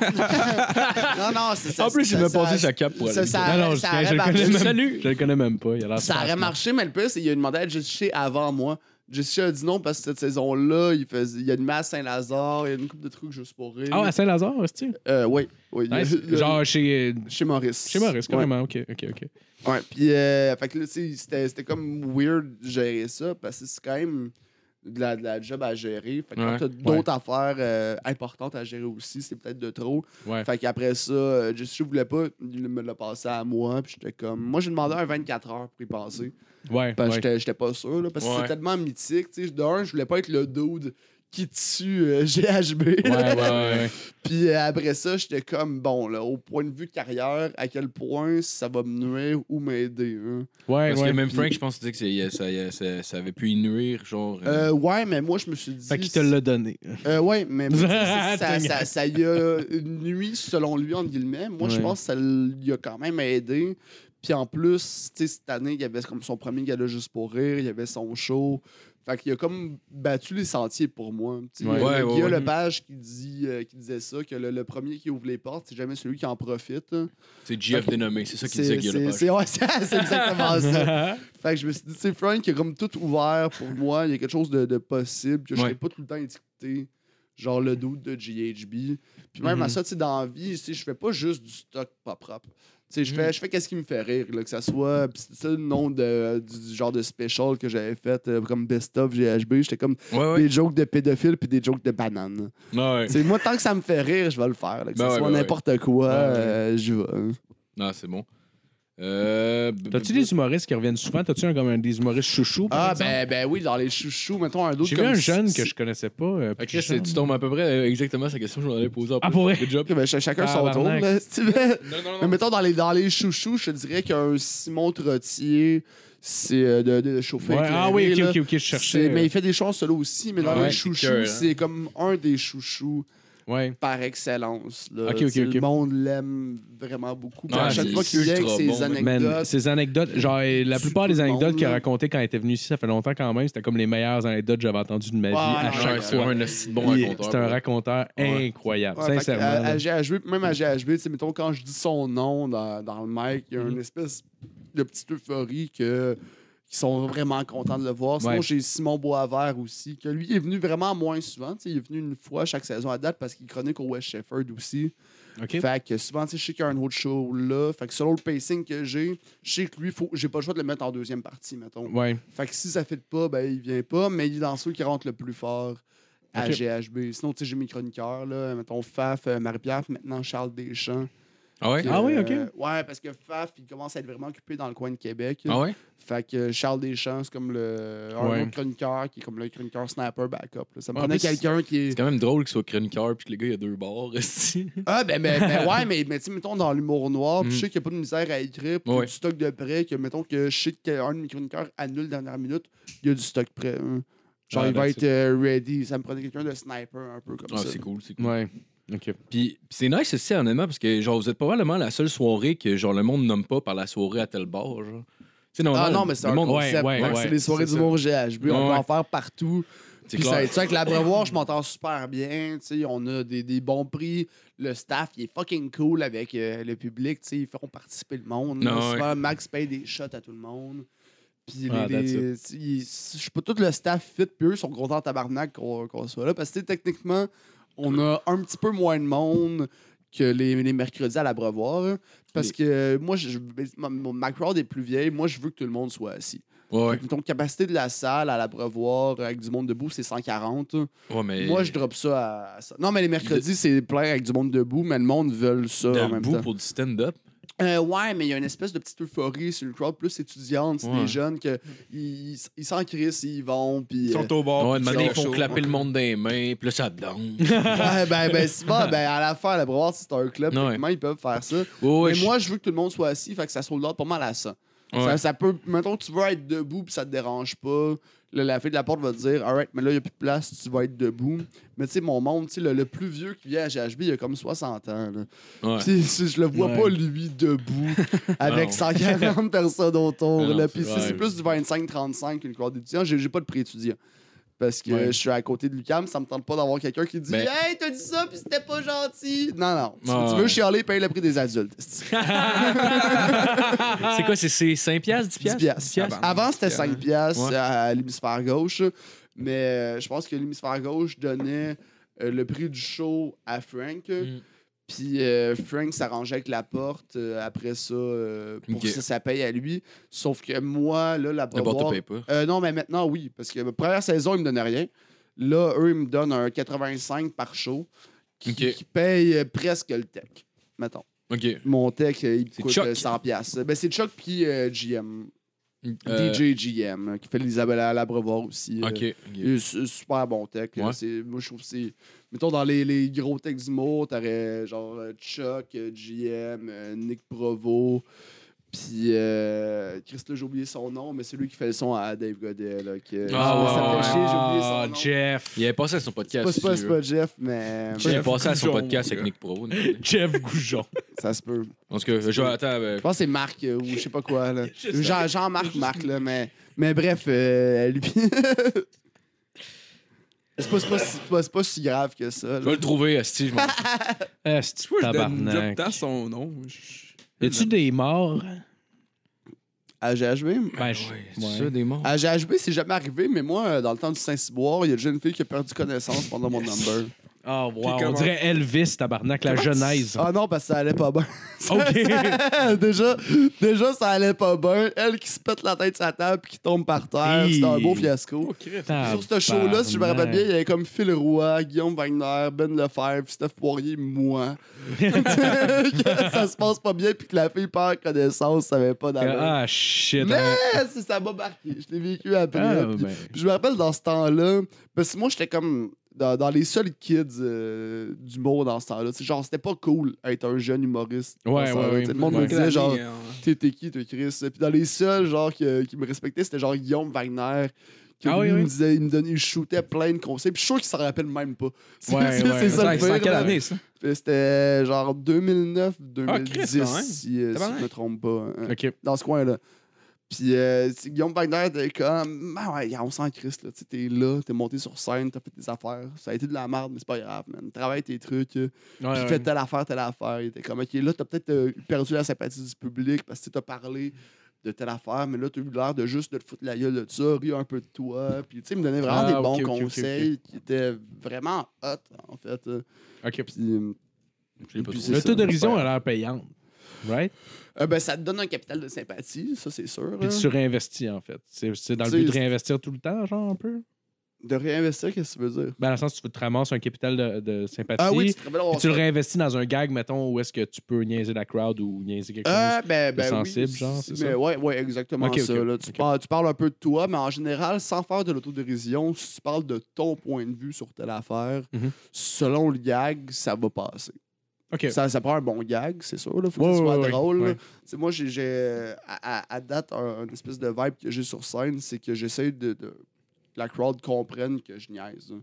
non, non, non, c'est ça. En plus, ça- il m'a ça- passé sa cape pour ça- aller. ça- Non, non, je, ça je aurait le connais marché. même, Salut. je le connais même pas. Il a l'air Ça super aurait smart. marché, mais le pire, c'est qu'il a demandé à Jesse Shea avant moi. Jesse Shea a dit non parce que cette saison-là, il, faisait, il animait à Saint-Lazare, il y a une couple de trucs juste pour rire. Ah, à Saint-Lazare, c'est-tu? Euh, oui, oui. Nice. Il y a- Genre chez, chez Maurice. chez Maurice, Ouais. carrément. OK, OK, OK. Ouais, puis euh, fait que là, tu sais, c'était c'était comme weird de gérer ça parce que c'est quand même de la, de la job à gérer. Fait que quand Ouais. t'as d'autres affaires euh, importantes à gérer aussi, c'est peut-être de trop. Ouais. Fait qu'après ça, euh, je sais, je voulais pas, il me l'a passé à moi, puis j'étais comme. Moi, j'ai demandé un vingt-quatre heures pour y passer. Ouais, Parce que ouais. j'étais- j'étais pas sûr, là, parce que Ouais. c'est tellement mythique. Tu sais, d'un, je voulais pas être le dude qui tue euh, G H B. Ouais, ouais, ouais. Puis euh, après ça, j'étais comme, bon, là, au point de vue de carrière, à quel point ça va me nuire ou m'aider. Hein? Ouais, Parce ouais. que même Frank, je pense, disait que c'est- ça, ça, ça avait pu y nuire, genre. euh, Euh, ouais, mais moi, je me suis dit. Fait qu'il te l'a donné. Euh, ouais, mais mais, tu sais, ça, ça, ça, ça y a nuit, selon lui, entre guillemets. Moi, je Ouais. pense que ça lui a quand même aidé. Puis en plus, tu sais, cette année, il y avait comme son premier gala juste pour rire, il y avait son show. Fait qu'il a comme battu les sentiers pour moi. Tu sais, Ouais. il y a Ouais, le ouais, Guillaume ouais. Lepage qui, dit, euh, qui disait ça, que le, le premier qui ouvre les portes, c'est jamais celui qui en profite. hein. c'est G F dénommé, c'est ça qu'il C'est disait, Guy c'est- Lepage. c'est- ouais, c'est- c'est exactement ça. Fait que je me suis dit, tu sais, Frank, il a comme tout ouvert pour moi. Il y a quelque chose de, de possible que je Ouais. n'ai pas tout le temps étiqueté. Genre le doute de G H B. Puis même à Mhm. ça, tu sais, dans la vie, tu sais, je fais pas juste du stock pas propre. Tu sais, je fais, je fais qu'est-ce qui me fait rire, là, que ça soit. Puis c'est ça le nom de, du genre de special que j'avais fait, euh, comme Best of G H B. J'étais comme Ouais, ouais. des jokes de pédophiles puis des jokes de bananes. Ouais. Tu sais, moi, tant que ça me fait rire, je vais le faire. là, que Ben ça ouais, soit ben ouais. n'importe quoi, Ouais, ouais. euh, j'y vais. hein. Non, c'est bon. Euh. b- T'as-tu b- des humoristes qui reviennent souvent? T'as-tu un, comme un des humoristes chouchous? par Ah, exemple? ben, ben oui, dans les chouchous, mettons un d'autre J'ai comme vu un si- jeune si- que je connaissais pas. euh, Ok, plus c'est- jeune. tu tombes à peu près euh, exactement sa question que je m'en allais poser en Ah, plus. pour vrai? Good job. Ok, ben, ch- chacun son tour. Tabarnak. Là, si tu veux. Non, non, Mais mettons, dans les, dans les chouchous, je te dirais qu'un Simon Trottier, c'est euh, de, de chauffer. Ouais, ah oui, ok, ok, ok, je cherchais. Mais il fait des choses solo aussi, mais dans Ouais, les c'est chouchous, cœur, hein. c'est comme un des chouchous Ouais. par excellence. Là. Ok, ok, Tu sais, ok. Le monde l'aime vraiment beaucoup. Puis Ouais, à chaque c'est fois qu'il vient avec ultra ses bon, man. Man, anecdotes. ces anecdotes, genre, et la tue plupart tout des le anecdotes monde, qu'il a là. racontées quand il était venu ici, ça fait longtemps quand même, c'était comme les meilleures anecdotes que j'avais entendues de ma vie Ouais, à non, chaque Ouais, ouais, c'est fois. vraiment un si bon Il- raconteur. C'est un ouais. raconteur Ouais. incroyable, Ouais, fait sincèrement. qu'à- là. à G H B, même à G H B, tu sais, mettons, quand je dis son nom dans, dans le mic, il y a Mhm. une espèce de petite euphorie que, qui sont vraiment contents de le voir. Sinon, Ouais. j'ai Simon Boisvert aussi, que lui est venu vraiment moins souvent. Tu sais, il est venu une fois chaque saison à date parce qu'il chronique au West Shefford aussi. OK. Fait que souvent, tu sais, je sais qu'il y a un autre show là. Fait que selon le pacing que j'ai, je sais que lui, faut, j'ai pas le choix de le mettre en deuxième partie, mettons. Ouais. Fait que si ça fait pas, ben il vient pas, mais il est dans ceux qui rentrent le plus fort à Ok. G H B. Sinon, tu sais, j'ai mes chroniqueurs, là, mettons Faf, euh, Marie-Pierre, puis maintenant Charles Deschamps. Ah ouais? Puis, Ah oui, ok. euh, ouais, parce que Faf, il commence à être vraiment occupé dans le coin de Québec. Ah ouais? Fait que Charles Deschamps, c'est comme le un Ouais. autre chroniqueur qui est comme le chroniqueur sniper backup. là. Ça me Ouais, en prenait plus, quelqu'un qui est. C'est quand même drôle qu'il soit chroniqueur puis que le gars il a deux barres. esti. Ah, ben, ben, ben, ouais, mais, mais tu sais, mettons, dans l'humour noir, puis Mm. je sais qu'il n'y a pas de misère à écrire, puis il y a Ouais. du stock de prêt, que mettons que je sais qu'un de mes chroniqueurs annule dernière minute, il y a du stock prêt. hein. Genre, Ah, il va that's être euh, ready. Ça me prenait quelqu'un de sniper un peu comme Ah, ça. c'est cool, c'est cool. Ouais. OK. Puis, puis c'est nice aussi, honnêtement, parce que genre, vous êtes probablement la seule soirée que genre le monde nomme pas par la soirée à tel bar. Genre. Ah normal, non, mais c'est le un monde... concept. ouais, Ouais, ouais, c'est les soirées c'est d'humour G H B. On Ouais, peut ouais. en faire partout. C'est Puis ça, clair. tu sais, avec l'Abreuvoir, je m'entends super bien. Tu sais, on a des, des bons prix. Le staff, il est fucking cool avec euh, le public. Tu sais, ils feront participer le monde. Non, Là, ouais. souvent, Max paye des shots à tout le monde. Puis Ah, les, that's les- ils- je sais pas, tout le staff fit, puis eux sont contents en tabarnak qu'on qu'on soit là. Parce que tu sais, techniquement, on a un petit peu moins de monde que les, les mercredis à l'Abreuvoir. hein. Parce Les- que euh, moi, je, je- ma, ma crowd est plus vieille. Moi, je veux que tout le monde soit assis. Ouais, Fait que, mettons, capacité de la salle à l'Abreuvoir avec du monde debout, c'est cent quarante. ouais, mais... Moi, je drop ça à, à ça. Non, mais les mercredis, c'est plein avec du monde debout, mais le monde veut ça en même Debout temps. pour du stand-up. Euh, ouais, mais il y a une espèce de petite euphorie sur le crowd plus étudiante. C'est Ouais. des jeunes que ils ils s'en crissent, ils vont. Puis, Ils sont euh, au bord. Ouais, puis de ils manière, ils sont font chauds. clapper le monde des mains, puis là, ça danse. ouais, ben, ben, c'est bon, ben, à la fin, à l'Abreuvoir, c'est un club. Ouais. Techniquement, ils peuvent faire ça. Ouais, ouais, mais je- moi, je veux que tout le monde soit assis, fait que ça sold out pas mal à ça. Ouais. Ça, ça peut, mettons que tu veux être debout puis ça te dérange pas. Là, la fille de la porte va te dire, alright, mais là, il n'y a plus de place, tu vas être debout. Mais tu sais, mon monde, tu sais, le, le plus vieux qui vient à G H B, il a comme soixante ans. Là. Ouais. Puis, si je le vois Ouais. pas, lui, debout, avec Non. cent quarante personnes autour. Non, là. c'est Puis, si vrai. c'est plus du vingt-cinq trente-cinq qu'une crowd d'étudiants. J'ai j'ai pas de pré-étudiant. Parce que Ouais. je suis à côté de l'U Q A M, ça me tente pas d'avoir quelqu'un qui dit Ben- Hey, t'as dit ça, puis c'était pas gentil. Non, non. Tu, Ah, tu veux ouais. chialer, paye le prix des adultes. C'est quoi, c'est- c'est cinq piastres, dix dix piastres? piastres. dix piastres? Avant, c'était Ouais. cinq piastres Ouais. à l'hémisphère gauche. Mais euh, je pense que l'hémisphère gauche donnait euh, le prix du show à Frank. Mm. Puis euh, Frank s'arrangeait avec la porte. euh, après ça, euh, pour Ok. que ça, ça paye à lui. Sauf que moi, là, la La boîte Beauvoir- te paye pas. Euh, non, mais maintenant, oui. Parce que la première saison, ils me donnaient rien. Là, eux, ils me donnent un quatre-vingt-cinq par show qui, Ok. qui paye euh, presque le tech. Mettons. OK. Mon tech, euh, il C'est coûte Chuck. euh, cent piastres. Ben, c'est Chuck puis euh, G M. Euh, D J G M, euh, qui fait l'Isabelle à l'Abreuvoir aussi. euh, OK. ok. et c'est super bon tech. Ouais. C'est- Moi, je trouve que c'est. Mettons, dans les, les gros techs d'humour, t'aurais genre euh, Chuck, euh, G M, euh, Nick Provo. Puis, euh, Chris, là, j'ai oublié son nom, mais c'est lui qui fait le son à Dave Godet. Là, qui, Ah, ça me fait ouais. chier, j'ai oublié Ah, son nom. Jeff. Il avait passé à son C'est podcast. pas, c'est pas, si c'est tu veux. pas Jeff, mais Il avait passé à son Goujon, podcast avec gars. Nick Provo. Jeff Goujon. ça se peut. En tout cas, je vais attends. euh, Je pense que c'est Marc euh, ou je sais pas quoi. Là. Je sais. Jean- Jean-Marc Marc, là, mais, mais bref, euh, lui. c'est pas, c'est pas, c'est pas, c'est pas si grave que ça. là. Je vais le trouver, Asti. je m'en- Ah, c'est Moi, je donne tabarnak. job son nom. Je- Y a-tu des morts? À G H B? Ben, je- Ouais, c'est ouais. ça, des morts. À G H B, c'est jamais arrivé, mais moi, euh, dans le temps du Saint-Cyboire, il y a déjà une fille qui a perdu connaissance pendant mon number. Ah, wow. On comment- dirait Elvis, tabarnak, la genèse. Ah non, parce que ça allait pas bien. OK. déjà, déjà, ça allait pas bien. Elle qui se pète la tête sur la table puis qui tombe par terre. Hi. C'était un beau fiasco. Oh, Christ. Sur ce show-là, si je me rappelle bien, il y avait comme Phil Roy, Guillaume Wagner, Ben Lefebvre, Steph Poirier, moi. Que ça se passe pas bien puis que la fille perd connaissance, ça avait pas d'allure. Ah, shit. Mais hein. c'est- ça m'a marqué. Je l'ai vécu après. Ah, puis- ben. puis je me rappelle dans ce temps-là, parce que moi, j'étais comme dans, dans les seuls kids euh, d'humour dans ce temps-là. Tu sais, genre, c'était pas cool être un jeune humoriste. dans Ouais, ce ouais, temps-là. ouais. Tu sais, le monde Ouais. me disait, genre, Euh, t'es t'es qui, toi, Chris? Puis dans les seuls, genre, qui, qui me respectaient, c'était genre Guillaume Wagner. Qui Ah lui, oui, oui. me disait, il me donnait, il shootait plein de conseils. Puis je suis sûr qu'il s'en rappelle même pas. C'est Ouais, c'est- ouais. c'est ça Ça, le c'est en pire. quelle là. année, ça? Puis c'était genre deux mille neuf, deux mille dix, Ah, Chris, quand même. si, euh, si Tabarnak. je me trompe pas. hein. OK. Dans ce coin-là. Puis euh, tu sais, Guillaume Wagner était comme, ben ouais, on s'en crisse, là. Tu sais, t'es là, t'es monté sur scène, t'as fait tes affaires. Ça a été de la merde, mais c'est pas grave, man. Travaille tes trucs. euh, Ouais, puis ouais. fais telle affaire, telle affaire. Il était comme, OK, là, t'as peut-être euh, perdu la sympathie du public parce que t'as parlé de telle affaire, mais là, t'as eu l'air de juste de te foutre la gueule de ça, rire un peu de toi. Puis, tu sais, il me donnait vraiment Ah, des ok, bons ok, ok, conseils qui étaient vraiment hot, en fait. euh. OK. Puis, euh, Je l'ai pas Puis trouvé. c'est ça. L'autodérision a l'air payante. Right? euh, ben, ça te donne un capital de sympathie, ça, c'est sûr. Puis hein. tu réinvestis, en fait. C'est c'est dans le Tu sais, but de réinvestir tout le temps, genre, un peu? De réinvestir, qu'est-ce que tu veux dire? Ben, dans le sens où tu te ramasses un capital de, de sympathie. Ah oui, tu te rappelles avoir Puis tu le ça. réinvestis dans un gag, mettons, où est-ce que tu peux niaiser la crowd ou niaiser quelque Euh, chose. ben, ben sensible, oui, genre, c'est mais ça? ouais, ouais, exactement Ok, ça. ok, là. Tu, ok. parles, tu parles un peu de toi, mais en général, sans faire de l'autodérision, si tu parles de ton point de vue sur telle affaire, Mhm. selon le gag, ça va passer. OK. Ça, ça prend un bon gag, c'est sûr. Il faut que Ouais, ça soit ouais, ouais, drôle. là. ouais. Tu sais, moi, j'ai, j'ai- à, à- à date, un, une espèce de vibe que j'ai sur scène, c'est que j'essaie de, de que la crowd comprenne que je niaise. hein.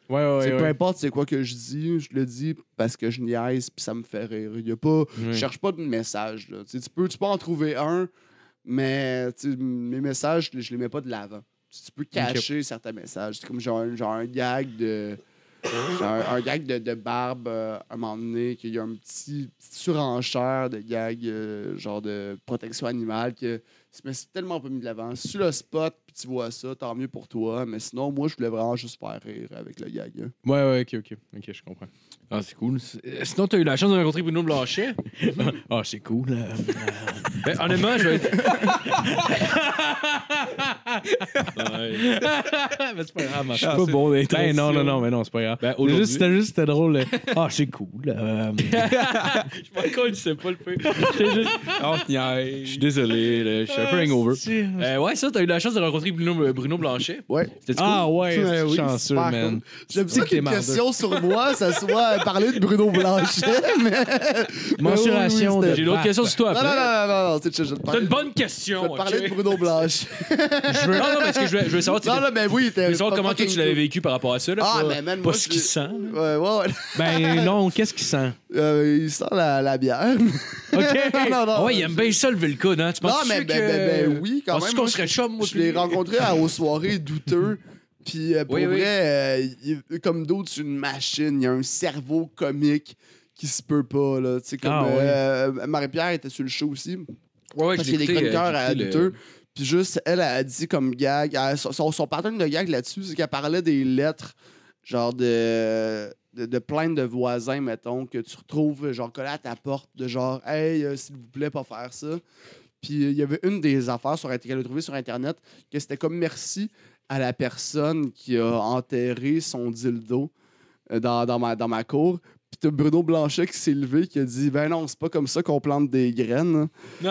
Ouais, ouais, C'est ouais. peu importe c'est quoi que je dis, je le dis parce que je niaise puis ça me fait rire. Il y a pas, Ouais. je cherche pas de message là. Tu sais, tu peux, tu peux en trouver un, mais tu sais, mes messages, je les mets pas de l'avant. Tu tu peux cacher certains messages. C'est comme genre, un- genre un gag de, genre un, un gag de, de barbe euh, à un moment donné qu'il y a un petit petite surenchère de gag euh, genre de protection animale que mais c'est tellement pas mis de l'avant. Si tu le spot puis tu vois ça, tant mieux pour toi. Mais sinon, moi, je voulais vraiment juste faire rire avec le gag. hein. Ouais, ouais, ok, ok. Ok, je comprends. Ah, c'est cool. C'est- euh, Sinon, t'as eu la chance de rencontrer Bruno Blanchet. Ah, c'est cool. euh. Ben, honnêtement, je vais être. Ouais. Mais c'est pas grave, Je suis pas bon d'intro. Ben non, non, non, mais non, c'est pas grave. Ben, C'était aujourd'hui- juste, c'était juste c'était drôle. euh. Ah, c'est cool. euh. Je m'en compte, c'est pas le peu. J'étais juste- Oh, Je niaise. suis désolé, là, je suis un peu hangover. Euh, ouais, ça, t'as eu la chance de rencontrer Bruno, Bruno Blanchet. Ouais. C'était cool. Ah ouais, Ouais, c'est oui, chanceux, super man. cool. J'aime C'est ça que t'es qu'une mardeux. question sur moi, ça soit parler de Bruno Blanchet, mais. Mensuration Mais oui, oui, de J'ai d'autres pattes. questions sur toi Non, après. non, non, non, non, c'est je vais te C'est parler. une bonne Je question. vais te parler ok? de Bruno Blanchet. Je veux... Non, non, mais ce que je veux, je veux savoir, tu Non, non, mais oui, je t'es. veux savoir comment toi tu l'avais vécu par rapport à ça. Là, Ah, pas, mais man, pas moi, ce je- qu'il sent. là. Ouais, ouais, ouais. Ben non, qu'est-ce qu'il sent? Euh, il sent la, la bière. OK. non, non. Ah ouais, il aime bien ça lever le coude, hein. Tu penses Non, mais que... ben, ben, ben, oui, quand Penses-tu même. qu'on moi, serait chum, moi, Je puis l'ai lui? rencontré à, aux soirées douteux. Puis euh, pour Oui, oui. vrai, euh, il- comme d'autres, c'est une machine. Il y a un cerveau comique qui se peut pas. Là. Tu sais, comme Ah, ouais. euh, Marie-Pierre était sur le show aussi. Ouais, ouais, Parce j'ai qu'il y a des écouté, chroniqueurs euh, à j'ai écouté douteux. le- Puis juste, elle a dit comme gag, elle- son, son pattern de gag là-dessus, c'est qu'elle parlait des lettres, genre de, de, de plaintes de voisins, mettons, que tu retrouves, genre, collées à ta porte, de genre, hey, euh, s'il vous plaît, pas faire ça. Puis euh, il y avait une des affaires sur, qu'elle a trouvées sur Internet, que c'était comme merci à la personne qui a enterré son dildo euh, dans, dans, ma, dans ma cour. Puis t'as Bruno Blanchet qui s'est levé, qui a dit, ben non, c'est pas comme ça qu'on plante des graines. hein.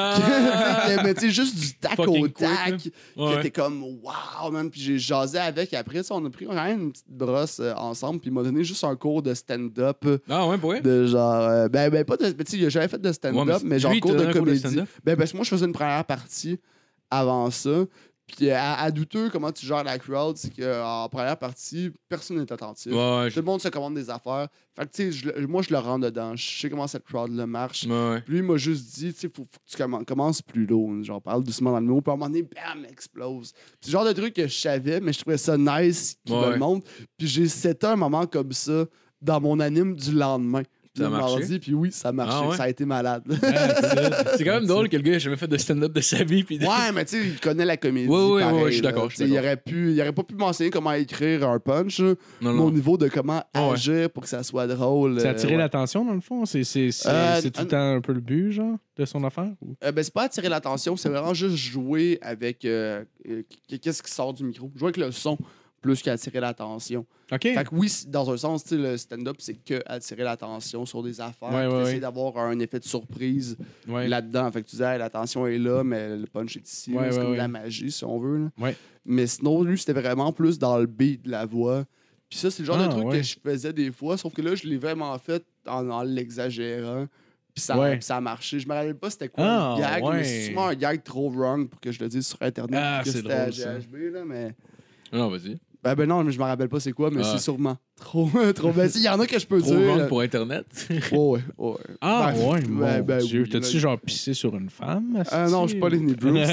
Ah! Mais tu sais, juste du tac Fucking au quick, tac, là. que Ouais. t'es comme wow, man. Puis j'ai jasé avec après, ça, on a pris quand même une petite brosse euh, ensemble, puis il m'a donné juste un cours de stand-up. euh, Ah ouais, pour vrai? De genre, euh, ben, ben, pas de. Tu sais, il a jamais fait de stand-up, Ouais, mais, genre lui, cours t'as de donné un cours de comédie. stand-up? ben, parce que moi, je faisais une première partie avant ça. Puis à, à douteux, comment tu gères la crowd, c'est qu'en première partie, personne n'est attentif. Ouais, Tout le monde se commande des affaires. Fait que, tu sais, je le- moi, je le rentre dedans. Je sais comment cette crowd-là marche. je... ouais. Puis lui, il m'a juste dit, tu sais, faut, faut que tu commen- commences plus lourd. Genre, parle doucement dans le mot. Puis à un moment donné, bam, explose. C'est le genre de truc que je savais, mais je trouvais ça nice qu'il me Ouais. le montre. Puis j'ai seté un moment comme ça dans mon anime du lendemain. Ça a Le marché? mardi, puis oui, ça a marché. Ah ouais? Ça a été malade. C'est quand même drôle que le gars ait jamais fait de stand-up de sa vie. Puis de- ouais, mais tu sais, il connaît la comédie. Ouais, ouais, pareil, ouais, je suis là. d'accord, je suis Tu sais, Il d'accord. aurait, pu, il aurait pas pu m'enseigner comment écrire un punch, là, Non, mais au non. niveau de comment Ah ouais. agir pour que ça soit drôle. Ça euh, attirait ouais. l'attention, dans le fond? C'est c'est- c'est- Euh, c'est tout un- le temps un peu le but, genre, de son affaire? ou- Euh, ben, c'est pas attirer l'attention, c'est vraiment juste jouer avec euh, euh, qu'est-ce qui sort du micro. Jouer avec le son plus qu'attirer l'attention. OK. Fait que oui, c- dans un sens, tu sais, le stand-up, c'est que attirer l'attention sur des affaires. Ouais, puis ouais, essayer ouais. d'avoir un effet de surprise Ouais. là-dedans. Fait que tu dis, hey, l'attention est là, mais le punch est ici. là. Ouais, c'est ouais, comme ouais. de la magie, si on veut. là. Ouais. Mais sinon, lui, c'était vraiment plus dans le beat de la voix. Puis ça, c'est le genre Ah, de truc ouais. que je faisais des fois, sauf que là, je l'ai vraiment fait en, en l'exagérant. Puis ça, Ouais. puis ça a marché. Je me rappelle pas c'était quoi Ah, le gag, ouais. mais c'est sûrement un gag trop wrong pour que je le dise sur Internet. Ah, puis que c'est c'était à drôle, ça. G H B, là, mais... Non, vas-y. Ben, ben non, mais je me rappelle pas c'est quoi, mais Ah. c'est sûrement trop, trop. Ben, il y en a que je peux Trop dire. wrong là. pour Internet. Ouais, ouais, ouais. Ah, Ben, ouais, ben, mon ben Dieu. oui, T'as-tu ben- genre pissé sur une femme? Ah non, je suis pas Lenny Bruce. mais...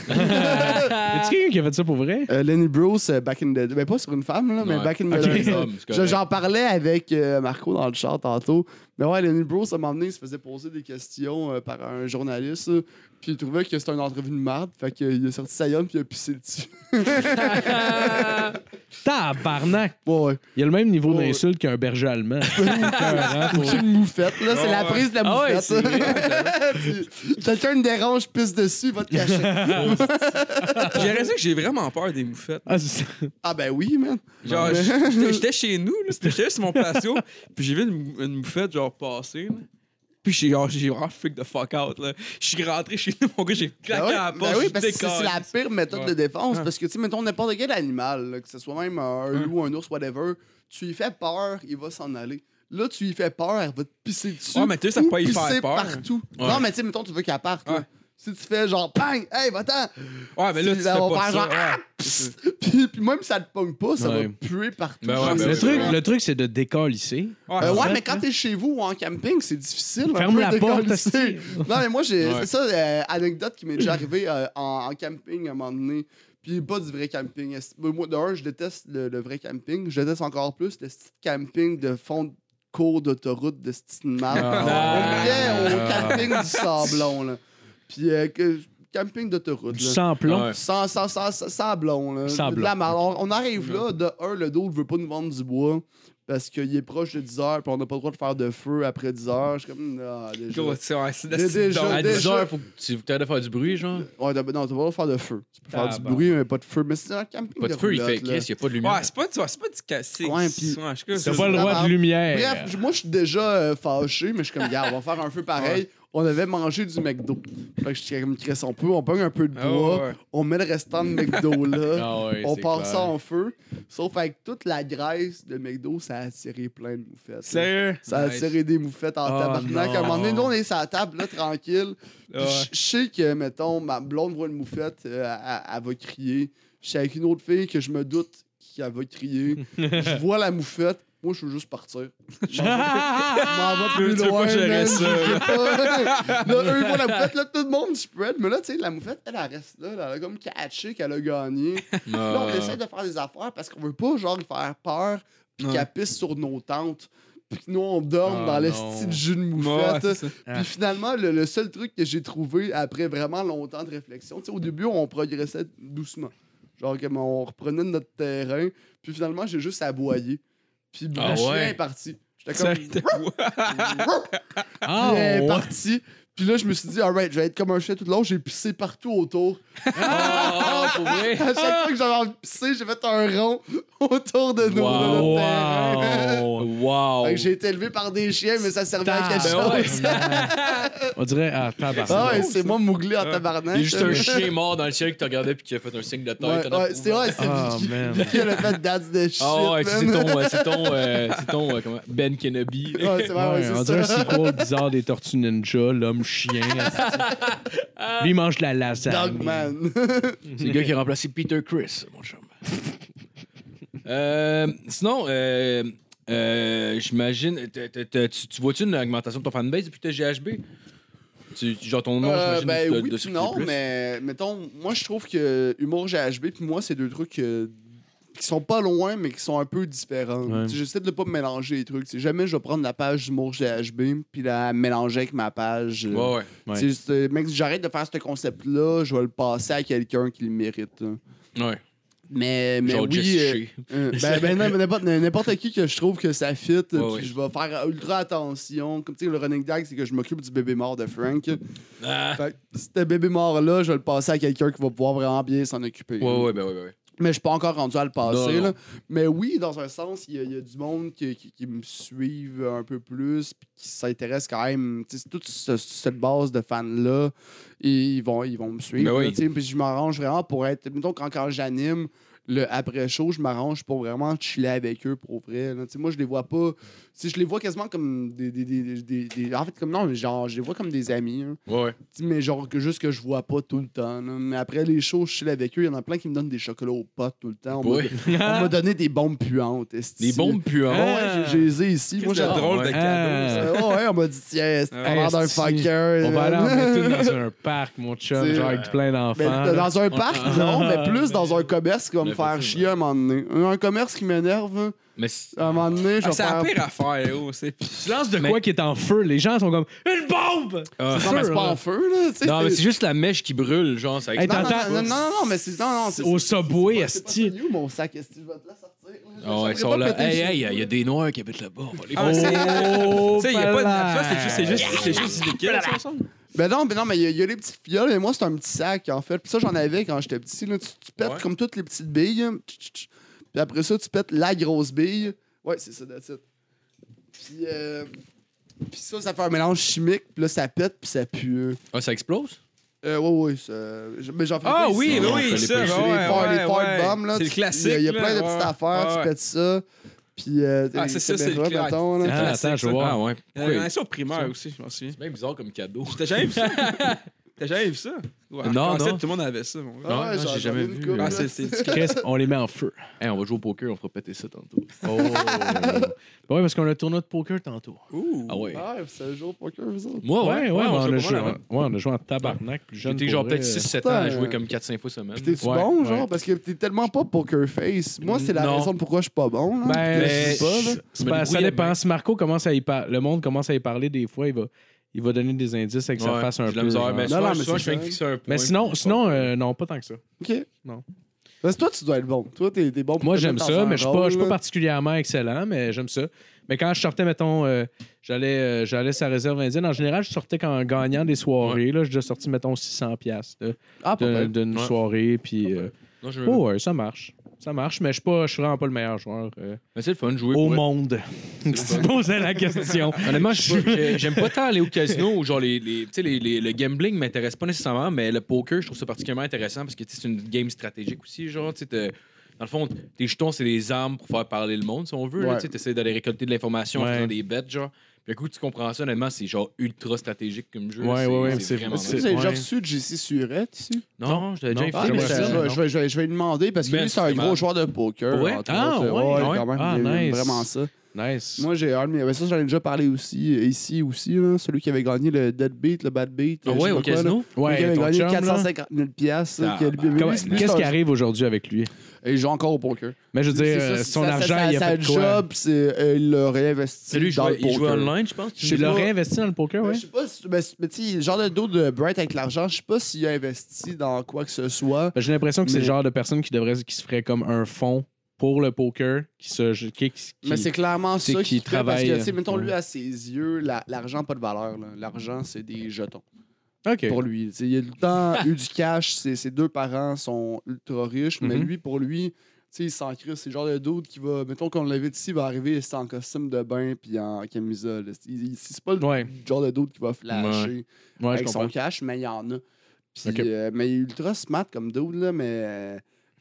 Y'a-tu quelqu'un qui a fait ça pour vrai? Euh, Lenny Bruce, euh, back in the... Ben, pas sur une femme, là, mais Ouais. back in the Ok. days, euh, Homme, c'est je- correct. J'en parlais avec euh, Marco dans le chat tantôt. Mais ouais, Lenny Bruce, à un moment donné, il se faisait poser des questions euh, par un journaliste. là, Puis il trouvait que c'était une entrevue de merde. Fait qu'il a sorti sa gueule puis il a pissé dessus. Tabarnak! Ouais, ouais. Il y a le même niveau Oh, d'insulte qu'un berger allemand. Écœurant, pour- Une moufette, là, c'est la ouais. prise de la Ah ouais, moufette. c'est vrai, Puis, Quelqu'un me dérange, pisse dessus, il va te cacher. J'ai réalisé que j'ai vraiment peur des moufettes. Ah, c'est ça. Ah ben oui, man. Genre, Ouais. j'étais j'étais chez nous, là, j'étais j'étais sur mon patio, puis j'ai vu une, une moufette, genre, passer, là. Puis j'ai genre, j'ai vraiment freak the fuck out, là. Je suis rentré chez nous, mon gars, j'ai claqué Ben oui, à la porte, ben oui, je parce que c'est c'est la décolle. pire méthode Ouais. de défense. Ouais. Parce que, tu sais, mettons n'importe quel animal, là, que ce soit même un loup, un ours, whatever, tu lui fais peur, il va s'en aller. Là, tu lui fais peur, elle va te pisser dessus. Ouais, mais tu sais, ça ou peut y faire pisser peur. partout. Ouais. Non, mais tu sais, mettons, tu veux qu'elle parte. là. Ouais. Si tu fais genre, bang, hey, va-t'en! Ouais, mais là, tu Ça fais va pas faire ça. genre, ah, Ouais. psst. puis, puis même si ça te pogne pas, ça Ouais. va puer partout. Ben ouais, Genre, ben Le c'est truc, ça. le truc, c'est de décalisser. Ouais, Euh, ouais, fait, mais quand hein. t'es chez vous ou en camping, c'est difficile. un Ferme peu la de porte, décalisser. esti. Non, mais moi, j'ai. Ouais. C'est ça, euh, anecdote qui m'est déjà arrivée euh, en, en camping à un moment donné. Puis pas du vrai camping. Esti. Moi, d'un, je déteste le, le vrai camping. Je déteste encore plus le style camping de fond de cours d'autoroute de style de marde. Ah. On était au camping du Sablon, là. Puis euh, que- camping d'autoroute, Du là. sans-plomb. Ouais. Sans, sans, sans, sans, sablon, là. Sablon. De la marde. On, on arrive là, de un, le dos ne veut pas nous vendre du bois parce qu'il est proche de dix heures puis on n'a pas le droit de faire de feu après dix heures. Je suis comme, ah, déjà. Gros, tu sais, ouais, c'est de Dé- la déjà, donc. À déjà- dix heures, faut que tu t'arrêtes de faire du bruit, genre. Ouais, t'as- non, t'as pas le droit de faire de feu. Tu peux faire Ah, du bon. bruit, mais pas de feu. Mais c'est un camping Pas de feu, il fait roulotte, là. Chris, il y a pas de lumière. Ouais, c'est pas, tu vois, c'est pas du cassé. Ouais, puis- Ouais, je sais T'as pas, pas le droit de lumière. Bref, moi, je suis déjà euh, fâché, mais je suis comme, gars, on va faire un feu pareil. On avait mangé du McDo. Fait que je suis comme, Chris, on peut, on pogne un peu de Ah, bois, ouais. on met le restant de McDo là. Ah ouais, On c'est part clair. ça en feu. Sauf avec toute la graisse de McDo, ça a attiré plein de moufettes. là. Sérieux? Ça a Nice. attiré des moufettes en Oh, tabarnak. À un moment donné, nous, on est sur la table, là, tranquille. Puis Ouais. Je je sais que, mettons, ma blonde voit une moufette, euh, elle, elle va crier. Je suis avec une autre fille que je me doute qu'elle va crier. Je vois la moufette. Moi, je veux juste partir. Je m'en vais- je m'en vais plus Tu veux pas loin, gérer man. ça, Je veux pas. Là, eux, ils voient la moufette. Là, tout le monde spread. Mais là, tu sais, la moufette, elle, elle reste là. Elle a comme catché qu'elle a gagné. Là, on essaie de faire des affaires parce qu'on veut pas, genre, lui faire peur puis Ouais. qu'elle pisse sur nos tentes. Puis que nous, on dorme Ah, dans le non. style jus de Ouais, moufette. c'est ça. Puis finalement, le, le seul truc que j'ai trouvé après vraiment longtemps de réflexion, tu sais, au début, on progressait doucement. Genre, comme on reprenait notre terrain. Puis finalement, j'ai juste aboyé. Puis le Ah chien ouais? est parti. J'étais Ça a comme. été- Ah, Puis elle est ouais. partie. Puis là, je me suis dit, alright, je vais être comme un chien tout le long. J'ai pissé partout autour. Ah, pour vrai? À chaque fois que j'avais envie de pisser, j'ai fait un rond autour de nous, de notre Wow. terrain. Wow. Fait que j'ai été élevé par des chiens, mais ça servait à quelque Ben chose. On dirait, ah, tabarnak. Ah ouais, c'est moi mouglé en tabarnak. Il y a juste un chien mort dans le ciel qui te regardait puis qui a fait un signe de tête. Ouais, en ouais, approuve. c'est vrai, c'est Ah, Vicky. man. Vicky, elle a fait dance de shit. Ah ouais, c'est man. ton, euh, c'est ton, euh, c'est ton euh, comment, Ben Kenobi. Ouais, c'est vrai, ouais, Ouais, c'est on ça. dirait un sequel bizarre des Tortues Ninja, l'homme chien. Lui, il mange de la lasagne. Dogman. C'est le gars qui a remplacé Peter Chris, mon chum. euh, sinon, euh, euh, j'imagine, t'as- t'as- t'as- tu, tu vois-tu une augmentation de ton fanbase depuis que t'as G H B? Tu, tu- genre ton nom, Euh, j'imagine. ben tu dois- oui, dois puis circuler non, plus. mais mettons, moi je trouve que humour G H B puis moi c'est deux trucs euh, qui sont pas loin mais qui sont un peu différents. Ouais. Tu sais, j'essaie de pas me mélanger les trucs. Tu sais, jamais je vais prendre la page d'humour G H B puis la mélanger avec ma page. euh, Ouais, ouais. Ouais. tu sais, c'est- mec, si j'arrête de faire ce concept-là, je vais le passer à quelqu'un qui le mérite. là. Ouais. Mais, mais Genre oui. Jesse euh, Shea. euh, ben, ben non, mais n'importe, n'importe qui que je trouve que ça fit, euh, puis ouais. je vais faire ultra attention. Comme tu sais, le running gag, c'est que je m'occupe du bébé mort de Frank. Ah. Fait que ce bébé mort-là, je vais le passer à quelqu'un qui va pouvoir vraiment bien s'en occuper. Ouais, ouais, ben ouais, ben ouais. Mais je suis pas encore rendu à le passer. Non, non. Là. Mais oui, dans un sens, il y, a- il y a du monde qui, qui, qui me suivent un peu plus puis qui s'intéresse quand même. Tu sais, toute ce- cette base de fans-là, ils vont, ils vont me suivre. Ben oui. là, tu sais, puis je m'arrange vraiment pour être... Mettons, quand, quand j'anime le après-show, je m'arrange pour vraiment chiller avec eux pour vrai. là. Tu sais, moi, je les vois pas... Tu sais, je les vois quasiment comme des... des, des, des- des- des- En fait, comme non, mais genre, je les vois comme des amis. hein. Ouais, ouais. Tu sais, mais genre que juste que je vois pas tout le temps. là. Mais après les shows, je chill avec eux. Il y en a plein qui me donnent des chocolats aux potes tout le temps. On m'a- Ouais. on m'a donné des bombes puantes. esti. Des bombes puantes. Ouais, j'ai j'ai les ai ici. Moi, C'est j'ai drôle de ouais. cadeau. Euh, ouais, ouais, on m'a dit, tiens, c'est Ouais, l'air d'un esti. fucker. On va aller en mettre une dans un parc, mon chum, C'est- genre avec plein d'enfants. Mais là. dans un parc, non, mais plus dans un commerce qui va me Le faire petit, chier à un moment donné. Un commerce qui m'énerve, Mais c'est- à un moment donné, je Ah, vais c'est la faire. pire affaire, oh, c'est... Tu lances de Mais- quoi qui est en feu, les gens sont comme une bombe! Ah. Non, mais c'est sûr, pas là. en feu, là. tu sais, Non, mais c'est juste la mèche qui brûle, genre, ça Hey, Non, non, t'entends- non, non, non, non, mais c'est. Non, non, c'est. Au c'est- Subway, c'est pas- c'est pas esti. ça, il est où, mon sac, esti? Je vais te la sortir. là. Ah ouais, ils Je sont vais là. pas péter Hey, le hey, il chien. y, a des noirs qui habitent là-bas. On va les Ah, mais c'est... Oh, Tu sais, il y a pas de... palais. Ça, c'est juste, c'est juste, c'est juste du liquide, ça, me semble. Ben non, ben non, mais il y, a- il y a les petites fioles, et moi, c'est un petit sac, en fait. Puis ça, j'en avais quand j'étais petit. Là. Tu, tu pètes Ouais. comme toutes les petites billes. hein. Tch, tch, tch. Puis après ça, tu pètes la grosse bille. Ouais, c'est ça, that's it. Puis, euh, puis ça, ça fait un mélange chimique. Puis là, ça pète, puis ça pue. Ah, ça explose? Euh, ouais, ouais, ça... je- Mais j'en fais Ah pas oui, ici, oui, là. oui, on fait ça, les C'est ouais, les fire, ouais, les fire ouais. bombs, là. C'est le Tu- classique, Il y a, il y a plein de là, petites ouais. affaires, Ouais, tu ouais. pètes ça. Puis, euh, Ah, les c'est ça, c'est caméras, le clair. mettons, là. C'est Ah, classique, attends, je ça. vois. Ah ouais. Euh, J'en ai ça au primaire aussi, je m'en souviens. C'est bien bizarre comme cadeau. T'as jamais vu ça? T'as jamais vu ça? Ouais, Non, en fait, non. tout le monde avait ça, mon gars. Non, Ah ouais, non, j'en- j'ai jamais j'en ai une vu. couple, Ah, là. c'est c'est- Chris, on les met en feu. Hey, on va jouer au poker, on fera péter ça tantôt. Oh. Ouais, parce qu'on a un tournoi de poker tantôt. Ouh. Ah ouais. Ah, c'est un jour poker, vous autres. Moi, ouais, ouais, ouais, mais on on, joue a pas joué, mal avant. ouais, on a joué en tabarnak plus jeune. J'étais pour genre vrai. peut-être six sept ans à Putain. jouer comme quatre cinq fois semaine. Puis t'es-tu Ouais, bon, ouais. genre? Parce que t'es tellement pas poker face. Moi, c'est la Non. raison de pourquoi je suis pas bon. Là. Ben, Que je mais- sais pas, là. c'est me pas- ça débrouillais dépend. bien. Si Marco commence à y parler, le monde commence à y parler des fois, il va, il va donner des indices avec sa Ouais, face un j'ai peu. de la misère, genre. mais Non, soit, non, mais soit c'est je fais ça. que fixer un point. Mais sinon, sinon euh, non, pas tant que ça. OK. Non. Parce que toi, tu dois être bon. Toi, t'es, t'es bon pour Moi, te j'aime mettre ça, dans un mais je suis pas, rôle, je suis pas là. particulièrement excellent, mais j'aime ça. Mais quand je sortais, mettons, euh, j'allais, euh, j'allais sur la réserve indienne, en général, je sortais quand gagnant des soirées. Là, j'ai déjà sorti, mettons, six cents piastres là, Ah, pas de- mal. d'une Ouais. soirée. Puis, euh, Non, je oh, ouais, ça marche. Ça marche, mais je suis pas- je suis vraiment pas le meilleur joueur euh, Mais c'est le fun de jouer. au pour- monde. Si tu posais la question. Honnêtement, je suis pas- j'ai- j'aime pas tant aller au casino où genre les, les, tu sais, les, les- le gambling m'intéresse pas nécessairement, mais le poker, je trouve ça particulièrement intéressant parce que tu sais, c'est une game stratégique aussi. Genre, tu sais, t'as- dans le fond, tes jetons, c'est des armes pour faire parler le monde, si on veut. Ouais. Tu essaies d'aller récolter de l'information en Ouais. faisant des bets, genre. Puis, du coup, tu comprends ça, honnêtement, c'est genre ultra stratégique comme jeu. Ouais, c'est, ouais, ouais, c'est c'est- vraiment Est-ce que c'est- vous avez déjà ouais. reçu de J C Surette ici? Non, je l'avais déjà Non. invité, Ah, mais mais mais ça, je, ça- je- je vais, je, vais, je vais lui demander parce que Ben, lui, c'est un c'est gros mal. joueur de poker. Pour vrai? entre Ah, autres. ouais, ouais, ouais. quand même. Ah, il aime nice. vraiment ça. Nice. Moi, j'ai un de mes. ben ça, j'en ai déjà parlé aussi, euh, ici aussi, là, celui qui avait gagné le Dead Beat, le Bad Beat. Ah euh, je ouais, sais au pas quoi, là. casino? Celui qui avait ton gagné chum, là. quatre cent cinquante mille piastres. Ah, qui a- bah, lui, Comment- lui, c'est Qu'est-ce un- qui arrive aujourd'hui avec lui? Il joue encore au poker. Mais je veux Lui, dire, c'est ça, euh, c'est son sa- argent, sa- il a sa fait quoi? job, c'est euh, il l'a réinvesti C'est lui, il dans jouait, le il jouait poker. online, je pense. tu Je sais Il a pas. réinvesti dans le poker, Ben, ouais? Je sais pas, si- ben, mais tu sais, le genre de dos de Bright avec l'argent, je sais pas s'il a investi dans quoi que ce soit. Ben, j'ai l'impression que c'est Mais- le genre de personne qui devrait qui se ferait comme un fonds pour le poker, qui se qui, qui- Mais c'est clairement c'est ça qu'il qui fait parce que, travaille, tu sais, mettons, ouais. lui, à ses yeux, la- l'argent n'a pas de valeur. là. L'argent, c'est des jetons OK. pour lui. Tu sais, il a tout le temps eu du cash. Ses, ses deux parents sont ultra riches, mais Mhm. lui, pour lui, tu sais, il s'en crisse. C'est le genre de dude qui va, mettons qu'on l'invite ici, il va arriver c'est en costume de bain puis en camisole. Il- il- C'est pas le Ouais. genre de dude qui va flasher Ouais, je avec son comprends. cash, mais il y en a. Puis, Ok. euh, mais il est ultra smart comme dude, là, mais euh,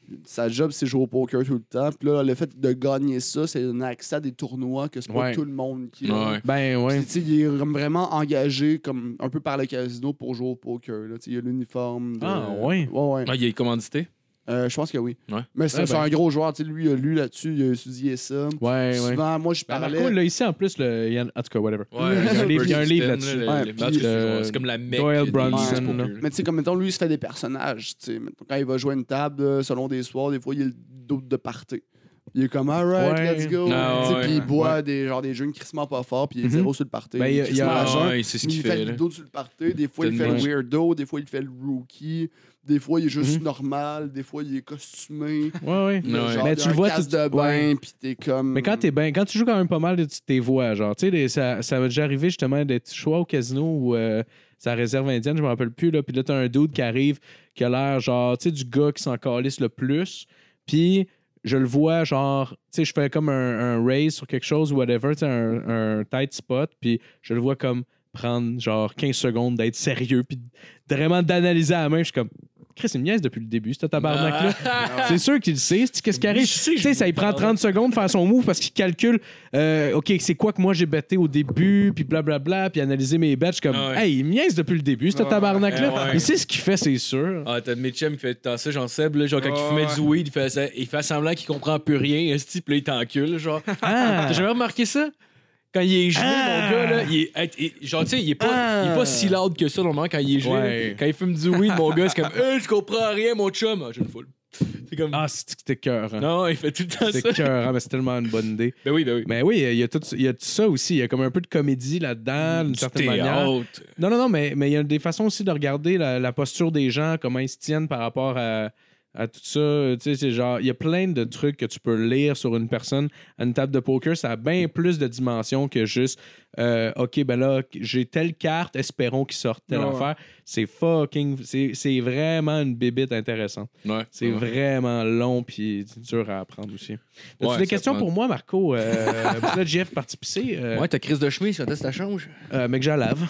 sa job, c'est jouer au poker tout le temps. Puis là, le fait de gagner ça, c'est un accès à des tournois que c'est pas Ouais. tout le monde qui a. Ouais. Ben, ouais. Puis, tu sais, il est vraiment engagé comme un peu par le casino pour jouer au poker. Là. Tu sais, il a l'uniforme. de- Ah, ouais. Ouais, ouais. Ah, il est commandité. Euh, je pense que oui. Ouais. Mais c'est Ouais, c'est ben. un gros joueur. Tu sais, lui, il a lu là-dessus, il a étudié ça. Ouais, ouais. Souvent, moi, je Ben, parlais. Marco, là, ici, en plus, le... il y en... en tout cas, whatever. Ouais, il y a un livre, il y a un livre Burton, là-dessus. le- Ouais, le- puis, en tout cas, euh, c'est comme la mecque Doyle des- Brunson, du poker. là. Mais tu sais, comme mettons, lui, il se fait des personnages. tu sais. Mettons, quand il va jouer une table, euh, selon des soirs, des fois, il y a le dos de party. Il est comme, alright, Ouais. let's go. Ah, Tu sais, ouais. Puis il boit des, genre, des jeux crissement pas forts, puis il est Mhm. zéro sur le party. Ben, il y a- est il y a- crissement à jeun, Ah, ouais, c'est ce mais qu'il il fait fait. le là. dos sur le party. Des fois, il fait Tellement. le weirdo. Des fois, il fait le rookie. Des fois, il est juste Mhm. normal. Des fois, il est costumé. Ouais, ouais. Il a Ouais. genre Mais de- tu le un vois casque tout- de bain, ouais. puis t'es comme... Mais quand t'es ben, quand tu joues quand même pas mal, tu t'es vois, genre, tu sais, les- ça, ça m'a déjà arrivé justement d'être choix au casino ou euh, sa réserve indienne, je me rappelle plus, là, puis là, t'as un dude qui arrive, qui a l'air, genre, tu sais, du gars qui s'en calisse le plus, puis je le vois, genre, tu sais, je fais comme un, un raise sur quelque chose ou whatever, tu sais, un, un tight spot, puis je le vois comme prendre, genre, quinze secondes d'être sérieux, puis de- vraiment d'analyser à la main, je suis comme... Chris, il me niaise depuis le début, ce tabarnak-là. C'est sûr qu'il le sait. C'est qu'est-ce qui arrive? Je sais, Tu sais, ça, il prend trente secondes de faire son move parce qu'il calcule, euh, OK, c'est quoi que moi j'ai betté au début, puis blablabla, puis analyser mes bets. Je suis comme, Ah ouais. hey, il me niaise depuis le début, ce Ouais, tabarnak-là. ouais, ouais. Il sait ce qu'il fait, c'est sûr. Ah, t'as Mitchum qui fait tant ça, genre Seb, là, genre quand il Ouais. fumait du weed, il fait, ça- il fait semblant qu'il comprend plus rien, ce type là, il t'encule, genre. Ah! T'as jamais remarqué ça? Quand il est gelé, Ah! mon gars, là, il est, hey, il- genre, tu sais, il est pas, Ah! il est pas si loud que ça, normalement, quand il est gelé. Ouais. là. Quand il fume du weed, mon gars, c'est comme, hey, je comprends rien, mon chum. Ah, j'ai une foule. C'est comme, Ah, c'est que c'était cœur. Hein. non, il fait tout le temps C'est ça. cœur, mais c'est tellement une bonne idée. Ben oui, ben oui. Mais oui, il y a tout, il y a tout ça aussi. Il y a comme un peu de comédie là-dedans, d'une Du certaine manière. théâtre. Non, non, non, mais mais il y a des façons aussi de regarder la, la posture des gens, comment ils se tiennent par rapport à, à tout ça. Tu sais, c'est genre, il y a plein de trucs que tu peux lire sur une personne à une table de poker. Ça a bien plus de dimensions que juste, euh, OK, ben là, j'ai telle carte, espérons qu'il sorte telle Ouais, ouais. affaire. C'est fucking, c'est c'est vraiment une bébite intéressante. Ouais. C'est vraiment long puis dur à apprendre aussi. As-tu Ouais, des ça questions prend- pour moi, Marco? Euh, parce que là, Jeff participé. Euh, Ouais, t'as crise de chemise, quand est-ce que ça change? euh, mais que j'en lave.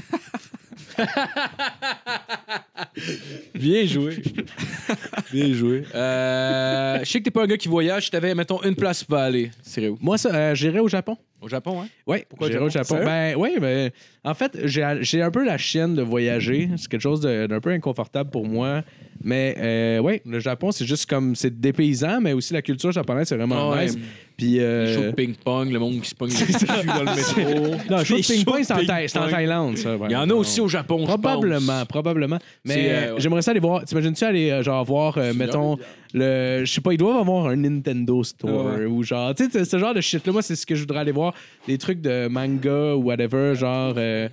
Bien joué. Bien joué. Euh, je sais que t'es pas un gars qui voyage. Si t'avais, mettons, une place pour aller, c'est où? Moi, ça, euh, j'irais au Japon. Au Japon, hein? Oui, Pourquoi j'irai le au Japon. Japon? Ben oui, mais en fait, j'ai, j'ai un peu la chienne de voyager. C'est quelque chose de- d'un peu inconfortable pour moi. Mais euh, oui, le Japon, c'est juste comme. C'est dépaysant, mais aussi la culture japonaise, c'est vraiment Ouais. nice. Puis. Euh... Les shows de ping-pong, le monde qui se pogne les culs dans le métro. Non, le show de Les shows ping-pong, de c'est en, Thaï- c'est en ping-pong. Thaïlande, ça. Il y en a aussi au Japon, je pense. Probablement, probablement. Mais C'est, euh, euh, ouais. j'aimerais ça aller voir. T'imagines-tu aller, euh, genre, voir, euh, mettons, le. Je sais pas, ils doivent avoir un Nintendo Store Ouais. ou genre. Tu sais, ce genre de shit-là, moi, c'est ce que je voudrais aller voir. Des trucs de manga ou whatever, genre. Euh,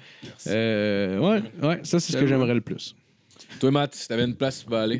euh, ouais, ouais, ça, c'est ce que j'aimerais le plus. Toi, Matt, si t'avais une place, tu vas aller.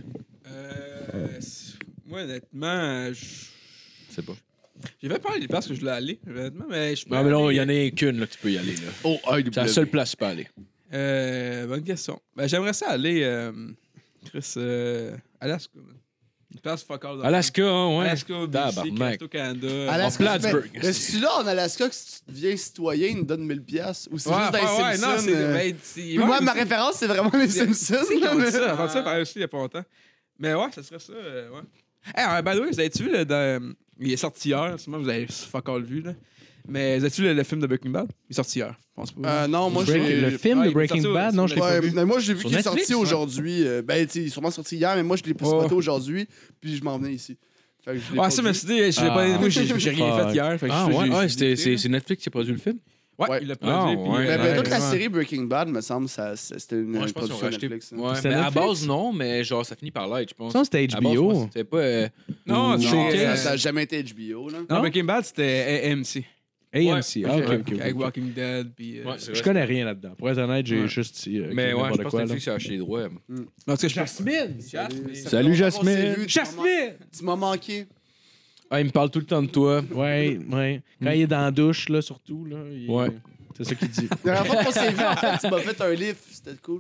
Euh, c'est- moi, honnêtement, je... Je sais pas. j'ai fait parler des places que je voulais aller, honnêtement, mais je peux Non, mais non, aller- il y en a qu'une là, que tu peux y aller. Là. Oh, C'est la seule place où tu peux aller. Euh, bonne question. Ben, j'aimerais ça aller, euh, Chris, euh, Alaska. man. Une place fuck all. dans le Alaska, hein, ouais. Alaska, B C, Tabarnak. Canada, Canada. Alaska, Plattsburgh. mais- mais si là en Alaska que si tu deviens citoyen, ils nous donnent mille piastres ou c'est Ouais, juste dans les ouais, ouais, Simpsons. non, c'est. euh, ben, c'est- puis moi, ouais, ma c'est- référence, c'est vraiment les c'est- Simpsons. c'est- Ils ont là, dit ça, mais- j'ai entendu ça parler aussi il y a pas longtemps. Mais ouais, ça serait ça, euh, ouais. Hey, euh, by the way, vous avez-tu vu, là, dans... il est sorti hier, sûrement vous avez fuck all vu, là. Mais vous avez-tu vu le, le film de Breaking Bad? Il est sorti hier, je pense pas. Euh, non, moi, Break- j'ai... le film ouais, de il est Breaking sorti au- Bad, non, je l'ai Ouais, pas vu. mais moi, j'ai vu Sur qu'il est Netflix, sorti ouais. aujourd'hui. Euh, ben, tu sais, il est sûrement sorti hier, mais moi, je l'ai pas Oh. spoté aujourd'hui, puis je m'en venais ici. Fait que je l'ai Ah, pas ça, vu. mais c'était. Je l'ai Ah. pas. Moi, j'ai j'ai rien Fuck. fait hier. Fait que Ah, je- ouais, j'ai- ouais j'ai c'était- écouté, c'est là. c'est Netflix qui a produit le film. Ouais, Ouais. il l'a Ah, produit. puis, ouais. Mais, euh, mais Ouais, toute la vraiment. série Breaking Bad, me semble, ça, ça- c'était une Ouais, je pense qu'ils ont production racheté. Netflix. hein. Ouais, C'était mais à Netflix? base, non, mais genre, ça finit par l'être, je pense. Ça, c'était À base, je pense H B O. que C'était pas. euh, Non, ou c'est- Showcase. Ça euh, n'a jamais été H B O, là. Non, Non? Breaking Bad, c'était A M C. A M C. Ah, ok, Ouais, ok, ok. Avec Walking Dead. Puis, euh, Ouais, c'est Je vrai. connais rien là-dedans. Pour être honnête, j'ai Ouais. juste dit. euh, Mais ouais, n'importe je pense que quoi, là. Netflix a acheté les droits. En tout cas, je Jasmine! Jasmine. Ça Salut, fait longtemps qu'on s'est Jasmine. vu, tu m'as man- Jasmine! Tu m'as manqué. Ah, il me parle tout le temps de toi. Ouais, ouais. Quand il est dans la douche, là, surtout, là. il- Ouais. C'est ça qu'il dit. La dernière fois qu'on s'est vu, en fait, tu m'as fait un livre. C'était cool.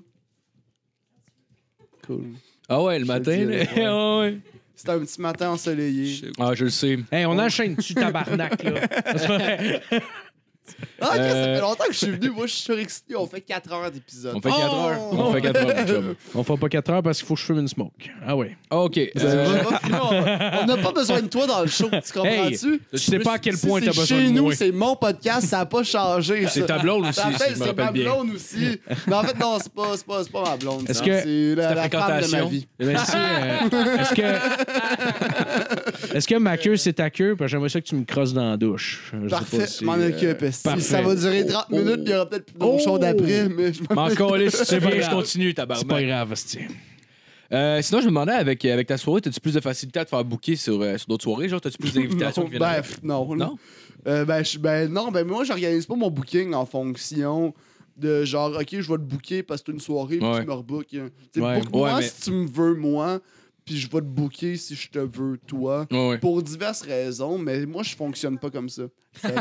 Cool. Ah ouais, le Je matin, te là. dirais, ouais. Ah ouais. C'était un petit matin ensoleillé. Ah, je le sais. Hey, on enchaîne dessus, tabarnak, là. C'est vrai. Ah, ok, ça Euh, fait longtemps que je suis venu. Moi, je suis surexcité. On fait quatre heures d'épisode. On fait quatre Oh! heures. On fait quatre heures, mon chum. On fait pas quatre heures parce qu'il faut que je fume une smoke. Ah ouais. Ah, OK. Euh, Euh, on n'a pas besoin de toi dans le show, tu comprends-tu? Je sais pas à quel point Si t'as c'est besoin chez de nous, moi. c'est mon podcast, ça n'a pas changé. C'est ça. ta blonde aussi, Ça si s'appelle- je me c'est ma rappelle bien. blonde aussi. Mais en fait, non, c'est pas, c'est pas, c'est pas ma blonde. Est-ce ça. que- c'est la, ta la femme de ma fréquentation? vie. Ben, si, euh, est-ce que. Est-ce que ma queue, c'est ta queue? Parce que j'aimerais ça que tu me crosses dans la douche. Je sais Parfait, pas si, m'en euh, occupe. Si parfait. ça va durer trente minutes, il y aura peut-être plus d'autres Oh! choses d'après, mais je Mais m'en encore là, si tu C'est pas viens, je grave. continue, C'est pas tabarnak. grave, hostie. Euh, sinon, je me demandais, avec, avec ta soirée, as-tu plus de facilité à te faire booker sur, euh, sur d'autres soirées? Genre, as-tu plus d'invitations qui viennent avec? Bref, non. Non? Euh, ben, je- ben, non, ben, moi, j'organise pas mon booking en fonction de genre, OK, je vais te booker parce que c'est une soirée, puis Ouais. tu me rebookes. hein. Tu sais, Ouais. book-moi Ouais, mais- si tu me veux, moi, puis je vais te booker si je te veux, toi. Ouais, ouais. Pour diverses raisons, mais moi, je fonctionne pas comme ça. Salut.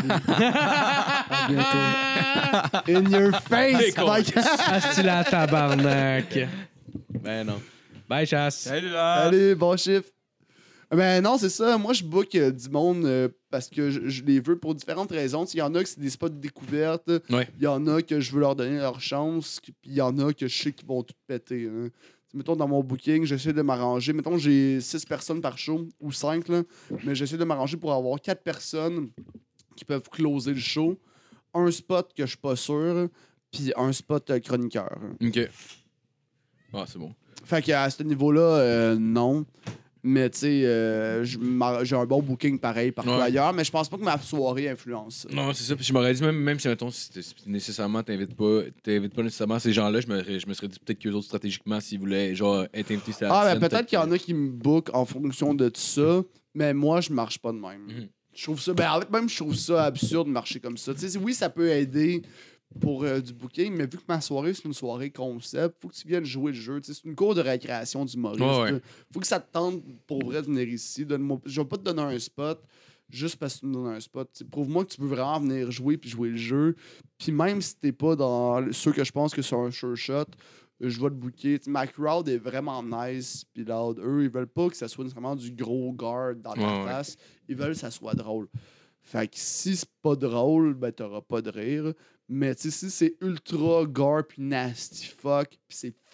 À bientôt. In your face, con. Mike. Asti la tabarnak. Ben non. Bye, chasse. Salut là. Allez, bon chiffre. Ben non, c'est ça. Moi, je book euh, du monde euh, parce que je, je les veux pour différentes raisons. Il y en a que c'est des spots de découverte. Il Ouais. y en a que je veux leur donner leur chance. Puis il y en a que je sais qu'ils vont tout péter. hein. T'sais, mettons, dans mon booking, j'essaie de m'arranger. Mettons, j'ai six personnes par show ou cinq, là, mais j'essaie de m'arranger pour avoir quatre personnes qui peuvent closer le show. Un spot que je suis pas sûr, puis un spot euh, chroniqueur. OK. Ah, c'est bon. Fait qu'à ce niveau-là, euh, non. Mais tu sais, euh, je m'ar- j'ai un bon booking pareil partout Ouais. ailleurs, mais je pense pas que ma soirée influence ça. Non, c'est ça. Puis je m'aurais dit, même, même si, mettons, si t'es- si nécessairement, t'invites pas, t'invites pas nécessairement ces gens-là, je me, je me serais dit peut-être qu'eux autres, stratégiquement, s'ils voulaient, genre, être invités sur la Ah, scène, ben peut-être qu'il y en a qui me bookent en fonction de tout ça, mais moi, je marche pas de même. Mhm. Je trouve ça, ben en fait, même je trouve ça absurde de marcher comme ça. Tu sais, oui, ça peut aider pour euh, du booking, mais vu que ma soirée, c'est une soirée concept, faut que tu viennes jouer le jeu. Tu sais, c'est une cour de récréation d'humoriste. Ouais, ouais. Faut que ça te tente pour vrai de venir ici. Donne-moi, je vais pas te donner un spot juste parce que tu me donnes un spot. Tu sais, prouve-moi que tu veux vraiment venir jouer puis jouer le jeu. Puis même si t'es pas dans ceux que je pense que c'est un sure shot, je vais te booker. Tu sais, ma crowd est vraiment nice puis loud. Eux, ils veulent pas que ça soit nécessairement du gros guard dans ta Ouais, ouais. face. Ils veulent que ça soit drôle. Fait que si c'est pas drôle, ben t'auras pas de rire. Mais tu sais, si c'est ultra gore puis nasty fuck, puis c'est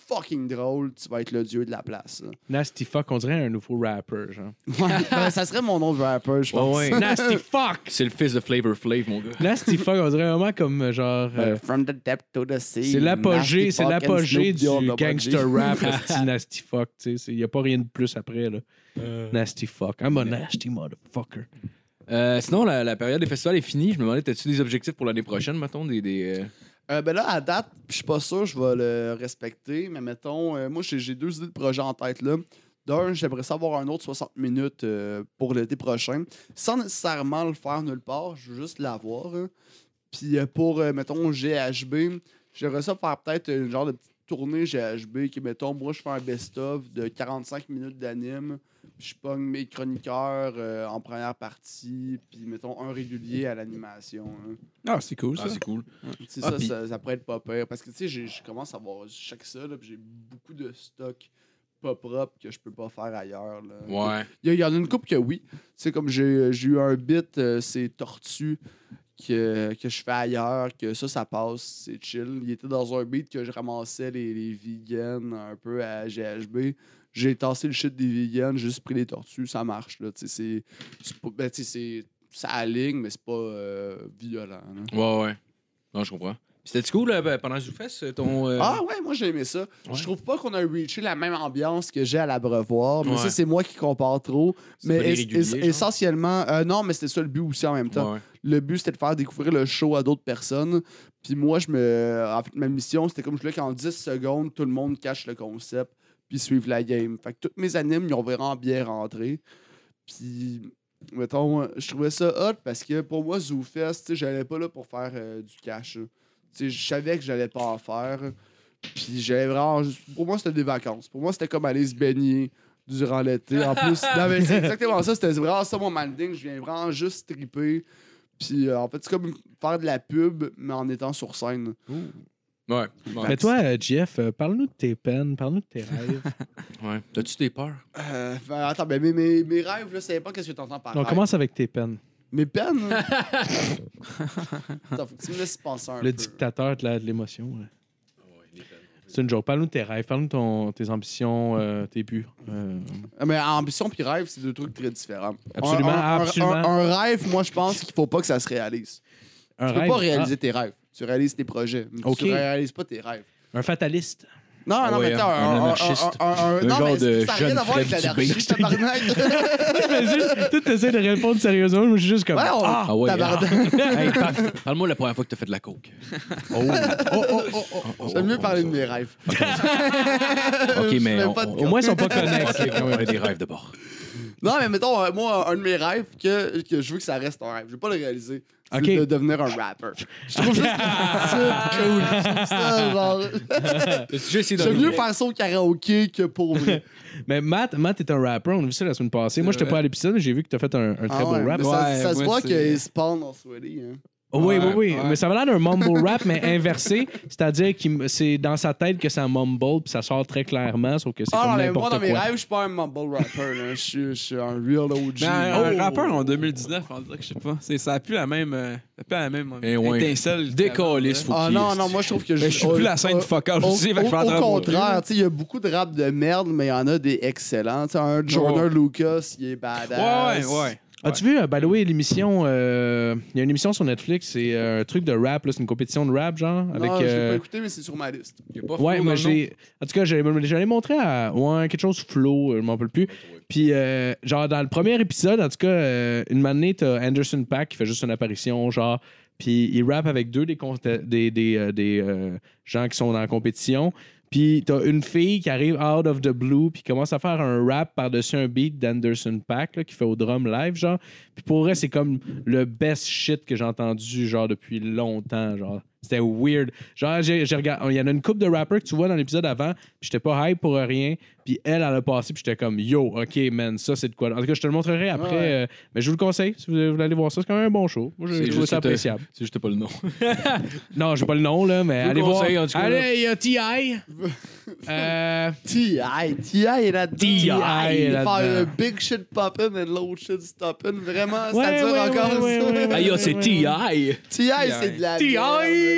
fucking drôle, tu vas être le dieu de la place. Là. Nasty Fuck, on dirait un nouveau rapper, genre. Ouais, ben, ça serait mon nom de rapper, je pense. Ouais, ouais. Nasty Fuck! C'est le fils de Flavor Flav, mon gars. Nasty Fuck, on dirait vraiment comme genre. euh, From the depth to the sea. c'est l'apogée, Nasty c'est fuck and l'apogée Snoop Dogg du apogee. gangster rap, esti, Nasty Fuck, tu sais. Il n'y a pas rien de plus après, là. Nasty Fuck. I'm a nasty motherfucker. Euh, sinon, la, la période des festivals est finie. Je me demandais, t'as-tu des objectifs pour l'année prochaine, mettons? Des, des, euh... Euh, ben là, à date, je suis pas sûr que je vais le respecter, mais mettons, euh, moi, j'ai j'ai deux idées de projets en tête, là. D'un, j'aimerais savoir un autre soixante minutes euh, pour l'été prochain, sans nécessairement le faire nulle part, je veux juste l'avoir. Hein. Puis euh, pour, euh, mettons, G H B, j'aimerais ça faire peut-être une genre de petite tournée G H B qui, mettons, moi, je fais un best-of de quarante-cinq minutes d'anime, puis je pogne mes chroniqueurs euh, en première partie, puis, mettons, un régulier à l'animation. Hein. Ah, c'est cool, ça. Ah, c'est cool. Tu sais, Ah, ça, pis- ça, ça pourrait être pas pire. Parce que, tu sais, j'ai- je commence à avoir chaque ça, là, puis j'ai beaucoup de stock pas propre que je peux pas faire ailleurs. Là. Ouais. Il y, a- il y en a une couple que oui. Tu sais, comme j'ai j'ai eu un bit, euh, c'est Tortue, que, que je fais ailleurs, que ça, ça passe, c'est chill. Il était dans un beat que je ramassais les, les vegans un peu à G H B. J'ai tassé le shit des vegans, j'ai juste pris les tortues, ça marche. Là. Tu sais, c'est- c'est pas- ben, tu sais, c'est- ça aligne, mais c'est pas euh, violent. là. Ouais, ouais. Non, je comprends. C'était cool euh, pendant Zoufest, ton. euh, Ah ouais, moi j'ai aimé ça. Je trouve pas qu'on a reaché la même ambiance que j'ai à l'Abreuvoir, mais Ouais. ça c'est moi qui compare trop. C'est Mais pas des es- réguliers, es- genre? essentiellement, euh, non, mais c'était ça le but aussi en même temps. ouais. Le but c'était de faire découvrir le show à d'autres personnes. Puis moi, je me, en fait, ma mission c'était comme je voulais qu'en dix secondes, tout le monde cache le concept puis suive la game. Fait que toutes mes animes, ils ont vraiment bien rentré. Puis mettons, je trouvais ça hot parce que pour moi, ZooFest, tu sais, j'allais pas là pour faire euh, du cash. là. Tu sais, je savais que j'allais pas en faire. Puis j'allais vraiment. juste- Pour moi, c'était des vacances. Pour moi, c'était comme aller se baigner durant l'été. En plus, non, mais c'est exactement ça. C'était vraiment ça mon manding. Je viens vraiment juste triper. Puis euh, en fait, c'est comme faire de la pub, mais en étant sur scène. Ouais. Ouais. Mais toi, euh, Jeff, euh, parle-nous de tes peines, parle-nous de tes rêves. Ouais. T'as-tu des peurs? Euh, ben, attends, ben, mes, mes, mes rêves, là, c'est pas qu'est-ce que tu entends par On rêve. commence avec tes peines. Mes peines? hein? Attends, faut que tu me laisses penser un Le peu. dictateur de la- de l'émotion. ouais. C'est une joke. Parle-nous de tes rêves, parle-nous de ton- tes ambitions, euh, tes buts. Euh, Ah, Mais ambition puis rêve, c'est deux trucs très différents. Absolument, Un, un- un- absolument. Un, un rêve, moi, je pense qu'il faut pas que ça se réalise. un Tu peux rêve. pas réaliser tes rêves. Tu réalises tes projets. mais Ok. Tu réalises pas tes rêves. Ah, un fataliste. Non, Ah non, ouais, mais attends, un- un un, anarchiste. un, un, un- Un non, genre mais de ça n'a rien jeune à voir avec Fred l'anarchie, Dubé. tabarnak. Imagine, tout t'essaies de répondre sérieusement, moi je suis juste comme. Ouais, on- Ah! Ah ouais. tabarnak. ah. Hey, paf. Parle-moi la première fois que t'as fait de la coke. Oh! Oh, oh, oh, oh. J'aime mieux parler de mes rêves. Ok, Je mais fais on- pas de on- Au moins, ils sont pas Ok, connectés. on a des rêves d'abord. Non, mais mettons, euh, moi, un de mes rêves, que, que je veux que ça reste un rêve. Je veux pas le réaliser. C'est Ok. de devenir un rapper. Je trouve juste ça cool. Je trouve ça, genre... T'as-tu déjà essayé J'aime d'en mieux faire ça au karaoké que pour vrai. Mais Matt, Matt est un rapper, on a vu ça la semaine passée. Moi, j'étais vrai. pas à l'épisode, mais j'ai vu que t'as fait un, un très Ah beau ouais, rap. mais ça, Ouais, ça se moi, voit c'est- qu'il spawn en Sweaty. Hein. Oh, oui, oui, Ouais, oui. ouais. Mais ça va l'air d'un mumble rap, mais inversé. C'est-à-dire que c'est dans sa tête que ça mumble, puis ça sort très clairement, sauf que c'est Ah non, comme mais moi, n'importe dans mes quoi. rêves, je suis pas un mumble rapper. Là. Je, suis, je suis un real O G. Mais un, Oh. un rappeur en deux mille dix-neuf, on dirait que je sais pas. C'est, ça a plus la même, euh, ça a plus la même Eh ouais. étincelle. Décalisse, faut Ah qu'il- non, non, moi, je trouve que je... Mais je suis plus la scène au- focale Au, aussi. fait que je au- vais en train au de contraire, mourir. tu sais, il y a beaucoup de rap de merde, mais il y en a des excellents. Tu sais, un Jordan Lucas, il est badass. Ouais, ouais. As-tu vu, euh, by the way, l'émission. euh, Il y a une émission sur Netflix, c'est euh, un truc de rap, là, c'est une compétition de rap, genre. Avec, Non, je l'ai euh, pas écouté, mais c'est sur ma liste. Y a pas Ouais, Flo moi dans le nom? j'ai. En tout cas, j'allais j'allais montrer à. Ouais, quelque chose flow, je m'en rappelle plus. Puis, euh, genre, dans le premier épisode, en tout cas, euh, une année, t'as Anderson .Paak qui fait juste une apparition, genre. Puis, il rappe avec deux des, conte- des, des, euh, des euh, gens qui sont dans la compétition. Puis, t'as une fille qui arrive out of the blue, puis commence à faire un rap par-dessus un beat d'Anderson .Paak, là, qui fait au drum live, genre. Puis, pour vrai, c'est comme le best shit que j'ai entendu, genre, depuis longtemps, genre. C'était weird. Genre, j'ai, j'ai regardé. Il y en a une couple de rappers que tu vois dans l'épisode avant, puis j'étais pas hype pour rien. Puis elle, elle a passé, puis j'étais comme, yo, ok, man, ça, c'est de quoi. En tout cas, je te le montrerai après. Ouais. euh, mais je vous le conseille, si vous voulez aller voir ça, c'est quand même un bon show. Moi, C'est j'ai trouvé juste ça que t'as- appréciable. C'est juste pas le nom. Non, j'ai pas le nom, là, mais Je vous allez le voir. conseille, en tout cas, Allez, il y a T I. euh, T I T I est là-dedans. T I est Il là-dedans. fait le big shit poppin' and low shit stoppin'. Vraiment, Ouais, ça dure ouais, encore ouais, ça. ouais, ouais, Ah yo, c'est ouais, T I. T I, c'est de la T I. merde.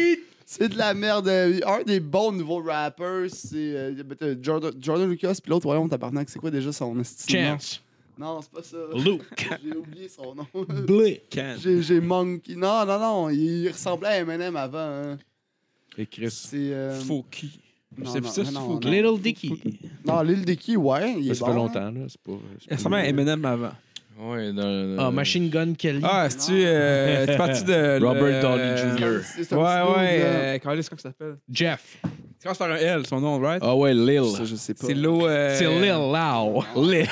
C'est de la merde. Un des bons nouveaux rappers, c'est euh, Jordan, Jordan Lucas, puis l'autre, voyons, tabarnak, c'est quoi déjà son style? Chance. Non, c'est pas ça. Luke. J'ai oublié son nom. Blick. J'ai, j'ai Monkey. Non, non, non, il ressemblait à Eminem avant. Hein. Et Chris. C'est. Euh... Fouki. Non, C'est non, ça, non, c'est non, Fouki. non. Little Dicky. Non, Lil Dicky, ouais. Il est Ça bon, fait hein. longtemps, là. C'est pas. c'est Il pas- ressemblait à Eminem avant. Ouais, dans, dans- Ah, Machine Gun Kelly. Ah, c'est-tu euh, t'es parti de. Robert le- Downey junior C'est- c'est un Ouais, petit dude, ouais. là. Euh, comment est-ce que ça s'appelle? Jeff. C'est commence par un L, son nom, right? Ah ouais, Lil. Ça, je sais pas. C'est Lo. euh, C'est Lil Lau. Lil.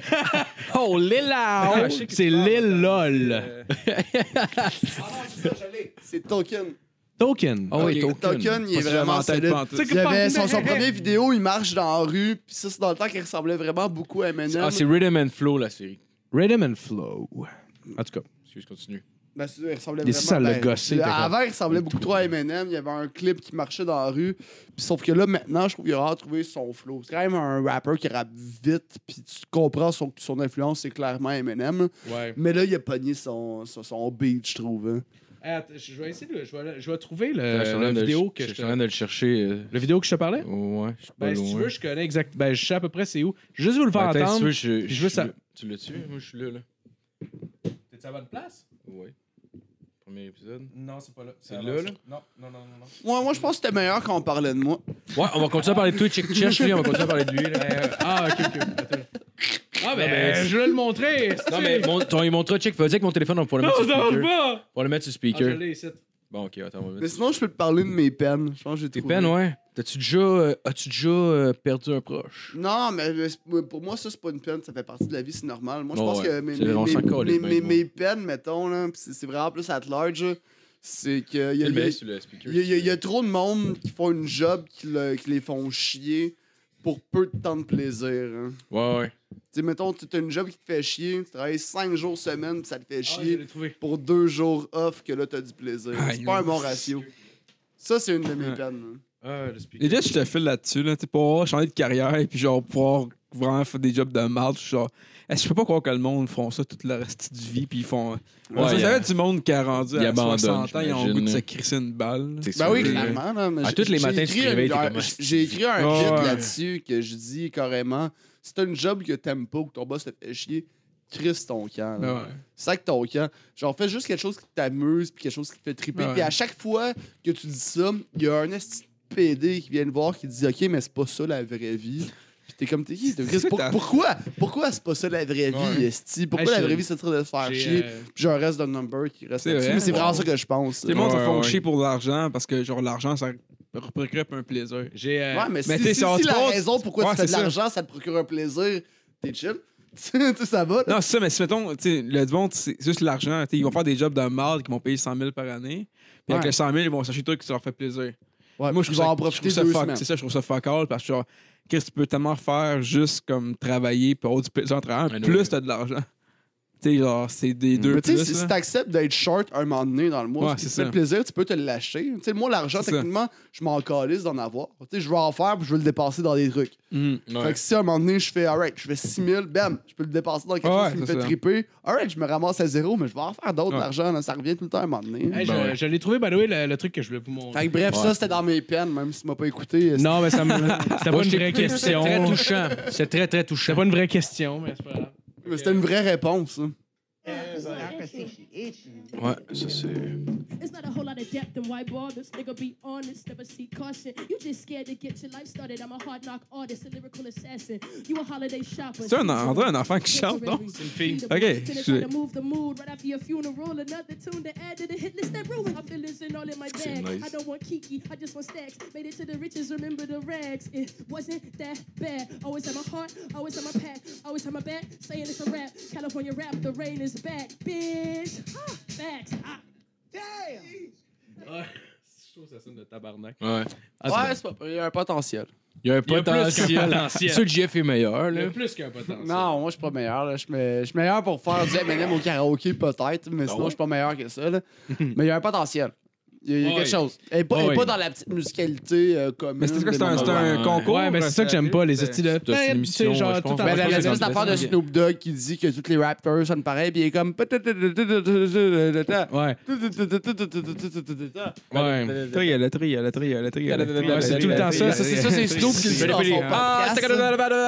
Oh, Lil Lau. Ah, je sais que C'est tu parles, Lil LOL. euh, Ah non, c'est ça, je l'ai. C'est Token. Token. Ah oui, Ok. Token. Token, il est Pas si j'avais vraiment en tête, solide. pas en tout. Il y avait son, son premier vidéo, il marche dans la rue, puis ça, c'est dans le temps qu'il ressemblait vraiment beaucoup à Eminem. Ah, c'est Rhythm and Flow, la série. Rhythm and Flow. En tout cas. Excuse, continue. Ben, c'est ça, il ressemblait Et vraiment... si ça l'a ben, gossé, t'es Avant, il ressemblait beaucoup trop à Eminem. Il y avait un clip qui marchait dans la rue. Puis, sauf que là, maintenant, je trouve qu'il a retrouvé son flow. C'est quand même un rapper qui rappe vite, puis tu comprends son, son influence, c'est clairement Eminem. Ouais. Mais là, il a pogné son, son, son beat, je trouve. Hein. Hey, attends, je vais essayer de. Je vais, je vais trouver le, je suis en la train de- vidéo que je je suis te. en train de le chercher. euh, La vidéo que je te parlais? Ouais, je suis pas Ben, si tu loin. veux, je connais exact. Ben, je sais à peu près c'est où. Je vais juste vous le faire Ben, attends, si tu entendre. veux, je, Puis je veux je- ça- Tu l'as-tu? Moi, je suis là, là. T'es à bonne place? Ouais. Premier épisode. Non, c'est pas là. C'est là, là? Non, non, non, non. non. Moi, moi je pense que c'était meilleur quand on parlait de moi. Ouais, on va continuer à parler de toi. Check, cherche lui, on va continuer à parler de lui. Là. Euh, ah, ok, ok. Attends. Ah, ben, mais- je vais le montrer. Non, mais mon, ton, il montrera, check. Vas-y avec mon téléphone, on pourra le mettre Non, sur ça marche speaker. pas. On va le mettre sur Ah, je speaker. l'ai ici. Bon, ok, attends, on va le Mais mettre. sinon, je peux te parler de mes peines. Je pense que j'ai Tes trouvé. peines, ouais. T'as-tu déjà, euh, as-tu déjà euh, perdu un proche? Non, mais mais c'est- pour moi, ça, c'est pas une peine. Ça fait partie de la vie, c'est normal. Moi, je Ouais, pense ouais. que mes, C'est- mes, on mes, s'en calisse mes, bien, mes- moi. mes peines, mettons, là, pis c'est c'est vraiment plus at large, là, c'est qu'il y a, il y, a, Tu le mets il sur le speaker. y a- il y a trop de monde qui font une job qui, le- qui les font chier pour peu de temps de plaisir. Hein. Ouais, ouais. Tu sais, mettons, tu as une job qui te fait chier, tu travailles cinq jours semaine, pis ça te fait Ah, je chier l'ai trouvé. pour deux jours off que là, t'as du plaisir. Aïe, C'est pas un oui. bon ratio. Ça, c'est une de mes Ouais. peines. hein. Ah, le speaker. Les gars, je te file là-dessus, là, tu sais, pour changer de carrière et puis genre pouvoir vraiment faire des jobs de marde, genre. Est-ce que je peux pas croire que le monde font ça toute la reste du vie puis ils font. Ouais, ça il y a- savait du monde qui a rendu il à abandonne, soixante ans, ils ont le goût de se j'imagine. crisser une balle. là. C'est Ben sûr. oui, Euh, clairement. Là, mais à j'ai- tous les j'ai matins, tu te écrit réveilles, un- t'es un- comme, J'ai écrit un Ouais, clip ouais. là-dessus que je dis carrément si t'as une job que t'aimes pas ou que ton boss te fait chier, crisse ton camp. là. Ben ouais. Sac ton camp. Genre, fais juste quelque chose qui t'amuse puis quelque chose qui te fait triper. Ouais. Puis à chaque fois que tu dis ça, il y a un esti de P D qui vient te voir qui dit OK, mais c'est pas ça la vraie vie. Puis t'es comme, t'es qui? T'es- Chris, pour- T'as- pourquoi? Pourquoi c'est pas ça la vraie vie, Ouais. esti? Pourquoi Hey, la je- vraie vie, c'est de se faire J'ai, chier? euh, Puis j'ai un reste de number qui reste C'est là-dessus. vrai. Mais c'est vraiment Wow. ça que je pense. Tout le monde Ouais, se font ouais. chier pour l'argent parce que genre l'argent ça procure un plaisir. J'ai. euh, Ouais, mais, Mais si, tu sais, si, si on si te la pose- raison pourquoi Ouais, tu fais de c'est ça. l'argent, ça te procure un plaisir, t'es chill. Tu sais, ça va, là. Non, c'est ça, mais si mettons, tu sais, le du monde, c'est juste l'argent. Tu sais, ils vont faire des jobs de marde qui vont payer cent mille par année. Puis avec Ouais. le cent mille, ils vont s'acheter des trucs qui leur fait plaisir. Ouais, Moi, je ils trouve vont ça, en profiter je trouve deux ça fuck- semaines. C'est ça, je trouve ça fuck all parce que genre, qu'est-ce que tu peux tellement faire juste comme travailler puis avoir du plaisir en travaillant, I know, plus ouais. t'as de l'argent. Tu sais, genre, c'est des deux Mais tu sais, plus. si, là. si t'acceptes d'être short un moment donné dans le mois, Ouais, si tu c'est te fait ça. plaisir, tu peux te le lâcher. Tu sais, moi, l'argent, C'est ça. techniquement, je m'en calisse d'en avoir. Tu sais, je veux en faire puis je veux le dépasser dans des trucs. Mhm. Ouais. Fait que si à un moment donné, je fais, alright, je fais six mille, bam, je peux le dépasser dans quelque Ouais, chose qui me c'est fait ça. triper. Alright, je me ramasse à zéro, mais je vais en faire d'autres, Ouais. l'argent, là, ça revient tout le temps à un moment donné. hey, je, Ben ouais. je l'ai trouvé, by the way, le, le truc que je voulais vous montrer. Fait que bref, Ouais. ça, c'était dans mes peines, même si tu m'as pas écouté. c'est- Non, mais ça me. C'était pas Moi, une je t'ai vraie écouté, question. C'est très touchant. C'est très, très touchant. C'était pas une vraie question, mais c'est pas grave. Mais c'était une vraie réponse. hein. Ouais, ça c'est. It's not a whole lot of depth in why bother. Nigga, be honest, never seek caution. You just scared to get your life started. I'm a hard knock artist, a lyrical assassin. You a holiday shopper. C'est un, en vrai, un enfant qui chante, non? C'est une fille. Ok, je- To move the mood right after your funeral. Another tune to add to the hit list that ruined my feelings and all in my bag. nice. I don't want Kiki, I just want stacks. Made it to the riches, remember the rags. It wasn't that bad. Always had my heart, always had my pack, always had my back. Saying it's a rap. California rap, the rain is back, bitch. Ah, facts. Ah. Ouais. Je trouve que ça sonne de tabarnak. Ouais. Ouais, c'est pas. Il y a un potentiel. Il y a un Il y a plus potentiel. qu'un potentiel. Sûr que Jeff est meilleur, Il y a là. plus qu'un potentiel. Non, moi, je suis pas meilleur. là. Je suis me- je suis meilleur pour faire du M and M au karaoké, peut-être, mais sinon, je suis pas meilleur que ça. là. Mais il y a un potentiel. Il y a, il y a Ouais. quelque chose. Elle est pas, elle est Ouais. pas dans la petite musicalité euh, commune. Mais c'est quoi, c'est un, des c'est un moments. concours? Ouais, mais c'est ça que j'aime pas, les hosties de. C'est une émission, genre, ouais, je tout pense. en Ben, la, Ouais, la c'est petite dans le affaire de dessin. Snoop Dogg qui dit que tous les rappers sonnent pareil, puis il est comme. Ouais. Ouais. La tri, la tri, la tri, la tri. Ouais, c'est tout le temps ça. Ça, c'est ça, c'est Snoop qui le dit dans son Ah, podcast.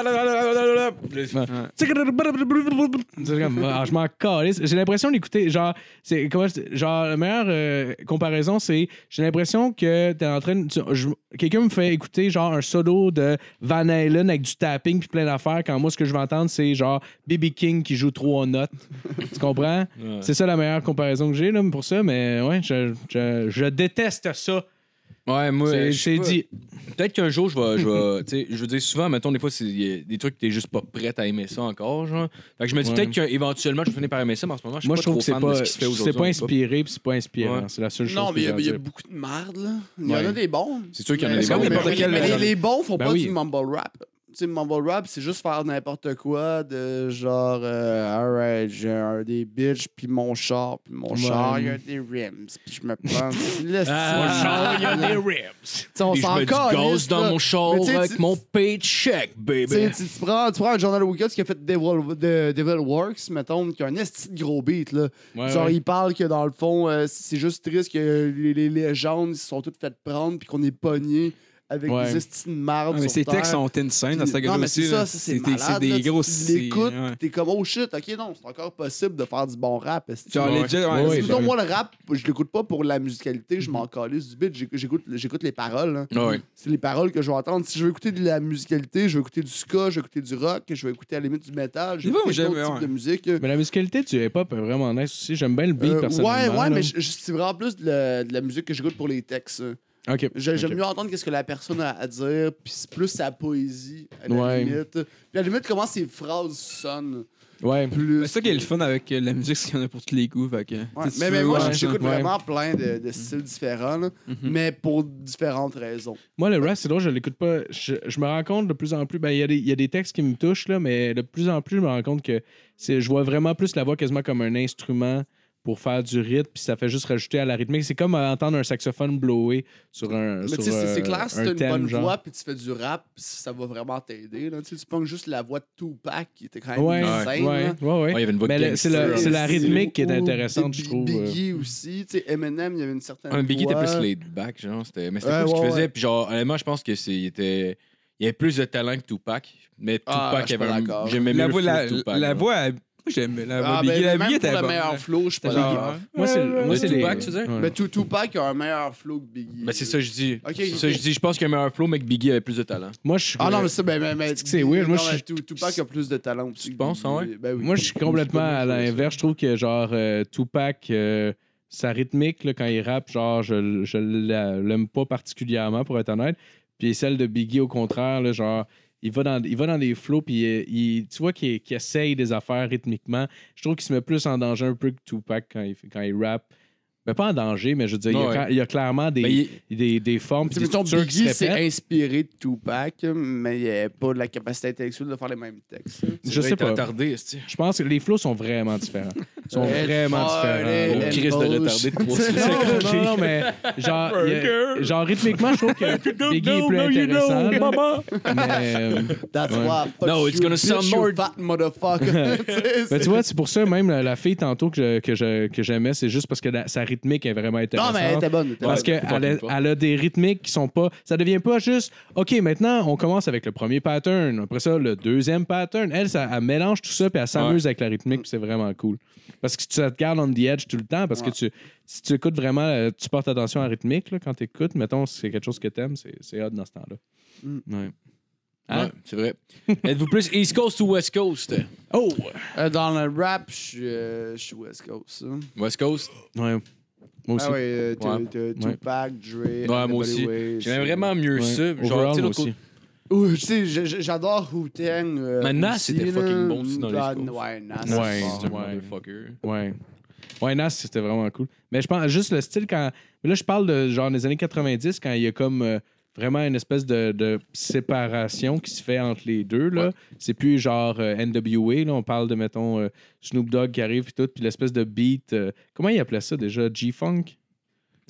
C'est comme, ah, je m'en calisse. J'ai l'impression d'écouter, genre, c'est comment je- genre la meilleure euh, comparaison, c'est j'ai l'impression que t'es en train de, tu- je- quelqu'un me fait écouter genre un solo de Van Halen avec du tapping puis plein d'affaires quand moi ce que je vais entendre c'est genre B B King qui joue trois notes. Tu comprends? Ouais. C'est ça la meilleure comparaison que j'ai là pour ça, mais ouais, je, je, je déteste ça. Ouais, moi, C'est- je sais c'est pas. dit. Peut-être qu'un jour, je vais. Je vais tu sais, je veux dire, souvent, mettons, des fois, c'est y a des trucs que t'es juste pas prête à aimer ça encore, genre. Fait que je me dis Ouais. peut-être qu'éventuellement, je vais finir par aimer ça, mais en ce moment, je suis Moi pas je trouve trop que c'est fan de pas ce qui se fait c'est aujourd'hui. pas inspiré puis c'est pas inspirant, Ouais. c'est la seule chose Non, que mais il y, j'ai a- à il y a dire. beaucoup de merde, là. Il y en Ouais. a des bons. C'est sûr qu'il y en a Mais des comme bons. n'importe mais- quel- mais les, les bons font Ben pas oui. du mumble rap. Tu sais, mumble rap, c'est juste faire n'importe quoi de genre, euh, alright, j'ai un des bitches, puis mon char, puis mon Ouais. char, il y a des rims, puis je me prends. Là, Ah, il y a des rims. Tu sais, on Puis je s'en mets du calisse, gaz dans là. mon char Mais tu sais, avec tu- mon paycheck, Tu baby. sais, tu, tu prends, tu prends un Journal Wicked qui a fait Devil, de, Devil Works, mettons, qui a un esti de gros beat, là. Ouais, Genre, ouais. il parle que dans le fond, euh, c'est juste triste que les, les légendes se sont toutes faites prendre puis qu'on est pognés avec Ouais. des estis de marde. Ah, mais sur ces terre. textes sont insane dans cette Non, gueule mais aussi. c'est là. ça, ça, c'est C'est malade. c'est des là. gros. Tu c'est- l'écoutes, ouais. t'es comme, oh shit, ok, non, c'est encore possible de faire du bon rap. esti. Genre, Ouais. legit, ouais, Ouais, c'est- ouais. Mettons, moi, le rap, je l'écoute pas pour la musicalité, je m'en calisse du beat, j'écoute- j'écoute j'écoute les paroles. hein. Ouais. C'est les paroles que je vais entendre. Si je veux écouter de la musicalité, je vais écouter du ska, je vais écouter du rock, je vais écouter à la limite du métal, je vais C'est bon, écouter j'aime, d'autres types ouais. de musique. Mais la musicalité du hip-hop est vraiment nice aussi. J'aime bien le beat Euh, personnellement. ouais, ouais, là. mais je- je- c'est vraiment plus de la, de la musique que j'écoute pour les textes. OK. J'ai- J'aime OK. mieux entendre qu'est-ce que la personne a à dire, puis c'est plus sa poésie, à la Ouais. limite. Puis à la limite, comment ses phrases sonnent. Ouais. Plus. C'est ça qui est le fun avec euh, la musique, c'est qu'il y en a pour tous les goûts. Fait que, Ouais, tu sais, Mais, tu mais veux, moi, ouais, j'écoute ouais. vraiment plein de, de styles différents, là, Mhm. mais pour différentes raisons. Moi, le rap, c'est drôle, je l'écoute pas. Je, je me rends compte de plus en plus. Ben, il y, a des- il y a des textes qui me touchent, là, mais de plus en plus, je me rends compte que c'est, je vois vraiment plus la voix quasiment comme un instrument pour faire du rythme, puis ça fait juste rajouter à la rythmique. C'est comme euh, entendre un saxophone blower sur un. Mais sur, tu sais, c'est- c'est euh, clair, si un t'as une thème, bonne genre. voix puis tu fais du rap, ça va vraiment t'aider. là. Tu sais, tu pognes juste la voix de Tupac qui était quand même Ouais, insane. ouais, là. ouais, ouais. Ouais, il y avait une voix Mais de le- c'est, gangster. le- c'est la rythmique qui est Ou intéressante, je Big- trouve. euh. Biggie aussi. Tu sais, Eminem, il y avait une certaine Un Biggie était voix. plus laid back, genre. C'était... Mais c'était Ouais, cool ce qu'il ouais, faisait. ouais. Puis genre, honnêtement, je pense que c'est... il était... il y avait plus de talent que Tupac. Mais Ah, Tupac je suis avait pas un... d'accord. J'aimais mieux La le voix, flow la, de Tupac. la genre. voix, elle- moi j'aime la voix Ah, Biggie. ben, La même Biggie pour était le bonne. meilleur flow, je suis pas C'était d'accord. genre- Moi, c'est, moi, Le c'est les. Tupac, tu veux dire? Ouais. Mais tout- Tupac a un meilleur flow que Biggie. Ben, c'est ça que je dis. Ok, c'est ok. ça que je dis. Je pense qu'il y a un meilleur flow, mais que Biggie avait plus de talent. Moi, je suis. Ah non, mais ça, ben, ben, ben, C'est que c'est weird. Moi, non, je mais suis- Tu- Tupac a plus de talent aussi. Tu que penses, Biggie. ah ouais? Ben oui. Moi, je suis complètement à l'inverse. Je trouve que, genre, euh, Tupac, euh, sa rythmique, là, quand il rappe, genre, je, je la- l'aime pas particulièrement, pour être honnête. Puis celle de Biggie, au contraire, là, genre, il va dans, il va dans des flows, puis euh, il, tu vois qu'il, qu'il essaye des affaires rythmiquement. Je trouve qu'il se met plus en danger un peu que Tupac quand il, fait- quand il rappe. Ben, pas en danger, mais je veux dire, il, y a, Ouais. quand- il y a clairement des, Ben, il- des, des formes, puis Tu sais, des mettons, structures qui Biggie se s'est répètent. inspiré de Tupac, mais il n'a pas la capacité intellectuelle de faire les mêmes textes. C'est Je vrai, sais t'es pas. retardé, esti. Je pense que les flows sont vraiment différents. Ils sont Red vraiment Fire, différents. Gros and Chris de Bush. retardé de trois Non, non, non, non, mais genre, il y a- genre rythmiquement, je trouve que Biggie est plus intéressant. là. Mais, euh, That's Ouais. why I fuck No, it's you, gonna bitch, sound you more- fat motherfucker. Tu sais, ben, c'est- tu vois, c'est pour ça, même la, la fille tantôt que, je- que, je- que j'aimais, c'est juste parce que la- sa rythmique est vraiment Non, intéressante. mais elle était bonne. elle était Parce bonne. Ouais, qu'elle a, fucking pas. elle a des rythmiques qui sont pas. Ça devient pas juste. OK, maintenant, on commence avec le premier pattern. Après ça, le deuxième pattern. Elle, ça, elle mélange tout ça, puis elle s'amuse avec la rythmique, puis c'est vraiment cool. Parce que tu te gardes on the edge tout le temps, parce Ouais. que tu, si tu écoutes vraiment, euh, tu portes attention à la rythmique là, quand tu écoutes. Mettons, si c'est quelque chose que tu aimes, c'est, c'est hot dans ce temps-là. Mm. Ouais. Ouais, c'est vrai. Êtes-vous plus East Coast ou West Coast? Oh! Euh, Dans le rap, je suis euh, je suis West Coast. hein. West Coast? Ouais. Moi aussi. Ah ouais, euh, t'as- Ouais. t'as Tupac, Dre. Ouais, moi aussi. J'aime J'aimais vraiment mieux Ouais. ça. Genre, Overall, tu sais, moi l'autre aussi. Ouh, tu sais, j- j- j'adore Wu-Tang. euh, Mais Nas, aussi, c'était là. fucking bon aussi dans les Ah, schools. Ouais, Nas. Ouais, c'est fort. C'est un ouais. motherfucker. Ouais. Ouais, Nas, c'était vraiment cool. Mais je pense juste le style quand. Mais là, je parle de genre des années quatre-vingt-dix, quand il y a comme euh, vraiment une espèce de, de séparation qui se fait entre les deux. Là. Ouais. C'est plus genre euh, N W A. Là. On parle de, mettons, euh, Snoop Dogg qui arrive et tout, puis l'espèce de beat. euh, comment il appelait ça déjà? G-Funk?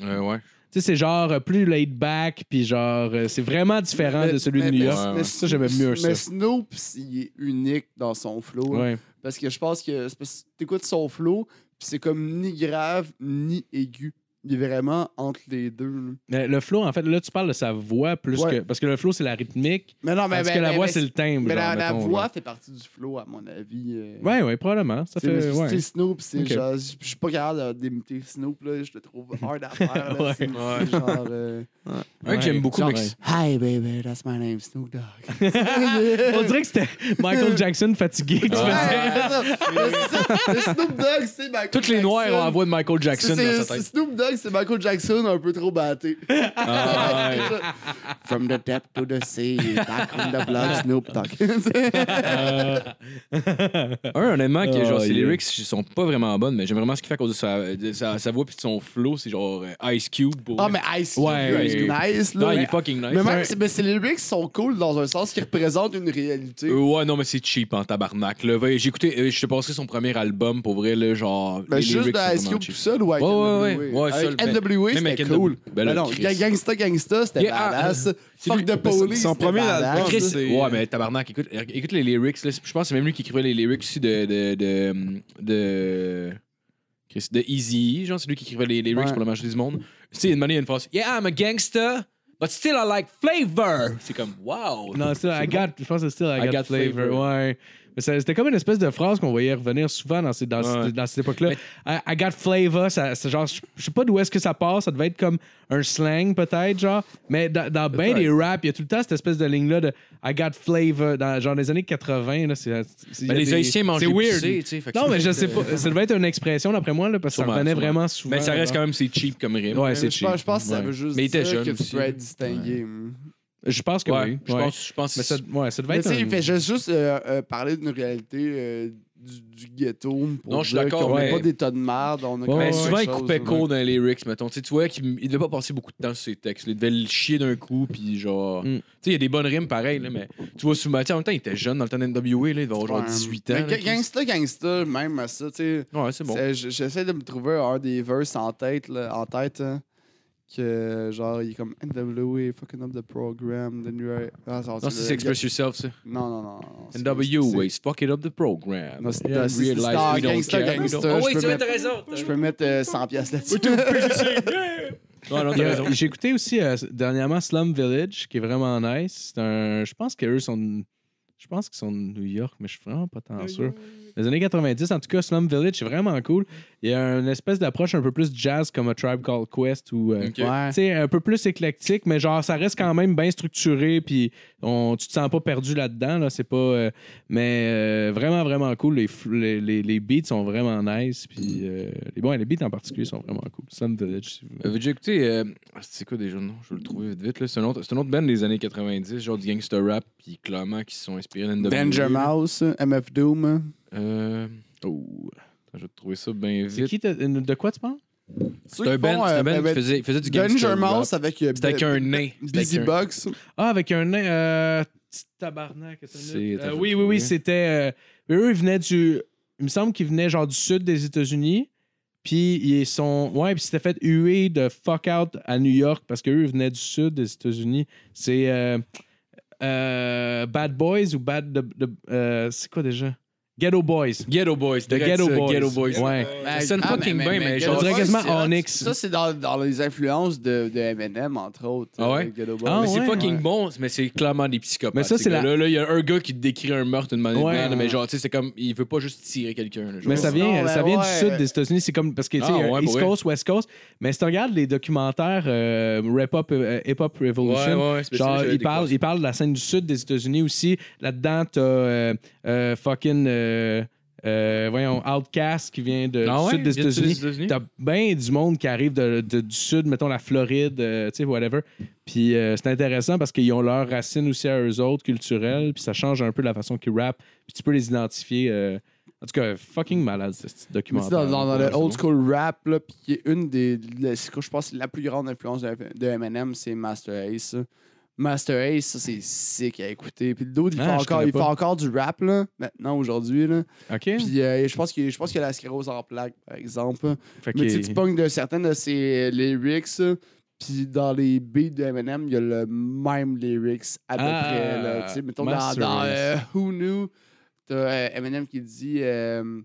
Euh, ouais. Tu sais, c'est genre euh, plus laid back, puis genre, euh, c'est vraiment différent Mais- de celui mais- de New mais- York. Ouais, mais ouais. Ça, j'aimais mieux ça. Mais Snoop, il est unique dans son flow. Ouais. Parce que je pense que c'est parce que t'écoutes son flow, puis c'est comme ni grave ni aigu. Il est vraiment entre les deux. là. Mais le flow, en fait, là, tu parles de sa voix plus Ouais. que. Parce que le flow, c'est la rythmique. Mais non, mais, Parce mais- que la mais- voix, mais- c'est le timbre. Mais la, genre, la mettons, voix là. fait partie du flow, à mon avis. euh. Ouais, ouais, probablement. Ça C'est fait. c'est Ouais. Snoop, c'est Ok. genre. Je je suis pas capable d'imiter Snoop, là. Je le trouve hard à faire. là. Ouais. C'est c'est genre. euh, Un que j'aime beaucoup, genre, mais que- Hi, baby, that's my name, Snoop Dogg. On dirait que c'était Michael Jackson fatigué. que tu Ouais, faisais. c'est ça. Mais c'est ça. Le Snoop Dogg, c'est Michael Tous les Noirs ont la voix de Michael Jackson C'est- dans c'est- sa tête. Snoop Dogg, c'est Michael Jackson un peu trop batté. Ah, ouais. From the depth to the sea, back on the block, Snoop Dogg. Un, honnêtement, que genre, Oh, ses yeah. lyrics sont pas vraiment bonnes, mais j'aime vraiment ce qu'il fait à cause de sa, de sa, sa voix puis de son flow. C'est genre euh, Ice Cube. pour- Ah, mais Ice Cube, Ouais. Ice Cube, nice, Non, là. il est fucking nice. Mais C'est même, un- c'est- mais ses lyrics sont cool dans un sens qui représente une réalité. Euh, ouais, non, mais c'est cheap en tabarnak. Là. Va- J'ai écouté, euh, je te passerai son premier album pour vrai, là, genre. Ben, les juste lyrics de sont Ice vraiment Cube cheap. tout seul ou avec Ouais, ouais, N W A? ouais, ouais, seul, Avec ben, N W A, même avec c'était N W A. cool. Ben là, Ben non, Chris. Ga- Gangsta Gangsta, c'était Yeah, ah, badass. c'est Fuck lui- the police, son c'était premier badass. album, Chris, c'est- ouais, mais tabarnak, écoute, écoute les lyrics. Là, je pense que c'est même lui qui écrivait les lyrics aussi de. de, de, de... Chris, de Easy, genre, c'est lui qui écrivait les lyrics Ouais. pour la majorité du monde. Tu sais, une manière, il y a une phrase Yeah, I'm a gangster, but still I like flavor. C'est comme, wow. Non, c'est I got, je pense que c'est still I, I got, got flavor. flavor. Ouais. Mais ça- c'était comme une espèce de phrase qu'on voyait revenir souvent dans, ces, dans, Ouais. ces- dans cette époque-là. I, I got flavor, ça, c'est genre, je je sais pas d'où est-ce que ça part, ça devait être comme un slang peut-être, genre. Mais dans, dans bien des raps, il y a tout le temps cette espèce de ligne-là de I got flavor. Dans genre les années quatre-vingts, là, c'est. c'est- il y Ben, a les des- Haïtiens mangent c'est des weird. poussées, tu sais. fait que Non, c'est mais je peut-être, sais euh, pas. Ça devait être une expression d'après moi, là, parce que ça Sûrement, revenait sûrement. vraiment souvent. Mais ça reste genre. quand même, c'est cheap comme rime. Ouais, Mais c'est je cheap. pense, je pense que ça Ouais. veut juste Mais il était dire jeune que tu aussi. peux être distingué. hum. Je pense que Ouais, oui. je ouais. pense, je pense Mais ça, ouais, ça devait Mais être. tu sais, un- il fait juste, juste euh, euh, parler d'une réalité euh, du, du ghetto. Pour Non, je suis dire d'accord, qu'on mais- n'est pas des tas de merde. On a quand Ouais, Mais même ouais, souvent, quelque il chose, coupait là. court dans les lyrics, mettons. Tu sais, tu vois qu'il il devait pas passer beaucoup de temps sur ses textes. Il devait le chier d'un coup, puis genre. Mm. Tu sais, il y a des bonnes rimes pareilles, là, mais tu vois, souvent, tu sais, en même temps, il était jeune dans le temps d'N W A, là, il devait avoir genre Ouais. dix-huit ans. Mais là, ga- Chris. Gangsta, gangsta, même à ça, tu sais. Ouais, c'est bon. c'est- j- J'essaie de me trouver un des verses en tête, là, en tête, hein, que genre, il est comme N W A, fucking up the program, then you're... Ah, ça, Non, c'est c'est Express Yourself, ça. Non, non, non. non, c'est- N W A, c'est- ways, fuck it up the program. Non, c'est- Yeah, c'est- c'est- realize c'est dans we don't Gangsta, care. Gangsta. We don't- Je Oh, oui, peux tu vois, mettre- t'as raison. Je peux mettre euh, cent piastres là-dessus. Ouais, non, Il y t'as a- raison. J'ai écouté aussi euh, dernièrement Slum Village, qui est vraiment nice. C'est un, je pense qu'eux sont. de- Je pense qu'ils sont de New York, mais je suis vraiment pas tant sûr. Les années quatre-vingt-dix, en tout cas, Slum Village, c'est vraiment cool. Il y a une espèce d'approche un peu plus jazz comme A Tribe Called Quest ou. euh, Ok. Ouais. Tu sais, un peu plus éclectique, mais genre, ça reste quand même bien structuré, puis on, tu te sens pas perdu là-dedans, là, c'est pas... euh, mais euh, vraiment, vraiment cool. Les, f- les, les, les beats sont vraiment nice, puis euh, les, bon, les beats en particulier sont vraiment cool. Slum Village, si vous- Avez-vous déjà écouté. euh, ah, c'est quoi déjà le nom? Je vais le trouver vite vite. là. C'est un autre, c'est un autre band des années quatre-vingt-dix, genre du gangster rap, puis clairement qui se sont inspirés d'N W A. Danger Mouse, M F Doom. Euh. Oh. Attends, je vais te trouver ça bien C'est vite. qui, t'as- de quoi tu parles? C'est un band, c'est un band qui faisait, il faisait du gangster Danger rap. Mouse avec euh, C'était avec un nain. C'était Busy avec un- Bucks. Ah, avec un nain... Euh, petit tabarnak. attends une C'est- minute. attends, Euh, je oui, vais oui, oui, trouver. c'était... euh, eux, ils venaient du... Il me semble qu'ils venaient genre du sud des États-Unis. Puis ils sont. Ouais, puis c'était fait huer de fuck out à New York parce qu'eux ils venaient du sud des États-Unis. C'est euh, euh, Bad Boys ou Bad. de- de- euh, c'est quoi déjà? Ghetto Boys. Ghetto Boys. The Ghetto ça, Boys. Ghetto Boys. Ouais. Ça sonne fucking bien, mais Ghetto genre. dirait Boys, quasiment c'est hot. Onyx. Ça, c'est dans, dans les influences de, de Eminem, entre autres. Ah ouais? euh, Ghetto Boys. Ah Mais c'est ouais, fucking ouais. bon, mais c'est clairement des psychopathes. Mais ça, ces c'est la- gars-là. Là, il y a un gars qui décrit un meurtre d'une manière, Ouais. de mais genre, tu sais, c'est comme, il veut pas juste tirer quelqu'un. là, genre. Mais ça sinon, vient, ben ça vient ouais. du sud des États-Unis. C'est comme. Parce que, tu sais, Ah, il y a ouais, East pour Coast, West Coast. Mais si tu regardes les documentaires euh, Rap Up, euh, Hip Hop Revolution, Ouais, ouais, c'est genre, spécial, ils parlent, ils parlent de la scène du sud des États-Unis aussi. Là-dedans, t'as euh, euh, fucking. euh, euh, voyons, Outkast qui vient de, Ah du ouais? sud des Vient du sud des États-Unis. États-Unis? T'as bien du monde qui arrive de, de- du sud, mettons la Floride, euh, tu sais, whatever. Puis euh, c'est intéressant parce qu'ils ont leurs racines aussi à eux autres, culturelles, puis ça change un peu la façon qu'ils rappent. Puis tu peux les identifier. euh, En tout cas, fucking malade, ce petit Mais tu sais, documentaire. dans, dans Ouais, le c'est old bon. school rap, là, puis qui est une des. le- c'est que je pense que la plus grande influence de, de Eminem, c'est Master Ace. ça. Master Ace, ça, c'est sick à écouter. Puis le dude, il, Ah, fait, je encore, connais il fait pas. encore du rap, là, maintenant, aujourd'hui, là. OK. Puis euh, je pense qu'il je pense qu'il y a la sclérose en plaques, par exemple. Fait Mais tu sais, que- tu pognes de certaines de ses lyrics, euh, puis dans les beats de Eminem, il y a le même lyrics à peu Ah, près. Là. Tu sais, mettons, dans, Master dans Ace. euh, Who Knew, t'as euh, Eminem qui dit... Euh,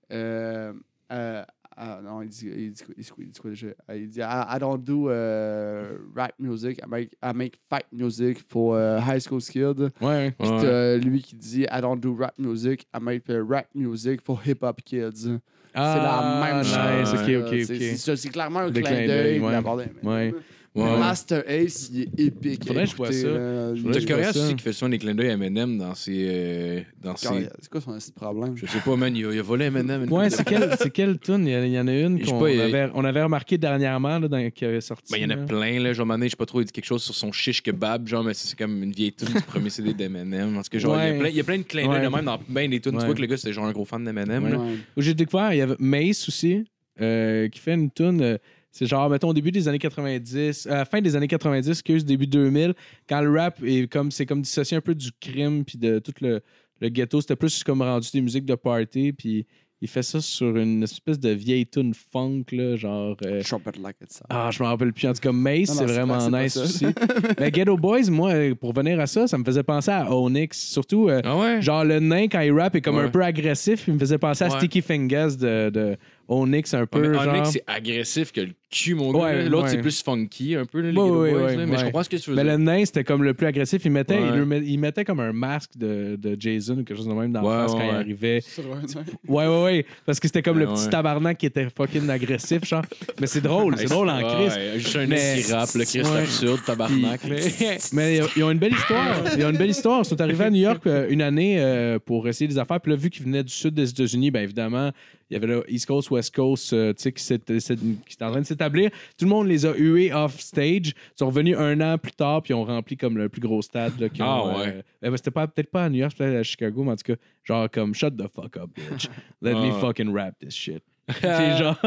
euh, euh, ah, non, il dit, il dit, quoi- il dit quoi- il dit quoi déjà? Ah, Il dit I, I don't do uh, rap music, I make, I make fight music for uh, high school kids. Ouais. Puis Ouais. t'as lui qui dit I don't do rap music, I make uh, rap music for hip-hop kids. Ah, c'est la même nice. chose. OK, là. OK, C'est- OK. C'est, c'est, c'est clairement un Des clin clins d'œil d'œil, de ouais. la part d'Eminem. Ouais. Mais Ouais. Master Ace, il est épique. à Faudrait que je vois écouter, ça. là. Il- Faudrait T'as que je vois Corias ça. aussi qui fait souvent des clins d'œil à Eminem dans ses. euh, dans ses... C'est quoi son petit problème? Je sais pas, man, il a, il a volé Eminem. une Ouais, couple de c'est quelle, c'est quelle tune? Il y, en a- il y en a une Je sais qu'on pas, il y a- avait, on avait remarqué dernièrement là, dans, qui avait sorti. Ben, il y en a là. plein, là. Genre, un moment donné, je sais pas trop, il dit quelque chose sur son chiche kebab, genre, mais c'est comme une vieille tune du premier C D d'Eminem. Parce que, genre, il y a Ouais. plein- il y, a plein de clins d'œil Ouais. de même dans bien des tunes. Ouais. Tu vois que le gars, c'était genre un gros fan d'Eminem. Ouais. là. Ouais. Où j'ai découvert, il y avait Mace aussi, euh, qui fait une tune. euh, c'est genre, mettons, au début des années quatre-vingt-dix, euh, fin des années quatre-vingt-dix, excuse, début deux mille, quand le rap est comme, c'est comme dissocié un peu du crime puis de tout le, le ghetto. C'était plus comme rendu des musiques de party, puis il fait ça sur une espèce de vieille tune funk, là, genre. euh, Trumpet like it's Ah, je me rappelle plus. En tout cas, Mace, Non, non, c'est c'est vraiment pas- c'est pas nice ça. aussi. Mais Ghetto Boys, moi, euh, pour venir à ça, ça me faisait penser à Onyx. Surtout, euh, Ah ouais? genre, le nain, quand il rap, est comme Ouais. un peu agressif. Il me faisait penser à Ouais. Sticky Fingers de, de Onyx, un Ouais, peu. mais genre. Onyx, c'est agressif que le cul, mon gars. Ouais, là. L'autre, ouais. c'est plus funky, un peu, là, les Ouais, Ghetto ouais, Boys, ouais, là. Mais ouais. je comprends ce que tu veux Mais dire. le nain, c'était comme le plus agressif. Il mettait, Ouais. il, le met- il mettait comme un masque de, de Jason ou quelque chose de même dans Ouais, la face ouais, quand il ouais. arrivait. Sur un nain. Ouais, ouais, ouais. Parce que c'était comme le Ouais, petit ouais. tabarnak qui était fucking agressif, genre. Mais c'est drôle, c'est drôle en crise. Ouais, juste un Mais- mec qui rappe, le Christ Ouais. absurde, tabarnak. là. Mais ils ont une belle histoire. Ils ont une belle histoire. Ils sont arrivés à New York euh, une année euh, pour essayer des affaires. Puis là, vu qu'ils venaient du sud des États-Unis, bien évidemment, il y avait le East Coast, West Coast, euh, tu sais, qui s'était- s'est- qui était en train de s'établir. Tout le monde les a hués off stage. Ils sont revenus un an plus tard, puis ils ont rempli comme le plus gros stade. Là, qu'ils Ah, ont, ouais. euh, ben, c'était pas, peut-être pas à New York, c'était peut-être à Chicago, mais en tout cas, genre comme shut the fuck up, bitch. Let me Ah. fucking rap this shit. C'est genre.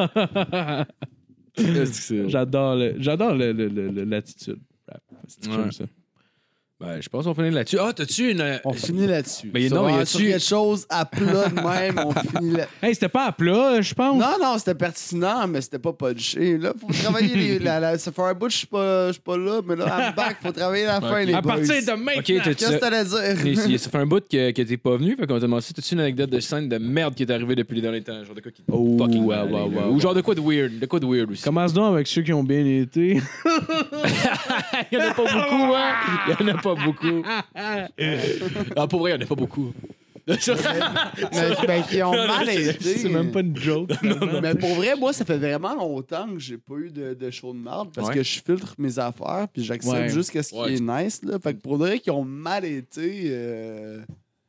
Qu'est-ce que c'est? J'adore le- j'adore le- le- le- le- l'attitude. Rap. C'est Ouais. j'aime ça. Ben, je pense qu'on finit là-dessus. Ah, t'as-tu une. On finit là-dessus. Mais Sur- non, mais y a-tu- sur quelque chose à plat de même, on finit là. Hey, c'était pas à plat, je pense. Non, non, c'était pertinent, mais c'était pas punché. Là, faut travailler les, la, la, ça fait un bout, je suis pas, je suis pas là, mais là, I'm back, faut travailler la fin, les À boys. partir de maintenant. Ok, t'as-tu. Qu'est-ce que t'allais Mais dire? si- ça fait un bout que, que t'es pas venu, fait qu'on t'a demandé si t'as-tu une anecdote de scène de merde qui est arrivée depuis les derniers temps. Genre de quoi qui. Oh, fucking ouais, mal, ouais, là. ouais, Ou ouais. genre de quoi de weird. De quoi de weird aussi. Commence donc avec ceux qui ont bien été. Il y en a pas beaucoup, hein? Il y en a pas beaucoup. Ah, pour vrai, il y en a pas beaucoup. mais, ben, qui ont mal été. C'est même pas une joke. Mais pour vrai, moi, ça fait vraiment longtemps que j'ai pas eu de, de show de marde parce Ouais. que je filtre mes affaires puis j'accepte Ouais. juste ce qui Ouais. est nice. Là. Fait que pour vrai qu'ils ont mal été. Euh...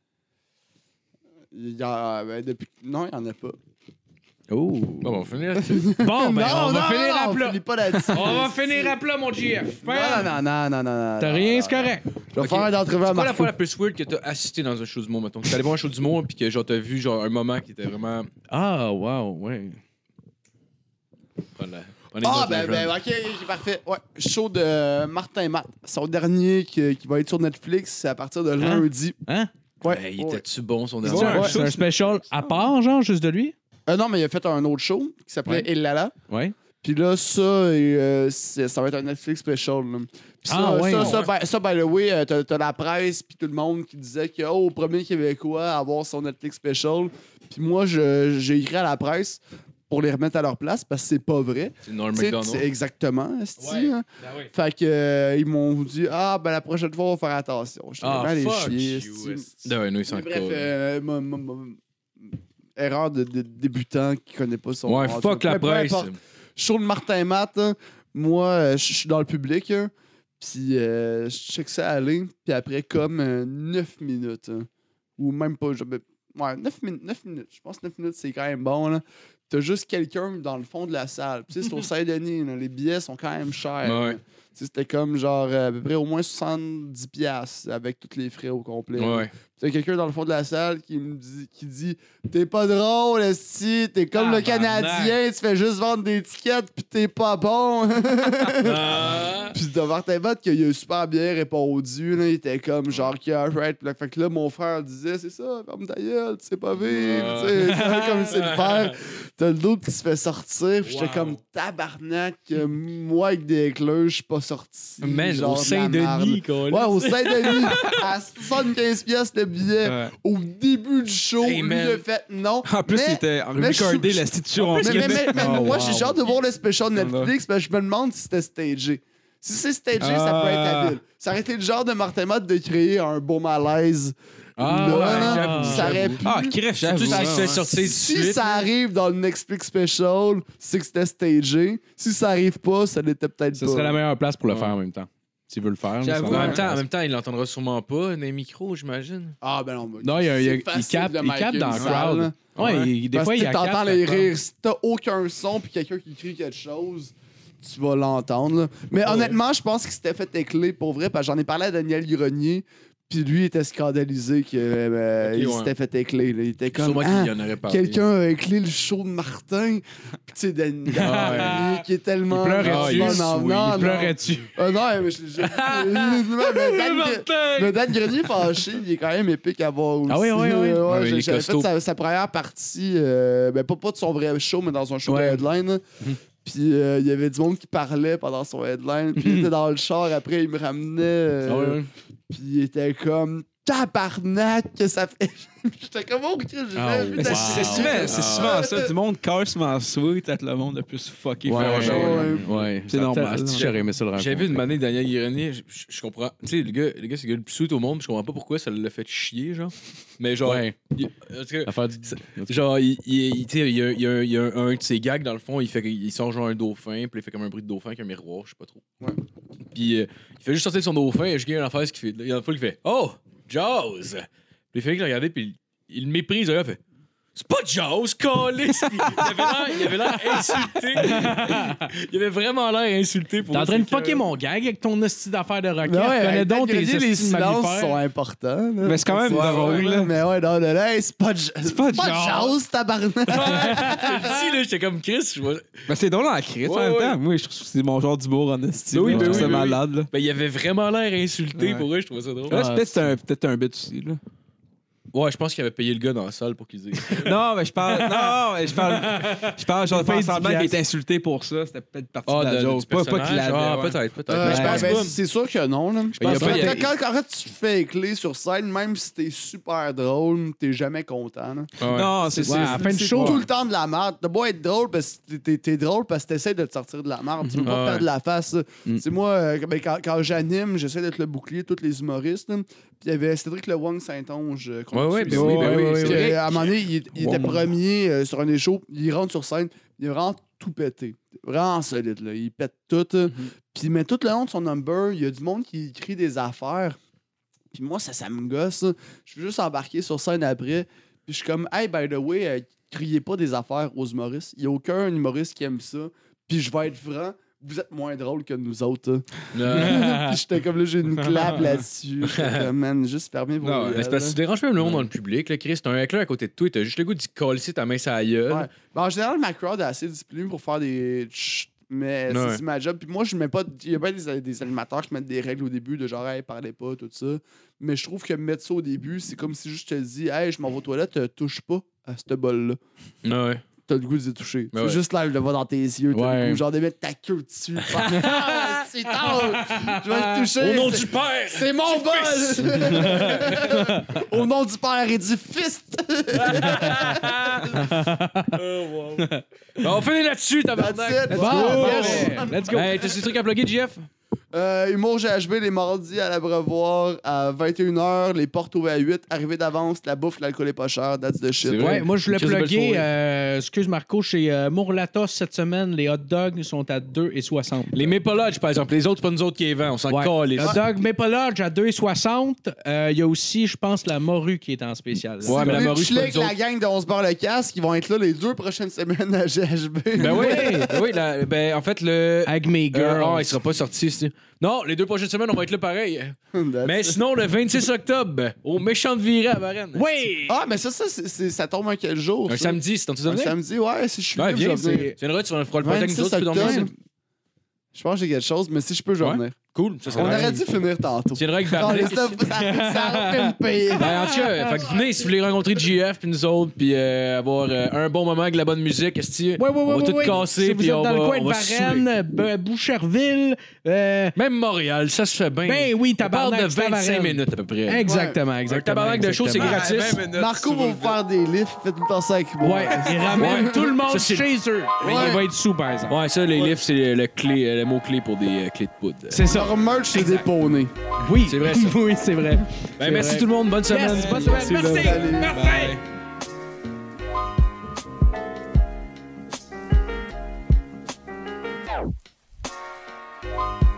il y a- ben, depuis... Non, il n'y en a pas. Oh. Bon, on va finir là-dessus. Bon, ben, non, on va non, finir non, à on plat. finit pas là-dessus. On va finir à plat, mon G F. Non, non, non, non, non, non. T'as non, rien, non, c'est correct. Je vais Ok. faire un entrevue à C'est quoi la Marco. fois la plus weird que t'as assisté dans un show d'humour, mettons? T'es allé voir un show d'humour puis que genre t'as vu genre un moment qui était vraiment. Ah, wow, ouais. Prends la- prends les Ah, notes, la ben, ben, jeune. ok, ok, parfait. Ouais, show de Martin Matt. Son dernier qui, qui va être sur Netflix, c'est à partir de lundi. Hein? Ouais. Hey, il ouais. était-tu bon son C'est dernier? un, ouais. c'est un special à part, genre, juste de lui? Euh, non, mais il a fait un autre show qui s'appelait Ouais. Il Lala. Ouais. Puis là, ça, et, euh, c'est- ça va être un Netflix special. là. Puis ça, Ah, ouais. ça, ça, by, ça, by the way, euh, t'as, t'as la presse puis tout le monde qui disait que, oh, premier Québécois à avoir son Netflix special. Puis moi, je- j'ai écrit à la presse pour les remettre à leur place parce que c'est pas vrai. C'est Norm Tu sais, McDonald. c'est exactement, esti, Ouais. hein. Ben oui. Fait que euh, ils m'ont dit ah ben la prochaine fois on va faire attention. Je suis Ah, allé fuck chier. you, esti. esti. Ben ouais, nous, ils sont Mais bref, cool. euh, ma- ma- ma- erreur de, de débutant qui connaît pas son. Ouais, en tout fuck cas, la peu presse. importe. Show de Martin Matt, hein, moi euh, je suis dans le public, hein, puis euh, je check ça aller, puis après comme euh, neuf minutes, hein, ou même pas, je- ouais, neuf minutes, neuf minutes, je pense que neuf minutes c'est quand même bon là. t'as juste quelqu'un dans le fond de la salle. Puis, tu sais, c'est au Saint-Denis, là, les billets sont quand même chers. Ouais. Tu sais, c'était comme genre euh, à peu près au moins soixante-dix piastres avec tous les frais au complet. Ouais. T'as quelqu'un dans le fond de la salle qui me dit, qui dit t'es pas drôle, esti, t'es comme Ah, le Canadien, tu fais juste vendre des tickets pis t'es pas bon. Ah. Puis de Martin Bott, qu'il a super bien répondu, là, il était comme genre yeah, right. Là, fait que là, mon frère disait c'est ça, ferme ta gueule, tu sais pas vivre, tu sais, comme il sait le faire. T'as le dos qui se fait sortir, pis j'étais Wow. comme tabarnak, euh, moi avec des éclairs, je suis pas sorti. Man, genre au de la Saint-Denis, quoi. Ouais, au Saint-Denis, à soixante-quinze piastres le billet. Ouais. Au début du show, Hey, lui man. a fait non. En plus, mais, il était mais je- recordé je- la situation. mais, mais, mais, mais Oh, moi, wow. j'ai hâte de voir le special Netflix, parce que je me demande si c'était stagé. Si c'est stagé, ça peut être Ah. habile. Ça aurait été le genre de Martin Mott de créer un beau malaise. Ah, là, ouais, là. j'avoue, ça aurait j'avoue. pu. Ah, crève, Surtout j'avoue. si hein, tu fais ouais. sortir tout de Si suite. ça arrive dans le Netflix special, c'est que c'était stagé. Si ça arrive pas, ça l'était peut-être Ce pas. serait la meilleure place pour le faire en même temps. S'il veut le faire. là, J'avoue, ça En va. même temps, en même temps, il l'entendra sûrement pas dans les micros, j'imagine. Ah, ben non. mais Non, il y a- il y a- c'est il facile capte- de il capte micer dans une le salle, crowd. là. Ouais, il- des Parce fois, que il y a t'entends quatre, les d'accord. rires. Si t'as aucun son puis quelqu'un qui crie quelque chose, tu vas l'entendre. là. Mais honnêtement, je pense qu'il s'était fait écler pour vrai, parce que j'en ai parlé à Daniel Grenier, puis lui il était scandalisé qu'il Ok, ouais. s'était fait écler. là. Il était comme Sûrement ah, qu'il y en aurait parlé. quelqu'un a éclé le show de Martin. Puis tu sais, Daniel Grenier qui est tellement. Il pleurait-tu? Ah, non, Oui, non, il non. pleurait-tu? Ah non, mais je, je- mais Dan, mais Dan Grenier fâché, il est quand même épique à voir aussi. Ah oui, oui, oui. Euh, Ouais, il est j'ai- J'avais fait costaud. sa, sa première partie, euh, ben, pas, pas de son vrai show, mais dans un show Ouais. de headline. là. Puis euh, il y avait du monde qui parlait pendant son headline. Puis il était dans le char, après il me ramenait. euh, Ah oui, oui. Puis il était comme tabarnak que ça fait. J'étais comme oh, Christ, j'ai Ah, jamais vu wow. ta C'est shit. souvent, c'est souvent ça. Du monde carrément sweet, être le monde le plus fucké. Ouais, fâché. ouais, ouais. C'est Ça- normal, ça- non? J'aurais aimé ça le J'avais vu rencontrer. une manée de Daniel Grenier, je, je- je comprends. Tu sais, le gars, le gars c'est le gars le plus sweet au monde, je comprends pas pourquoi ça l'a fait chier, genre. Mais genre. Ouais. il- en tout cas, L'affaire du- genre, il, il, il, tu sais, il y a, il y a un- il y a un, un de ses gags, dans le fond, il, fait, il sort genre un dauphin, puis il fait comme un bruit de dauphin avec un miroir, je sais pas trop. Ouais. Puis euh, il fait juste sortir son dauphin, et je gagne en face qui fait. Il y a une fois qui fait Oh, Jaws! Puis il fait que le regarder, puis il, il le méprise, là, il fait C'est pas Jaws, câlisse! Puis il avait l'air- il avait l'air insulté. Il avait vraiment l'air insulté pour T'es en train de c'est que- fucker mon gag avec ton hostie d'affaires de rocket. Mais ouais, Connais avec donc Dan tes Grenier, les hosties de silences mammifères. sont importants. là. Mais c'est quand même Ouais, drôle, ouais, là. Mais ouais, non, non, non, hey, c'est pas de c'est pas pas de de genre. jazz, tabarnak. Je te dis, là, j'étais comme Chris. Je vois... Ben, c'est drôle en crise en Ouais, même ouais. temps. Moi, je trouve que c'est mon genre d'humour en esti. Ben oui, là. ben Je oui, trouve ça ben oui. malade, là. Ben, il avait vraiment l'air insulté Ouais. pour eux, je trouvais ça drôle. Là, c'est peut-être un, peut-être un bit aussi, là. Ouais, je pense qu'il avait payé le gars dans la salle pour qu'il dise. Non, mais je parle. Non, mais je parle. Je parle, genre, de paye faire dix semblant qu'il piastres. était insulté pour ça. C'était peut-être partie Ah, de la de- joke. du Pas, pas personnage? qu'il l'avait. Ah, ouais. peut-être, peut-être. Euh, Mais je ben, pense ben, pas. c'est sûr que non. Là. Il y a Parce pas- que il y a- quand, quand, quand tu te fais écler sur scène, même si t'es super drôle, t'es jamais content. là. Ah ouais. Non, c'est Ouais, à la fin du C'est show. tout le temps de la merde. T'as beau être drôle parce que t'es- t'es t'es drôle parce que t'essaies de te sortir de la merde. Tu veux pas Ah ouais. perdre la face. là. Mm. C'est moi, euh, ben, quand, quand j'anime, j'essaie d'être le bouclier de tous les humoristes. là. Puis il y avait Cédric Lewang Saint-Onge. euh, qu'on Ouais, a ouais, su ben ici. oui, ben oui, Parce oui, que, oui. à un moment donné, il, il était premier euh, sur un des shows. Il rentre sur scène. Il est vraiment tout pété. Vraiment solide. Là. Il pète tout. Mm-hmm. euh. Puis, mais tout le long de son number, il y a du monde qui écrit des affaires. Puis moi, ça, ça me gosse. là. Je veux juste embarquer sur scène après. Puis je suis comme, hey, by the way, euh, criez pas des affaires aux humoristes. Il n'y a aucun humoriste qui aime ça. Puis je vais être franc, vous êtes moins drôle que nous autres. là. Puis j'étais comme là, j'ai une clap là-dessus. J'étais comme, man, juste fermez vos Non, gueules, Mais c'est parce que là. tu déranges même le monde dans le public, là, Chris. T'as un éclair à côté de toi, t'as juste le goût d'y coller ta main sur la gueule. Ouais. Ben, en général, ma crowd est assez disciplinée pour faire des chut, mais Ouais. c'est- c'est ma job. Puis moi, je mets pas. Il y a pas des, des animateurs qui mettent des règles au début de genre, hey, parlez pas, tout ça. Mais je trouve que mettre ça au début, c'est comme si je te dis, hey, je m'en vais aux toilettes, euh, touche pas à ce bol-là. Ah ouais. T'as le goût d'y toucher. Ben C'est ouais. juste là, je le vois dans tes yeux. T'as Ouais. le goût, genre, de mettre ta queue dessus. Ah, c'est tard! Je vais le toucher. Au nom c'est- du père! C'est mon bol! Au nom du père et du fils! Bon, on finit là-dessus, tabarnak! That's it. Bon, Bon, yes. Let's go. Hey, t'as des trucs à plugger, Jeff? Euh, Humour G H B les mardis à l'Abreuvoir à vingt et une heures, les portes ouvertes à huit, arrivée d'avance, la bouffe, l'alcool est pas cher, that's the shit. C'est vrai. Ouais, moi, je voulais Une crise de belle plugger, soirée. euh, excuse Marco, chez euh, Mourlatos cette semaine, les hot dogs sont à deux et soixante. Les Maple Lodge, par exemple. Les autres, c'est pas nous autres qui les vendent. On s'en Ouais. calisse. Hot dog Maple Lodge à deux et soixante. Euh, Il y a aussi, je pense, la morue qui est en spécial. là. Ouais, mais la Puis, morue, je c'est suis pas là avec nous la autres. gang de On se barre le casque, ils vont être là les deux prochaines semaines à G H B. Ben oui, ben oui la- ben, en fait, le. Avec mes Euh, girls. ah, il sera pas sorti. c'est- Non, les deux prochaines semaines, on va être là pareil. That's Mais it. sinon, le vingt-six octobre, au méchant de virée à Varennes. Oui! Ah, mais ça, ça, c'est- c'est- ça tombe un quel jour? Un ça? samedi, c'est ton tout Un donné? samedi, ouais, si je suis Ouais, libre, viens, je vais venir. c'est. Tu viendras, tu feras le projet avec nous autres, tu peux dormir octobre. ici. Je pense que j'ai quelque chose, mais si je peux, je vais Ouais. venir. Cool, ça serait On nice. aurait dû finir tantôt. Tu viendras avec Non, Barnick. mais ça, ça, ça a fait me payer. Ben, en tout cas, fait que venez si vous voulez rencontrer J F puis nous autres, puis euh, avoir euh, un bon moment avec la bonne musique. Est-ce que Ouais, ouais, ouais, on va ouais, tout ouais. casser, Si vous puis êtes on dans va, le coin on de va se saouler. Varennes, B- Boucherville, euh, Même Montréal, ça se fait bien. ben oui, On parle tabarnak, de vingt-cinq Varennes. minutes à peu près. Exactement, Un exactement. tabarnak de show, c'est exactement. gratis. vingt minutes, Marco tu va veux vous faire des livres, faites-nous temps ça avec moi. Ouais, il ramène Ouais. tout le monde Ça, c'est- chez eux. Mais Ouais. il va être sous, par exemple. Ouais, ça, les livres, c'est le, le clé, euh, le mot-clé pour des euh, clés de poudre. C'est ça. Leur merch, c'est des poneys. Oui, C'est vrai, ça. oui, c'est vrai. Ben, C'est merci vrai. tout le monde, bonne semaine. Yes, bonne semaine. Merci, Merci. là. Salut. Merci. Bye.